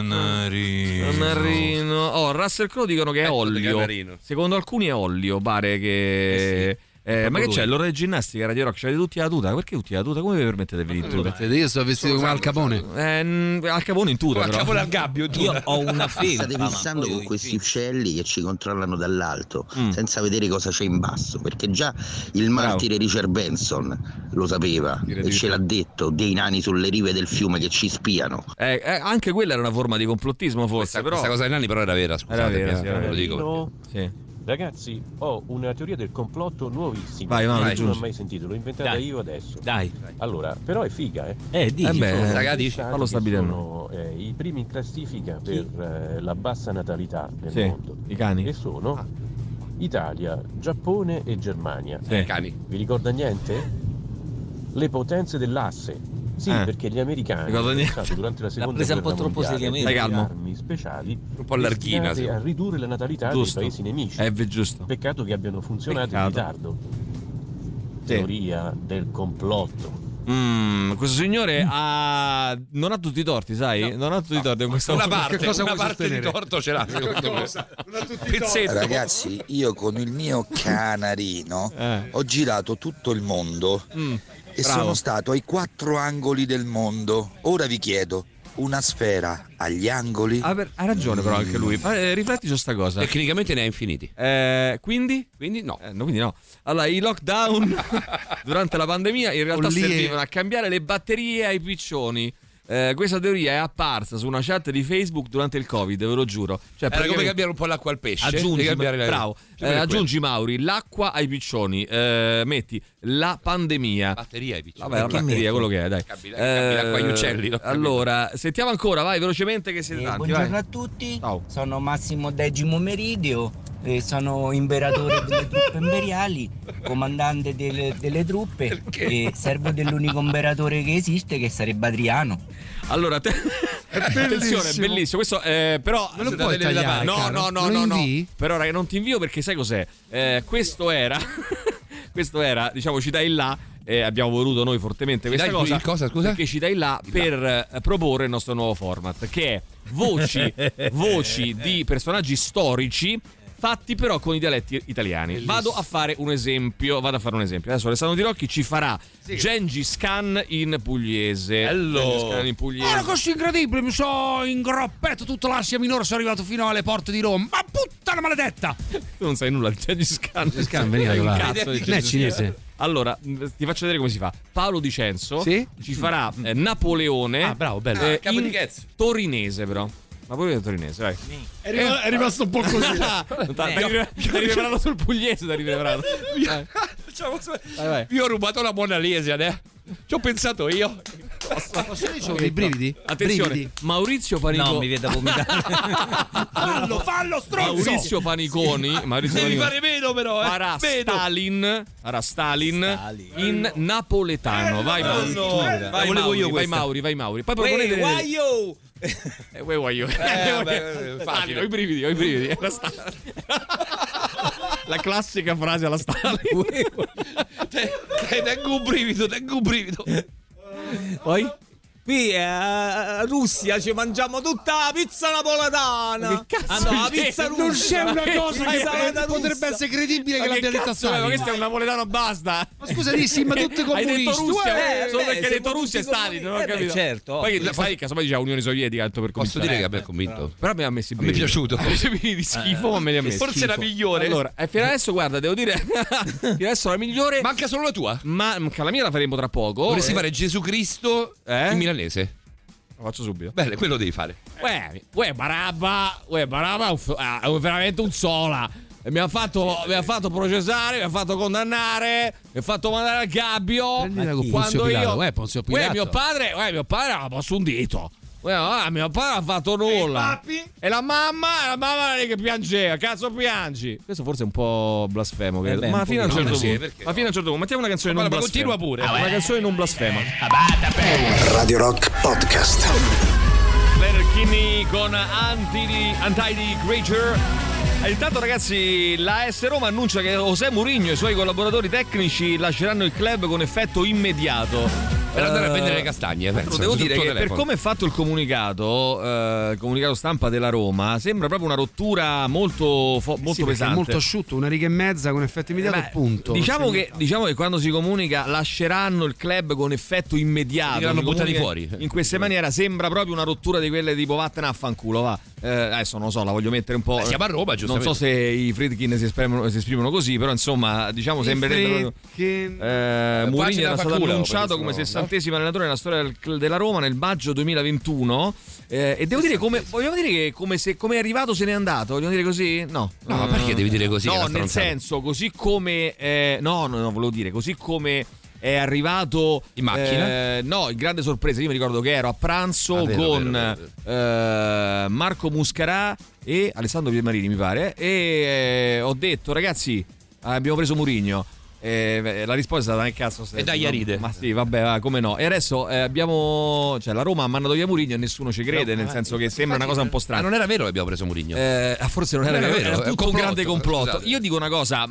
[SPEAKER 10] canarino.
[SPEAKER 3] Russell Crowe dicono che è olio. Secondo alcuni è olio, pare che... ma che c'è? L'ora di ginnastica Radio Rock, c'avete tutti la tuta? Perché tutti la tuta? Come vi permettete di venire in tuta?
[SPEAKER 5] Io sto vestito come Al Capone.
[SPEAKER 3] Al Capone in tuta,
[SPEAKER 16] Al Capone al gabbio.
[SPEAKER 4] Io ho una fila.
[SPEAKER 18] State fissando con questi uccelli che ci controllano dall'alto, senza vedere cosa c'è in basso, perché già il martire Richard Benson lo sapeva e ce l'ha detto, dei nani sulle rive del fiume che ci spiano.
[SPEAKER 3] Anche quella era una forma di complottismo, forse.
[SPEAKER 16] Questa cosa dei nani però era vera, scusate.
[SPEAKER 3] Era vera,
[SPEAKER 16] lo dico.
[SPEAKER 3] Sì.
[SPEAKER 25] Ragazzi, ho una teoria del complotto nuovissima.
[SPEAKER 3] Vai,
[SPEAKER 25] non ho mai sentito, l'ho inventata io adesso.
[SPEAKER 4] Dai.
[SPEAKER 25] Allora, però è figa,
[SPEAKER 3] fallo stabilire.
[SPEAKER 25] I primi in classifica per la bassa natalità nel mondo.
[SPEAKER 3] I cani.
[SPEAKER 25] E sono Italia, Giappone e Germania.
[SPEAKER 16] Cani.
[SPEAKER 25] Vi ricorda niente? Le potenze dell'asse. Sì, perché gli americani hanno pensato durante la seconda guerra mondiale armi speciali
[SPEAKER 16] un po' larghina
[SPEAKER 25] a ridurre la natalità dei paesi nemici.
[SPEAKER 3] Giusto.
[SPEAKER 25] Peccato che abbiano funzionato in ritardo. teoria del complotto.
[SPEAKER 3] Questo signore non ha tutti i torti, sai? Non ha tutti i torti in questa
[SPEAKER 16] una parte di torto ce l'ha, secondo me.
[SPEAKER 1] Ragazzi, io con il mio canarino ho girato tutto il mondo e sono stato ai 4 angoli del mondo. Ora vi chiedo, una sfera agli angoli?
[SPEAKER 3] Ha ragione però anche lui. Rifletti su sta cosa.
[SPEAKER 16] Tecnicamente ne ha infiniti.
[SPEAKER 3] Quindi?
[SPEAKER 16] Quindi no.
[SPEAKER 3] Quindi no. Allora, i lockdown durante la pandemia in realtà servivano a cambiare le batterie ai piccioni. Questa teoria è apparsa su una chat di Facebook durante il Covid, ve lo giuro. Cioè,
[SPEAKER 16] era come cambiare un po' l'acqua al pesce.
[SPEAKER 3] Aggiungi Mauri, l'acqua ai piccioni, metti la pandemia.
[SPEAKER 16] Batteria ai piccioni.
[SPEAKER 3] Vabbè, la batteria, quello che è, dai.
[SPEAKER 16] L'acqua agli uccelli.
[SPEAKER 3] Allora, sentiamo ancora, vai velocemente che siete tanti.
[SPEAKER 7] Buongiorno a tutti, sono Massimo Decimo Meridio, sono imperatore delle truppe imperiali, comandante delle truppe e servo dell'unico imperatore che esiste, che sarebbe Adriano.
[SPEAKER 3] Allora, attenzione, è bellissimo. Questo però
[SPEAKER 5] me lo puoi tagliare?
[SPEAKER 3] No. Però raga, non ti invio perché sai cos'è? Questo era diciamo, ci dai là. Abbiamo voluto noi fortemente questa cosa,
[SPEAKER 16] scusa?
[SPEAKER 3] perché ci dai là per proporre il nostro nuovo format, che è voci di personaggi storici fatti però con i dialetti italiani. Vado a fare un esempio. Adesso Alessandro Di Rocchi ci farà Gengis Khan in pugliese.
[SPEAKER 13] Era così incredibile, mi sono ingroppato tutta l'Asia Minore, sono arrivato fino alle porte di Roma. Ma puttana maledetta!
[SPEAKER 3] Tu non sai nulla di Gengis Khan.
[SPEAKER 5] Gengis Khan veniva
[SPEAKER 3] un cazzo di
[SPEAKER 5] non è cinese.
[SPEAKER 3] Allora, ti faccio vedere come si fa. Paolo Di Censo ci farà Napoleone.
[SPEAKER 5] Bravo, bello.
[SPEAKER 3] In torinese però. Ma poi è torinese, vai.
[SPEAKER 13] È rimasto un po' così.
[SPEAKER 3] T'hai rivelato sul pugliese, t'hai rivelato. Vai.
[SPEAKER 16] Io ho rubato la Mona Lisa, ci ho pensato io.
[SPEAKER 5] Posso dire i brividi?
[SPEAKER 3] Attenzione,
[SPEAKER 5] brividi.
[SPEAKER 3] Maurizio Paniconi.
[SPEAKER 4] No, mi viene da vomitare.
[SPEAKER 13] fallo, stronzo.
[SPEAKER 3] Maurizio Paniconi.
[SPEAKER 16] Devi fare meno però,
[SPEAKER 3] farà Stalin in napoletano. Vai Mauri. Vai Mauri. Poi proponete Stalin, ho i brividi. La classica frase alla Stalin.
[SPEAKER 16] Tengo un brivido.
[SPEAKER 4] Poi? Qui a Russia ci mangiamo tutta la pizza napoletana.
[SPEAKER 3] Che cazzo?
[SPEAKER 4] La pizza russa.
[SPEAKER 13] Non c'è una cosa che potrebbe essere credibile che l'abbia detta Stalin.
[SPEAKER 3] Ma questo è un napoletano, basta.
[SPEAKER 13] Ma scusa, ma tutti comunisti.
[SPEAKER 3] Hai detto Russia, solo perché hai detto Russia e Stalin, non ho capito.
[SPEAKER 4] Certo.
[SPEAKER 3] Poi sai che diceva Unione Sovietica, per
[SPEAKER 16] posso dire che abbia convinto.
[SPEAKER 3] Però mi ha messi bene.
[SPEAKER 16] Mi è piaciuto.
[SPEAKER 3] Di schifo, ma me li ha messi.
[SPEAKER 16] Forse la migliore.
[SPEAKER 3] Allora, fino adesso guarda, devo dire fino adesso la migliore.
[SPEAKER 16] Manca solo la tua.
[SPEAKER 3] Ma la mia la faremo tra poco.
[SPEAKER 16] Dovresti fare Gesù Cristo in milanese.
[SPEAKER 3] Lo faccio subito.
[SPEAKER 16] Bene, quello devi fare.
[SPEAKER 3] Barabba è veramente un sola. Mi ha fatto processare, mi ha fatto condannare, mi ha fatto mandare al gabbio.
[SPEAKER 5] Quando Ponzio Pilato.
[SPEAKER 3] Mio padre aveva posto un dito. Mio padre ha fatto nulla. E la mamma lì che piangeva. Cazzo piangi. Questo forse è un po' blasfemo, credo. Ma fino a un certo punto. Mettiamo una canzone non blasfema.
[SPEAKER 16] Continua pure.
[SPEAKER 3] Una canzone non blasfema.
[SPEAKER 15] Radio Rock Podcast.
[SPEAKER 3] Lerchini con Untidy Creature. Intanto ragazzi, la AS Roma annuncia che José Mourinho e i suoi collaboratori tecnici lasceranno il club con effetto immediato.
[SPEAKER 16] Per andare a vendere le castagne, penso.
[SPEAKER 3] Devo dire che per come è fatto il comunicato stampa della Roma, sembra proprio una rottura molto pesante.
[SPEAKER 5] Molto asciutto, una riga e mezza con effetto immediato, punto.
[SPEAKER 3] Diciamo che quando si comunica lasceranno il club con effetto immediato,
[SPEAKER 16] li hanno buttati fuori.
[SPEAKER 3] In questa maniera sembra proprio una rottura di quelle tipo vattene a fanculo, va. Adesso non lo so, la voglio mettere un po'.
[SPEAKER 16] Siamo a Roma, giustamente.
[SPEAKER 3] Non so se i Friedkin si esprimono così, però insomma, diciamo sembrerebbe Mourinho era stato annunciato come 60° allenatore nella storia della Roma nel maggio 2021 e devo dire vogliamo dire che come è arrivato se n'è andato, vogliamo dire così? No,
[SPEAKER 16] ma perché devi dire così?
[SPEAKER 3] No, nel senso, così come volevo dire, così come è arrivato
[SPEAKER 16] in macchina?
[SPEAKER 3] No, in grande sorpresa. Io mi ricordo che ero a pranzo con Marco Muscarà e Alessandro Piermarini, mi pare, e ho detto: ragazzi, abbiamo preso Mourinho. La risposta è stata: che cazzo sei?
[SPEAKER 16] E dai, ride.
[SPEAKER 3] Ma sì, vabbè, come no. E adesso abbiamo, cioè, la Roma ha mandato via Mourinho e nessuno ci crede, nel senso che sembra una cosa un po' strana.
[SPEAKER 16] Ma non era vero che abbiamo preso Mourinho?
[SPEAKER 3] Forse non era vero, era tutto un grande complotto. Scusate. Io dico una cosa,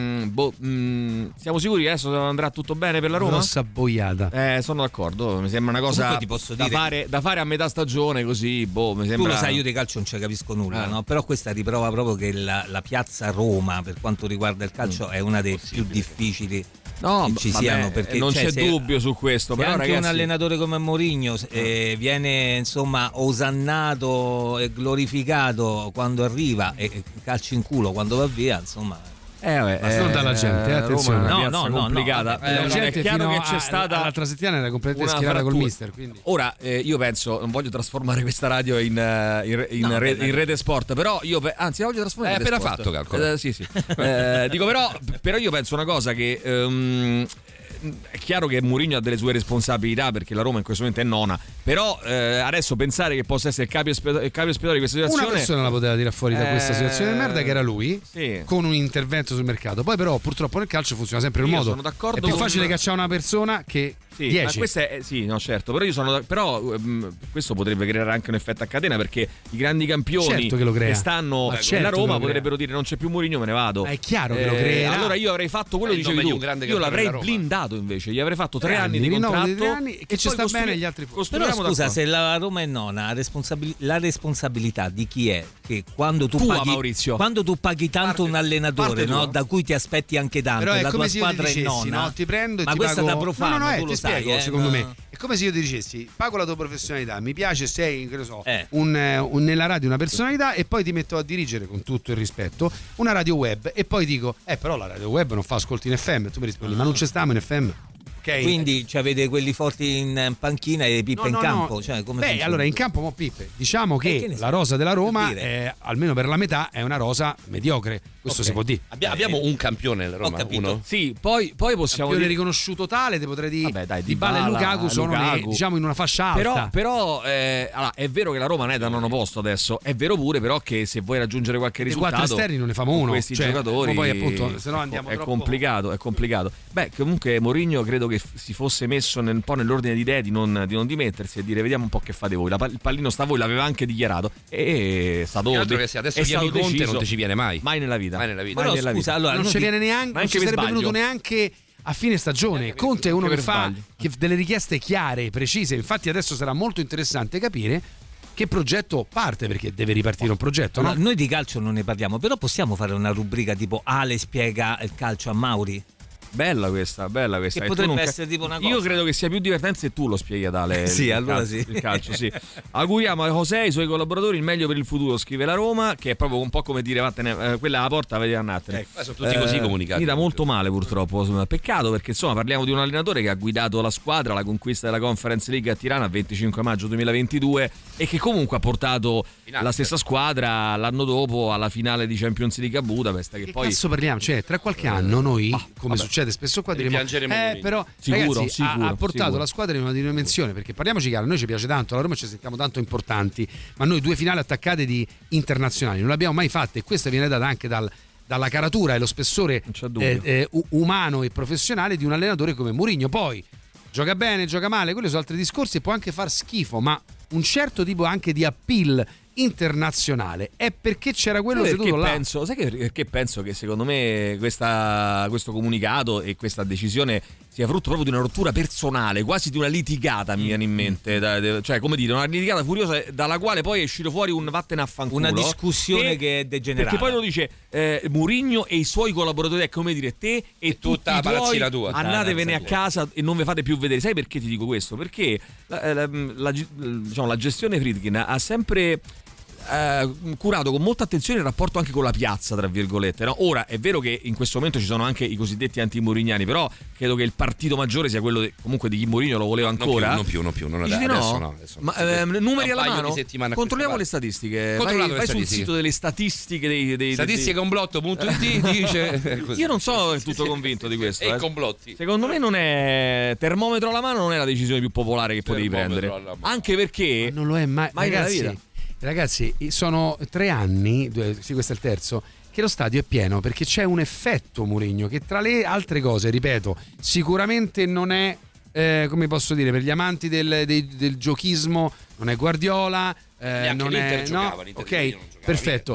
[SPEAKER 3] siamo sicuri che adesso andrà tutto bene per la Roma?
[SPEAKER 5] Grossa boiata.
[SPEAKER 3] Sono d'accordo, mi sembra una cosa
[SPEAKER 4] ti posso dire
[SPEAKER 3] da fare a metà stagione, così, mi sembra.
[SPEAKER 4] Tu lo sai, io di calcio non ci capisco nulla, no? Però questa riprova proprio che la piazza Roma, per quanto riguarda il calcio, è una delle più difficili che ci siano, perché
[SPEAKER 3] non c'è dubbio su questo. Però
[SPEAKER 4] anche
[SPEAKER 3] ragazzi,
[SPEAKER 4] un allenatore come Mourinho viene insomma osannato e glorificato quando arriva e calcio in culo quando va via, insomma.
[SPEAKER 5] Non dalla gente, attenzione.
[SPEAKER 3] Roma è una piazza complicata.
[SPEAKER 5] La gente
[SPEAKER 3] è chiaro che c'è stata
[SPEAKER 5] l'altra settimana era completamente schierata col mister. Quindi.
[SPEAKER 3] Ora io penso, non voglio trasformare questa radio in rete sport, però anzi la voglio trasformare in
[SPEAKER 16] appena
[SPEAKER 3] sport.
[SPEAKER 16] fatto, calcolo.
[SPEAKER 3] Sì. Dico però io penso una cosa, che è chiaro che Mourinho ha delle sue responsabilità, perché la Roma in questo momento è nona, però adesso pensare che possa essere il capo espiatorio di questa situazione,
[SPEAKER 5] una persona la poteva tirare fuori da questa situazione di merda, che era lui, con un intervento sul mercato. Poi però purtroppo nel calcio funziona sempre in un modo.
[SPEAKER 3] Sono d'accordo,
[SPEAKER 5] è più facile cacciare una persona che 10.
[SPEAKER 3] Ma questa è, certo, però questo potrebbe creare anche un effetto a catena, perché i grandi campioni che stanno nella Roma potrebbero dire: non c'è più Mourinho, me ne vado.
[SPEAKER 5] È chiaro che lo crea.
[SPEAKER 3] Allora io avrei fatto quello che dicevi tu, io l'avrei blindato, invece gli avrei fatto 3 anni di contratto,
[SPEAKER 5] 3 anni, e ci sta bene gli altri.
[SPEAKER 4] Però scusa, se la Roma è nona, la responsabilità di chi è? Che quando tu paghi tanto un allenatore, no, da cui ti aspetti anche tanto,
[SPEAKER 5] però
[SPEAKER 4] la tua squadra è nona,
[SPEAKER 5] no, ti prendo e
[SPEAKER 4] ma
[SPEAKER 5] ti
[SPEAKER 4] questa
[SPEAKER 5] pago.
[SPEAKER 4] da profano, tu lo sai,
[SPEAKER 5] secondo me è come se io ti dicessi: pago la tua professionalità, mi piace, sei, che ne so, nella radio una personalità, e poi ti metto a dirigere, con tutto il rispetto, una radio web, e poi dico però la radio web non fa ascolti in FM. Tu mi rispondi: ma non ci stiamo in FM. Okay.
[SPEAKER 4] Quindi avete quelli forti in panchina e Pippe in campo?
[SPEAKER 5] No.
[SPEAKER 4] Cioè, come
[SPEAKER 5] allora in campo Pippe, diciamo che la rosa della Roma almeno per la metà è una rosa mediocre. Questo si può dire.
[SPEAKER 16] Abbiamo un campione nella Roma, uno.
[SPEAKER 3] Sì, poi possiamo dire
[SPEAKER 5] riconosciuto tale, te potrei dire. Dybala e Lukaku sono diciamo in una fascia alta.
[SPEAKER 3] Però allora, è vero che la Roma non è da nono posto adesso, è vero pure però che se vuoi raggiungere qualche risultato,
[SPEAKER 5] 4 esterni non ne famo uno,
[SPEAKER 3] questi giocatori,
[SPEAKER 5] poi appunto se no andiamo
[SPEAKER 3] è complicato. Comunque Mourinho credo che si fosse messo un po' nell'ordine di idee di non dimettersi e dire: vediamo un po' che fate voi, il pallino sta a voi, l'aveva anche dichiarato, e è stato
[SPEAKER 16] che se adesso vieni Conte non ti ci viene mai
[SPEAKER 3] nella vita.
[SPEAKER 4] Però scusa, allora
[SPEAKER 5] non ci viene neanche, non ci sarebbe venuto neanche a fine stagione. Conte è uno che fa delle richieste chiare, precise. Infatti adesso sarà molto interessante capire che progetto parte, perché deve ripartire un progetto.
[SPEAKER 4] Allora, noi di calcio non ne parliamo, però possiamo fare una rubrica tipo Ale spiega il calcio a Mauri?
[SPEAKER 3] Bella questa.
[SPEAKER 4] Che potrebbe essere tipo una cosa.
[SPEAKER 3] Io credo che sia più divertente se tu lo spieghi ad Ale. Il calcio, sì. Auguriamo a José e ai suoi collaboratori il meglio per il futuro, scrive la Roma, che è proprio un po' come dire: vattene, quella alla porta, vedi, andatene.
[SPEAKER 16] Sono tutti così comunicati.
[SPEAKER 3] Mi dà molto male, purtroppo. Peccato, perché insomma parliamo di un allenatore che ha guidato la squadra alla conquista della Conference League a Tirana il 25 maggio 2022 e che comunque ha portato la stessa squadra l'anno dopo alla finale di Champions League a Budapest. Che poi
[SPEAKER 5] cazzo parliamo? Cioè, tra qualche anno noi, come succede spesso qua, diremo però
[SPEAKER 3] sicuro,
[SPEAKER 5] ragazzi, ha portato la squadra in una dimensione, perché parliamoci chiaro, a noi ci piace tanto la Roma, ci sentiamo tanto importanti, ma noi 2 finali attaccate di internazionali non le abbiamo mai fatte, e questa viene data anche dalla caratura e lo spessore umano e professionale di un allenatore come Mourinho. Poi gioca bene, gioca male, quelli sono altri discorsi, e può anche far schifo, ma un certo tipo anche di appeal internazionale è perché c'era quello seduto là.
[SPEAKER 3] Perché penso che secondo me questo comunicato e questa decisione sia frutto proprio di una rottura personale, quasi di una litigata, mi viene in mente, cioè come dire, una litigata furiosa dalla quale poi è uscito fuori un vattene a fanculo,
[SPEAKER 4] una discussione che è degenerata,
[SPEAKER 3] perché poi lo dice Mourinho e i suoi collaboratori, è come dire te e tutta la palazzina tua, andatevene a casa e non vi fate più vedere. Sai perché ti dico questo? Perché la gestione Friedkin ha sempre curato con molta attenzione il rapporto anche con la piazza, tra virgolette, no? Ora è vero che in questo momento ci sono anche i cosiddetti anti-Mourinhiani, però credo che il partito maggiore sia quello comunque di chi Mourinho lo voleva ancora.
[SPEAKER 16] Non più, adesso no.
[SPEAKER 3] Ma numeri alla mano, controlliamo le statistiche. Vai sul sito delle statistiche dei
[SPEAKER 16] statisticheconblotto.it dice
[SPEAKER 3] io non sono del tutto convinto di questo.
[SPEAKER 16] E complotti.
[SPEAKER 3] Secondo me non è termometro alla mano, non è la decisione più popolare che potevi prendere, anche perché
[SPEAKER 5] non lo è mai nella vita. Ragazzi, sono 3 anni, sì, questo è il terzo, che lo stadio è pieno perché c'è un effetto Mourinho che, tra le altre cose, ripeto, sicuramente non è come posso dire, per gli amanti del giochismo non è Guardiola, non è ok, perfetto.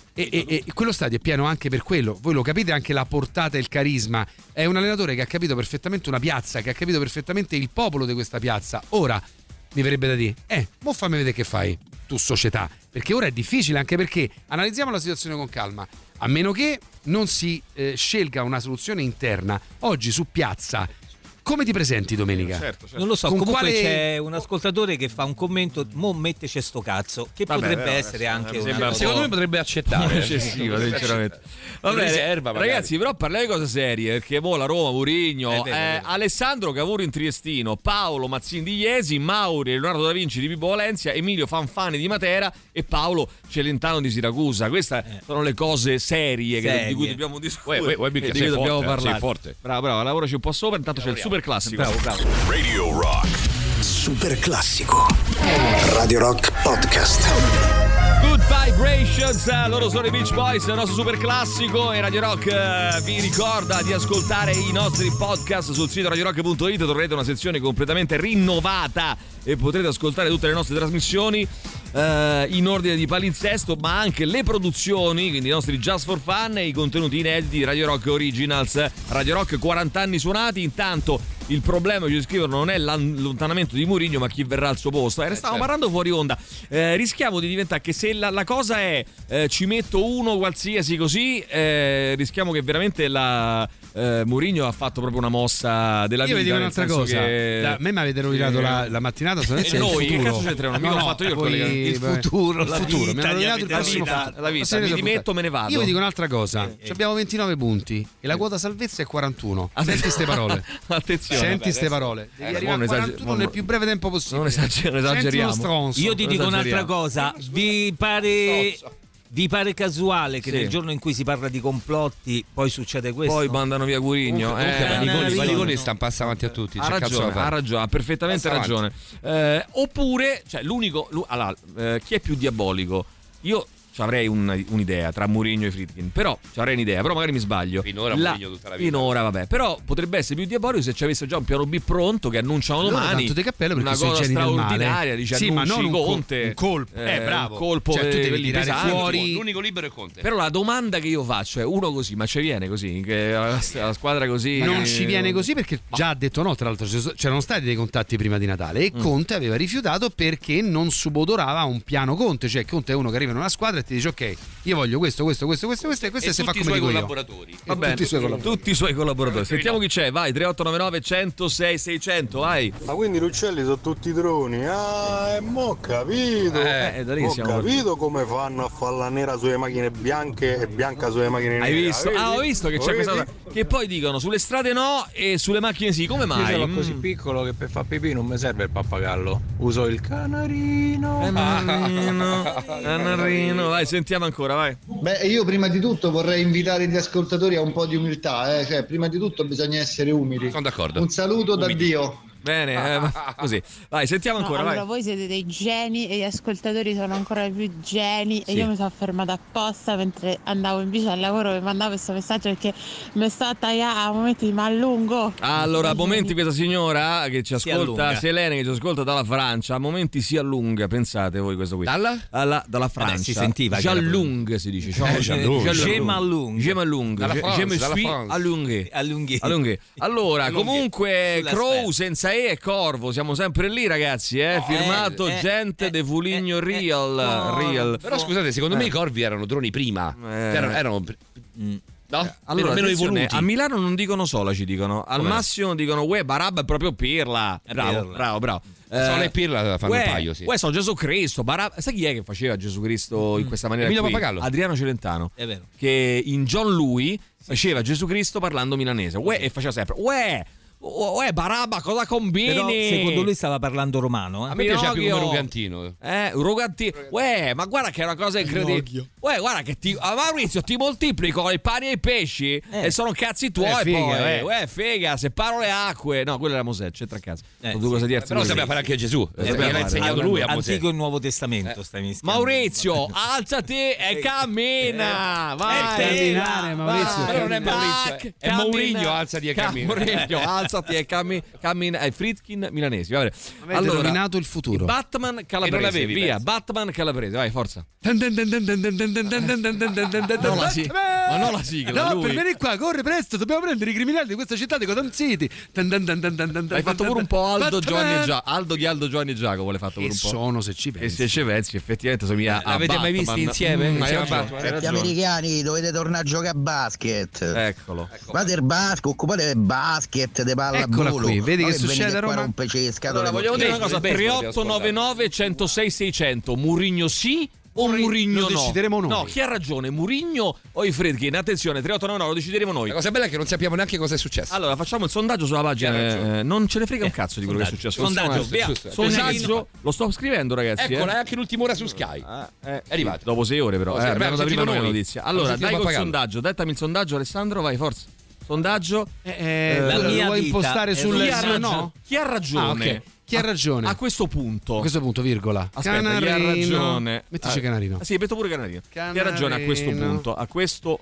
[SPEAKER 5] E quello stadio è pieno anche per quello. Voi lo capite anche la portata e il carisma. È un allenatore che ha capito perfettamente una piazza, che ha capito perfettamente il popolo di questa piazza. Ora mi verrebbe da dire, mo fammi vedere che fai tu società, perché ora è difficile, anche perché analizziamo la situazione con calma. A meno che non si scelga una soluzione interna, oggi su piazza come ti presenti domenica?
[SPEAKER 4] Certo. Non lo so, con comunque c'è un ascoltatore che fa un commento, mo mettece sto cazzo, che potrebbe essere anche
[SPEAKER 16] secondo me potrebbe accettare.
[SPEAKER 3] Eccessivo, sinceramente. Ragazzi, però parliamo di cose serie, perché la Roma, Mourinho, Alessandro Cavour in Triestino, Paolo Mazzini di Iesi, Mauri e Leonardo da Vinci di Vibo Valencia, Emilio Fanfani di Matera e Paolo Celentano di Siracusa. Queste sono le cose serie di cui dobbiamo discutere, di cui dobbiamo parlare.
[SPEAKER 16] Forte.
[SPEAKER 3] Bravo, lavoraci un po' sopra, intanto c'è il super classico.
[SPEAKER 4] Bravo.
[SPEAKER 15] Radio Rock super classico. Radio Rock Podcast.
[SPEAKER 3] Good Vibrations, loro sono i Beach Boys, il nostro super classico, e Radio Rock vi ricorda di ascoltare i nostri podcast sul sito radiorock.it. Troverete una sezione completamente rinnovata e potrete ascoltare tutte le nostre trasmissioni in ordine di palinsesto, ma anche le produzioni, quindi i nostri Just for Fun e i contenuti inediti di Radio Rock Originals. Radio Rock 40 anni suonati. Intanto il problema, ci scrivono, non è l'allontanamento di Mourinho, ma chi verrà al suo posto. Stavamo parlando fuori onda, rischiamo di diventare che se la cosa è ci metto uno qualsiasi così, rischiamo che veramente Mourinho ha fatto proprio una mossa della vita.
[SPEAKER 5] Io vi dico un'altra cosa, a me mi avete rovinato la mattinata,
[SPEAKER 3] e noi che cazzo c'entriamo? L'ho fatto io il
[SPEAKER 5] futuro, la vita, mi hanno rovinato il prossimo
[SPEAKER 3] la vita, mi dimetto, me ne vado.
[SPEAKER 5] Io vi dico un'altra cosa, abbiamo 29 punti e la quota salvezza è 41. Senti ste parole.
[SPEAKER 3] Attenzione,
[SPEAKER 5] senti ste parole, devi arrivare a 41 nel più breve tempo possibile.
[SPEAKER 3] Non esageriamo.
[SPEAKER 4] Io ti dico un'altra cosa, vi pare casuale che nel giorno in cui si parla di complotti poi succede questo?
[SPEAKER 3] Poi mandano via Mourinho.
[SPEAKER 16] Paniconi stanno passando avanti a tutti.
[SPEAKER 3] Ha ragione, ha perfettamente ragione. Oppure, cioè, chi è più diabolico? Io avrei un'idea tra Mourinho e Friedkin, però avrei un'idea, però magari mi sbaglio.
[SPEAKER 16] Finora Mourinho tutta la vita.
[SPEAKER 3] Finora vabbè, però potrebbe essere più diabolico se ci avesse già un piano B pronto che annunciano domani.
[SPEAKER 5] Tanto di cappello, perché
[SPEAKER 3] una cosa straordinaria, dice
[SPEAKER 5] sì,
[SPEAKER 3] annunci
[SPEAKER 5] ma non
[SPEAKER 3] Conte.
[SPEAKER 5] Un colpo.
[SPEAKER 3] Bravo. Un colpo,
[SPEAKER 5] cioè, tu devi tirare fuori.
[SPEAKER 16] L'unico libero è Conte.
[SPEAKER 3] Però la domanda che io faccio è: uno così, ma ci viene così? Che la squadra così
[SPEAKER 5] non ci viene così, perché già ha detto no. Tra l'altro c'erano stati dei contatti prima di Natale e Conte aveva rifiutato perché non subodorava un piano Conte. Cioè Conte è uno che arriva in una squadra e ti dice ok, io voglio questo e se fa come dico io.
[SPEAKER 3] Va bene, tutti i suoi collaboratori. Sentiamo chi c'è, vai, 3899 106 600, vai.
[SPEAKER 2] Ma quindi gli uccelli sono tutti droni? Mo' ho capito. Ho capito come fanno a fare la nera sulle macchine bianche e bianca sulle macchine nere.
[SPEAKER 3] Hai visto? Ho visto che c'è questa, che poi dicono sulle strade no e sulle macchine sì, come mai?
[SPEAKER 2] Io ce l'ho così piccolo che per far pipì non mi serve il pappagallo. Uso il canarino.
[SPEAKER 3] Canarino, vai, sentiamo ancora. Vai.
[SPEAKER 6] Beh, io prima di tutto vorrei invitare gli ascoltatori a un po' di umiltà, cioè prima di tutto bisogna essere umili.
[SPEAKER 16] Sono d'accordo.
[SPEAKER 6] Un saluto da Dio.
[SPEAKER 3] Bene, così. Vai, sentiamo ancora.
[SPEAKER 9] Allora,
[SPEAKER 3] vai.
[SPEAKER 9] Voi siete dei geni e gli ascoltatori sono ancora più geni. E io mi sono fermata apposta mentre andavo in bici al lavoro, mi mandavo questo messaggio perché mi sto a tagliare a momenti, ma allungo.
[SPEAKER 3] Allora, a momenti questa signora che ci ascolta, Selene, che ci ascolta dalla Francia, a momenti si allunga, pensate voi questo qui. Dalla Francia.
[SPEAKER 4] Si sentiva.
[SPEAKER 3] Jean-Lung si dice. Allunghe. Allora, comunque, Crow senza E Corvo, siamo sempre lì, ragazzi, firmato gente de Fuligno Real.
[SPEAKER 16] Però scusate, secondo me i corvi erano droni prima. Erano no?
[SPEAKER 3] Allora,
[SPEAKER 16] meno evoluti.
[SPEAKER 3] A Milano non dicono Sola, ci dicono. Al massimo dicono Barabba è proprio Pirla. Bravo.
[SPEAKER 16] Sola e Pirla fanno un paio, sì.
[SPEAKER 3] Sono Gesù Cristo. Sai chi è che faceva Gesù Cristo in questa maniera?
[SPEAKER 16] Emilio Pappagallo.
[SPEAKER 3] Adriano Celentano.
[SPEAKER 4] È vero.
[SPEAKER 3] Che in John Lui faceva Gesù Cristo parlando milanese. E faceva sempre Barabba, cosa combini?
[SPEAKER 4] Però secondo lui stava parlando romano.
[SPEAKER 16] A me piace più come Rugantino.
[SPEAKER 3] Ma guarda che è una cosa incredibile. Guarda che Maurizio ti moltiplico i pani e i pesci e sono cazzi tuoi poi. Figa, separo le acque. No, quello era Mosè, c'entra a casa. Sono due cose diverse.
[SPEAKER 16] Però sapeva fare anche Gesù. L'ha insegnato lui a Mosè.
[SPEAKER 4] Antico e Nuovo Testamento stai mischiando.
[SPEAKER 3] Maurizio, alzati e cammina. Vai.
[SPEAKER 5] Camminare, Maurizio.
[SPEAKER 16] Però non è Maurizio, è Mourinho, alzati e cammina.
[SPEAKER 3] Mourinho, alzati e cammina. È Friedkin milanesi.
[SPEAKER 5] Avete nominato il futuro.
[SPEAKER 3] Batman Calabrese. Via, Batman Calabrese. Vai, forza.
[SPEAKER 5] Non la sigla. No, per venire qua, corre presto, dobbiamo prendere i criminali di questa città di Gotham City.
[SPEAKER 3] Hai fatto pure un po' Aldo di Aldo, Giovanni e Giacomo l'hai fatto pure un po'.
[SPEAKER 5] Sono, se ci pensi.
[SPEAKER 3] E se ci pensi, effettivamente somiglia a
[SPEAKER 16] Avete mai visti insieme?
[SPEAKER 18] Gli americani dovete tornare a giocare a basket.
[SPEAKER 3] Eccolo.
[SPEAKER 18] Fate il basket, occupate del basket, di pallavolo.
[SPEAKER 5] Qui, vedi che succede a Roma?
[SPEAKER 3] Allora, vogliamo dire una cosa, 3899 106 600, Mourinho sì o Mourinho no?
[SPEAKER 5] Decideremo noi.
[SPEAKER 3] No, chi ha ragione, Mourinho o i Friedkin? Attenzione, 3899 lo decideremo noi.
[SPEAKER 16] La cosa bella è che non sappiamo neanche cosa è successo.
[SPEAKER 3] Allora, facciamo il sondaggio sulla pagina. Non ce ne frega un cazzo di quello che è successo. Sondaggio, lo sto scrivendo, ragazzi.
[SPEAKER 16] Eccola, è anche l'ultima ora su Sky. È arrivato.
[SPEAKER 3] Dopo 6 ore, però. Abbiamo da prima noi la notizia. Allora, dai col sondaggio, dettami il sondaggio, Alessandro, vai, forza. Sondaggio.
[SPEAKER 5] La mia vuoi impostare sul
[SPEAKER 3] no? Chi ha ragione?
[SPEAKER 5] Chi ha ragione?
[SPEAKER 3] A questo punto,
[SPEAKER 5] virgola.
[SPEAKER 3] Aspetta, Canarino. Chi ha ragione?
[SPEAKER 5] Mettici Canarino.
[SPEAKER 3] Sì, metto pure Canarino. Chi ha ragione a questo punto? A questo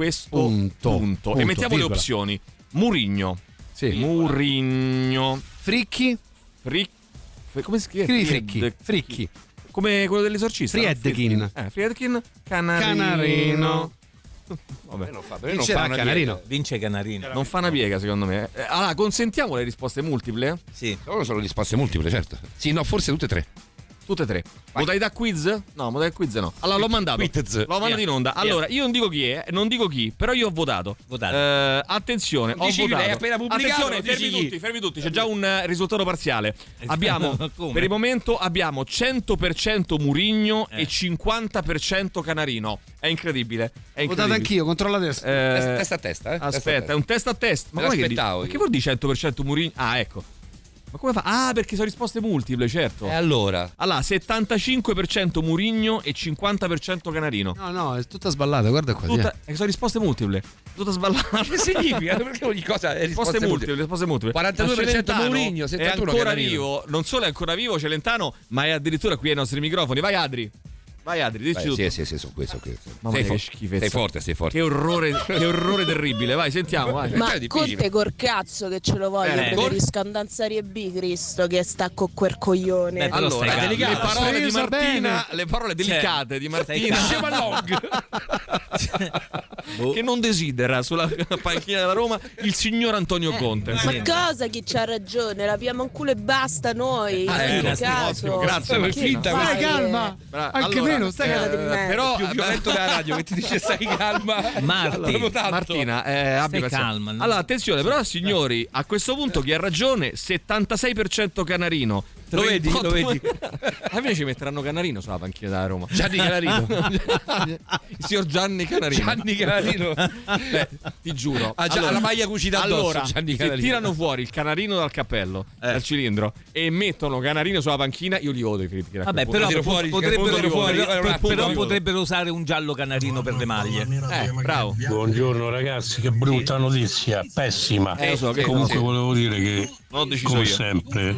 [SPEAKER 3] punto. E mettiamo le opzioni. Mourinho.
[SPEAKER 5] Sì.
[SPEAKER 3] Mourinho.
[SPEAKER 5] Fricchi.
[SPEAKER 3] Come si chiama?
[SPEAKER 5] Fricchi.
[SPEAKER 3] Come quello dell'esorcista.
[SPEAKER 5] Friedkin.
[SPEAKER 3] Canarino.
[SPEAKER 5] Vabbè. Vince Canarino.
[SPEAKER 3] Non fa una piega, secondo me. Allora, consentiamo le risposte multiple?
[SPEAKER 4] Sì.
[SPEAKER 16] Loro sono risposte multiple, certo. Sì, no, forse tutte e tre.
[SPEAKER 3] Tutte e tre. Modalità quiz? No, modalità quiz no. Allora l'ho mandato. L'ho mandato in onda. Allora, io non dico chi è, non dico chi, però io ho votato. Attenzione, ho votato.
[SPEAKER 16] Appena pubblicato.
[SPEAKER 3] Attenzione, fermi tutti, c'è già un risultato parziale. Abbiamo per il momento abbiamo 100% Mourinho e 50% Canarino. È incredibile. Ho
[SPEAKER 5] votato anch'io, controlla adesso.
[SPEAKER 16] Testa a testa,
[SPEAKER 3] Aspetta, è un testa a testa.
[SPEAKER 16] Ma come aspettavo?
[SPEAKER 3] Che vuol dire 100% Mourinho? Ah, ecco. Ma come fa? Ah, perché sono risposte multiple, certo.
[SPEAKER 16] E allora?
[SPEAKER 3] Allora, 75% Mourinho e 50% Canarino.
[SPEAKER 5] No, è tutta sballata, guarda qua.
[SPEAKER 3] Sono risposte multiple. Tutta sballata.
[SPEAKER 16] Che significa? Perché ogni cosa è risposte multiple. 42% Mourinho, 71%
[SPEAKER 3] è ancora
[SPEAKER 16] Canarino.
[SPEAKER 3] Vivo. Non solo è ancora vivo Celentano, ma è addirittura qui ai nostri microfoni. Vai Adri, dici tutto.
[SPEAKER 16] Sì, sono questo.
[SPEAKER 3] Mamma mia, che schifezza.
[SPEAKER 16] Sei forte.
[SPEAKER 3] Che orrore terribile. Vai, sentiamo. Vai.
[SPEAKER 9] Ma Conte col cazzo che ce lo voglio, preferisco andare in Serie B, Cristo, che sta con quel coglione.
[SPEAKER 3] Allora, le parole di Martina, le parole delicate di Martina che non desidera sulla panchina della Roma il signor Antonio Conte.
[SPEAKER 9] Ma cosa, chi c'ha ragione? L'abbiamo un culo e basta noi.
[SPEAKER 3] Caso. Grazie Martina.
[SPEAKER 5] Vai, calma. Anche me.
[SPEAKER 3] Però
[SPEAKER 16] più violento della radio che ti dice stai calma.
[SPEAKER 3] Martina, abbi calma. Allora, attenzione, però signori, a questo punto chi ha ragione? 76% Canarino.
[SPEAKER 16] Lo vedi?
[SPEAKER 3] A me ci metteranno Canarino sulla panchina della Roma.
[SPEAKER 16] Gianni Canarino.
[SPEAKER 3] Il signor Gianni Canarino. Ti giuro.
[SPEAKER 16] Ha già la maglia cucita addosso.
[SPEAKER 3] Allora, se tirano fuori il Canarino dal cappello, dal cilindro, e mettono Canarino sulla panchina, io li odio i Friedkin.
[SPEAKER 4] Vabbè, però potrebbero usare un giallo Canarino per le maglie.
[SPEAKER 3] Bravo.
[SPEAKER 2] Buongiorno ragazzi, che brutta notizia, pessima. Comunque volevo dire che come sempre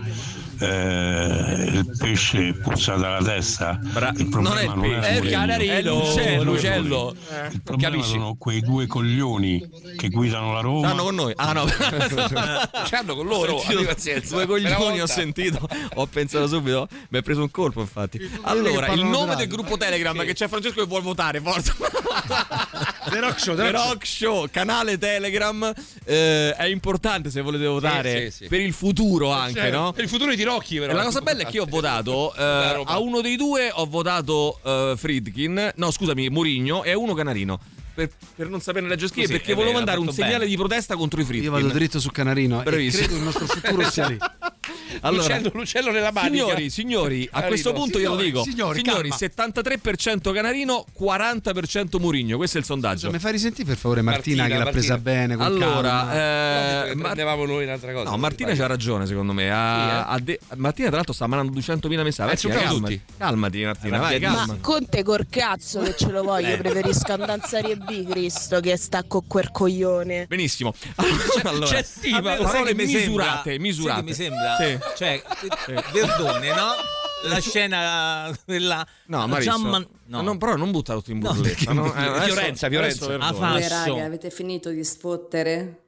[SPEAKER 2] il pesce puzza dalla testa. Il problema
[SPEAKER 3] non è il canarino, è l'uccello.
[SPEAKER 2] Il problema sono quei due coglioni che guidano la Roma.
[SPEAKER 3] Stanno con noi.
[SPEAKER 16] C'hanno con loro.
[SPEAKER 3] Due coglioni ho sentito, ho pensato subito, mi ha preso un colpo infatti. Allora, il nome del gruppo Telegram che c'è Francesco che vuole votare, forza.
[SPEAKER 5] The
[SPEAKER 3] Rock Show, canale Telegram, è importante se volete votare per il futuro anche, no?
[SPEAKER 16] Per il futuro di Rocchi, però.
[SPEAKER 3] La cosa bella è che io ho votato a uno dei due ho votato Friedkin, no scusami, Mourinho, e a uno Canarino. Per non saperne leggere scrivere, perché volevo mandare un segnale di protesta contro i Friedkin.
[SPEAKER 5] Io vado dritto su Canarino e credo il nostro futuro sia lì.
[SPEAKER 3] Allora,
[SPEAKER 12] l'uccello nella manica.
[SPEAKER 3] Signori, a questo punto io lo dico. Signori, 73% Canarino, 40% Mourinho. Questo è il sondaggio.
[SPEAKER 5] Mi fai risentire per favore Martina che l'ha presa bene con
[SPEAKER 12] allora, prendevamo noi un'altra cosa.
[SPEAKER 3] No, Martina c'ha ragione secondo me. Martina tra l'altro sta mandando 200.000 messaggi. Calmati Martina, vai, calma.
[SPEAKER 14] Ma Conte col cazzo che ce lo voglio, preferisco andare in Serie B, Cristo, che sta con quel coglione.
[SPEAKER 3] Benissimo. Allora,
[SPEAKER 4] c'è
[SPEAKER 3] parole misurate.
[SPEAKER 4] Sai che mi sembra? Sì. Cioè, Verdone, no? La scena quella
[SPEAKER 3] no, però non butta tutto in burletta.
[SPEAKER 12] Violenza.
[SPEAKER 14] Raga, avete finito di sfottere?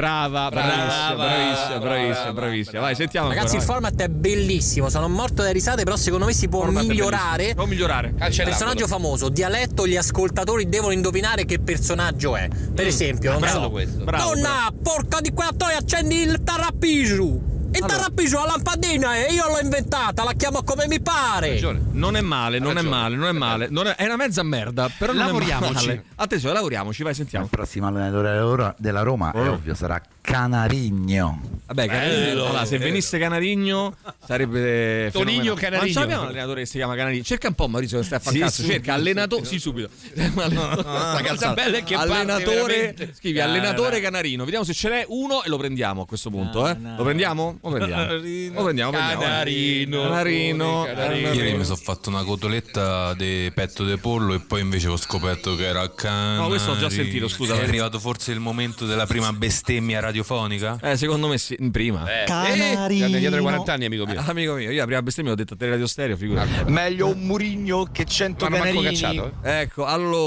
[SPEAKER 3] Bravissima. Vai, sentiamo.
[SPEAKER 24] Ragazzi,
[SPEAKER 3] ancora,
[SPEAKER 24] il format è bellissimo. Sono morto dalle risate, però secondo me si può migliorare. Personaggio famoso, dialetto, gli ascoltatori devono indovinare che personaggio è. Per esempio, non so. Donna, porca di quella toia, accendi il tarappisu. Il tarappiso a lampadina e io l'ho inventata, la chiamo come mi pare.
[SPEAKER 3] Non è male. È una mezza merda, però
[SPEAKER 5] lavoriamoci.
[SPEAKER 3] Non è male. Attenzione, lavoriamoci, vai, sentiamo.
[SPEAKER 1] Il prossimo allenatore della Roma è ovvio, sarà Canarigno.
[SPEAKER 3] Vabbè, Canarigno. Allora, se venisse Canarigno sarebbe
[SPEAKER 12] Tonigno Canarigno.
[SPEAKER 3] Ma abbiamo un allenatore che si chiama Canarigno. Cerca un po' Maurizio che stai a fare cazzo. Cerca allenatore. Sì, subito.
[SPEAKER 12] La cosa bella è che
[SPEAKER 3] allenatore. Scrivi allenatore Canarino. Vediamo se ce n'è uno e lo prendiamo a questo punto. Lo prendiamo? Lo prendiamo. Canarino.
[SPEAKER 10] Ieri mi sono fatto una cotoletta di petto di pollo e poi invece ho scoperto che era Canarino.
[SPEAKER 3] No, questo ho già sentito, scusa.
[SPEAKER 10] È arrivato forse il momento della prima bestemmia radiofonica?
[SPEAKER 3] Secondo me sì, prima.
[SPEAKER 12] Canarino. Dietro i 40 anni, amico mio.
[SPEAKER 3] Amico mio, io la prima bestemmia l'ho detto a te Radio Stereo, figurati.
[SPEAKER 1] Meglio un Mourinho che 100 Canarini.
[SPEAKER 12] Cacciato,
[SPEAKER 3] Ecco,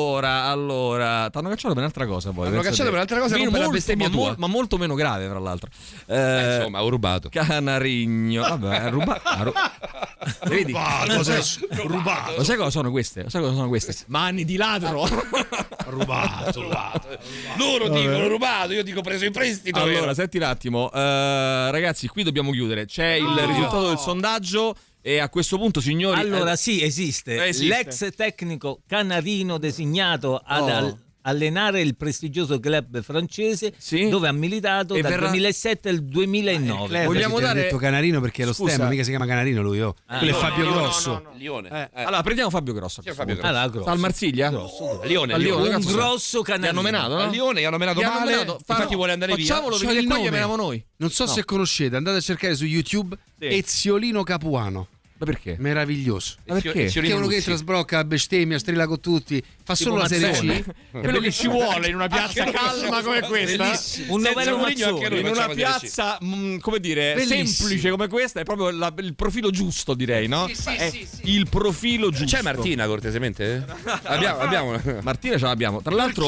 [SPEAKER 3] allora t'hanno cacciato per un'altra cosa poi.
[SPEAKER 12] Hanno cacciato per un'altra cosa, non per la bestemmia tua.
[SPEAKER 3] Ma molto meno grave, tra l'altro.
[SPEAKER 12] Insomma, ho rubato.
[SPEAKER 3] Canarigno. Vabbè, rubato. Vedi?
[SPEAKER 12] Rubato.
[SPEAKER 3] Sai cosa sono queste? Mani di ladro.
[SPEAKER 12] Rubato. Loro dicono rubato, io dico preso in prestito.
[SPEAKER 3] Allora, senti un attimo, ragazzi, qui dobbiamo chiudere. C'è il risultato del sondaggio. E a questo punto, signori,
[SPEAKER 4] allora sì, esiste. L'ex tecnico Canarino designato ad allenare il prestigioso club francese dove ha militato dal 2007 al 2009.
[SPEAKER 5] Vogliamo dare detto Canarino perché è lo stemma, mica si chiama Canarino lui. Quello è Fabio Grosso.
[SPEAKER 12] Lione.
[SPEAKER 3] Allora prendiamo Fabio Grosso.
[SPEAKER 12] Sta
[SPEAKER 3] al Marsiglia?
[SPEAKER 12] Lione.
[SPEAKER 4] Un grosso Canarino.
[SPEAKER 3] Gli hanno menato, no?
[SPEAKER 12] A Lione gli hanno menato male. Infatti vuole andare via.
[SPEAKER 3] Facciamolo perché qua gli meniamo noi.
[SPEAKER 5] Non so se conoscete, andate a cercare su YouTube Eziolino Capuano.
[SPEAKER 3] Ma perché?
[SPEAKER 5] Meraviglioso.
[SPEAKER 3] Ma perché?
[SPEAKER 5] Perché è uno che entra, sbrocca, bestemmia, strilla con tutti, fa tipo solo la Serie C.
[SPEAKER 3] Quello che ci vuole in una piazza calma come questa.
[SPEAKER 4] Un novello Mazzoni.
[SPEAKER 3] In una piazza, come dire, semplice come questa, è proprio il profilo giusto, direi, no?
[SPEAKER 12] Sì.
[SPEAKER 3] Il profilo giusto.
[SPEAKER 12] C'è Martina, cortesemente? Abbiamo.
[SPEAKER 3] Martina ce l'abbiamo. Tra l'altro.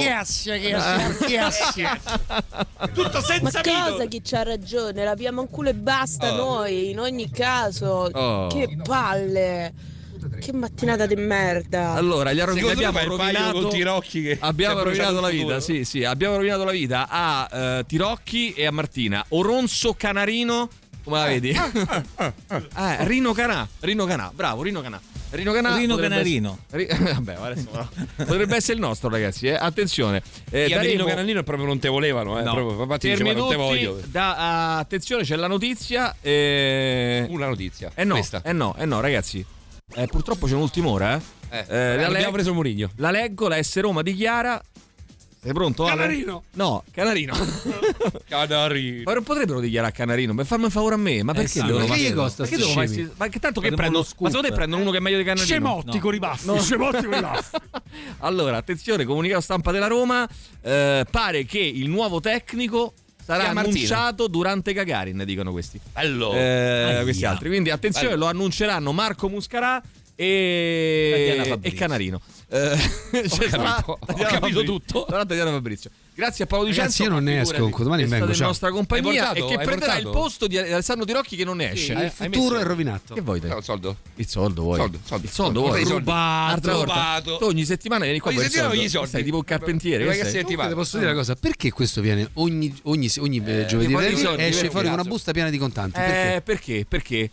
[SPEAKER 12] Tutto senza
[SPEAKER 14] video. Ma cosa chi c'ha ragione? L'abbiamo un culo e basta noi, in ogni caso. Che palle. Che mattinata di merda.
[SPEAKER 3] Allora, abbiamo rovinato la vita. Sì, abbiamo rovinato la vita a Tirocchi e a Martina. Oronzo Canarino, come la vedi? Rino Canà. Bravo, Rino Canà. Rino
[SPEAKER 4] Canarino.
[SPEAKER 3] Vabbè, adesso potrebbe essere il nostro, ragazzi. Attenzione.
[SPEAKER 12] Rino Canarino proprio non te volevano.
[SPEAKER 3] Non te voglio. Attenzione, c'è la notizia.
[SPEAKER 12] Una notizia.
[SPEAKER 3] No, ragazzi. Purtroppo c'è un'ultima ora.
[SPEAKER 12] Abbiamo preso Mourinho.
[SPEAKER 3] La leggo, la S Roma dichiara. Sei pronto?
[SPEAKER 12] Canarino.
[SPEAKER 3] No, Canarino.
[SPEAKER 12] Canarino.
[SPEAKER 3] Ma non potrebbero dichiarare Canarino per farmi un favore a me. Ma perché devono fare?
[SPEAKER 5] Che costa?
[SPEAKER 3] Perché devo fare? Ma che tanto che prendo? Ma secondo te prendono uno che è meglio di Canarino?
[SPEAKER 12] Scemotti con i baffi. Scemotti con i baffi.
[SPEAKER 3] Allora, attenzione, comunicato stampa della Roma. Pare che il nuovo tecnico sarà annunciato durante Gagarin, dicono questi. Questi altri. Quindi attenzione, lo annunceranno Marco Muscarà e Canarino.
[SPEAKER 12] Ho capito tutto.
[SPEAKER 3] Tatiana Fabrizio. Grazie a Paolo Di Cenzo.
[SPEAKER 5] Io non ne esco, domani vengo.
[SPEAKER 3] È nostra compagnia e che prenderà il posto di Alessandro Tirocchi che non ne esce.
[SPEAKER 5] Il futuro è rovinato.
[SPEAKER 3] Che vuoi te?
[SPEAKER 12] Il soldo.
[SPEAKER 3] Il soldo vuoi? Il soldo vuoi?
[SPEAKER 12] Rubato.
[SPEAKER 3] Tu ogni settimana vieni qua per il soldo. Stai tipo un carpentiere.
[SPEAKER 5] Ti posso dire una cosa? Perché questo viene ogni giovedì esce fuori con una busta piena di contanti?
[SPEAKER 3] Perché?
[SPEAKER 4] Perché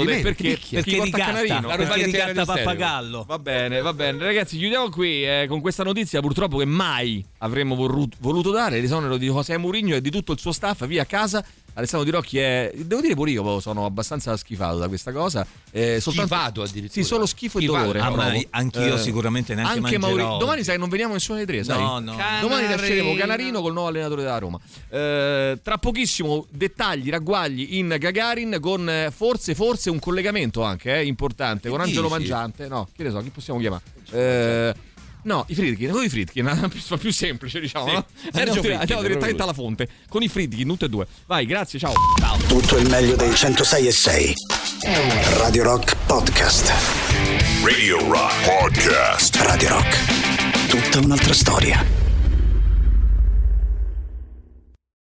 [SPEAKER 4] ricatta pappagallo.
[SPEAKER 3] Va bene, ragazzi, chiudiamo qui con questa notizia purtroppo che mai avremmo voluto dare l'esonero di José Mourinho e di tutto il suo staff via casa Alessandro Di Rocchi devo dire pure io sono abbastanza schifato da questa cosa.
[SPEAKER 16] Schifato addirittura?
[SPEAKER 3] Sì, solo schifo e dolore.
[SPEAKER 4] Anch'io sicuramente neanche mangerò.
[SPEAKER 3] Domani sai non veniamo nessuno dei tre, sai?
[SPEAKER 4] No.
[SPEAKER 3] Domani lasceremo Canarino col nuovo allenatore della Roma. Tra pochissimo dettagli, ragguagli in Gagarin con forse un collegamento anche importante con Angelo Mangiante. No, che ne so, chi possiamo chiamare? No, i Friedkin, più semplice, diciamo. Sì. No? Andiamo direttamente alla fonte con i Friedkin, tutte e due. Vai, grazie, ciao.
[SPEAKER 15] Tutto il meglio dei 106.6 Radio Rock Podcast.
[SPEAKER 8] Radio Rock Podcast.
[SPEAKER 15] Radio Rock, tutta un'altra storia.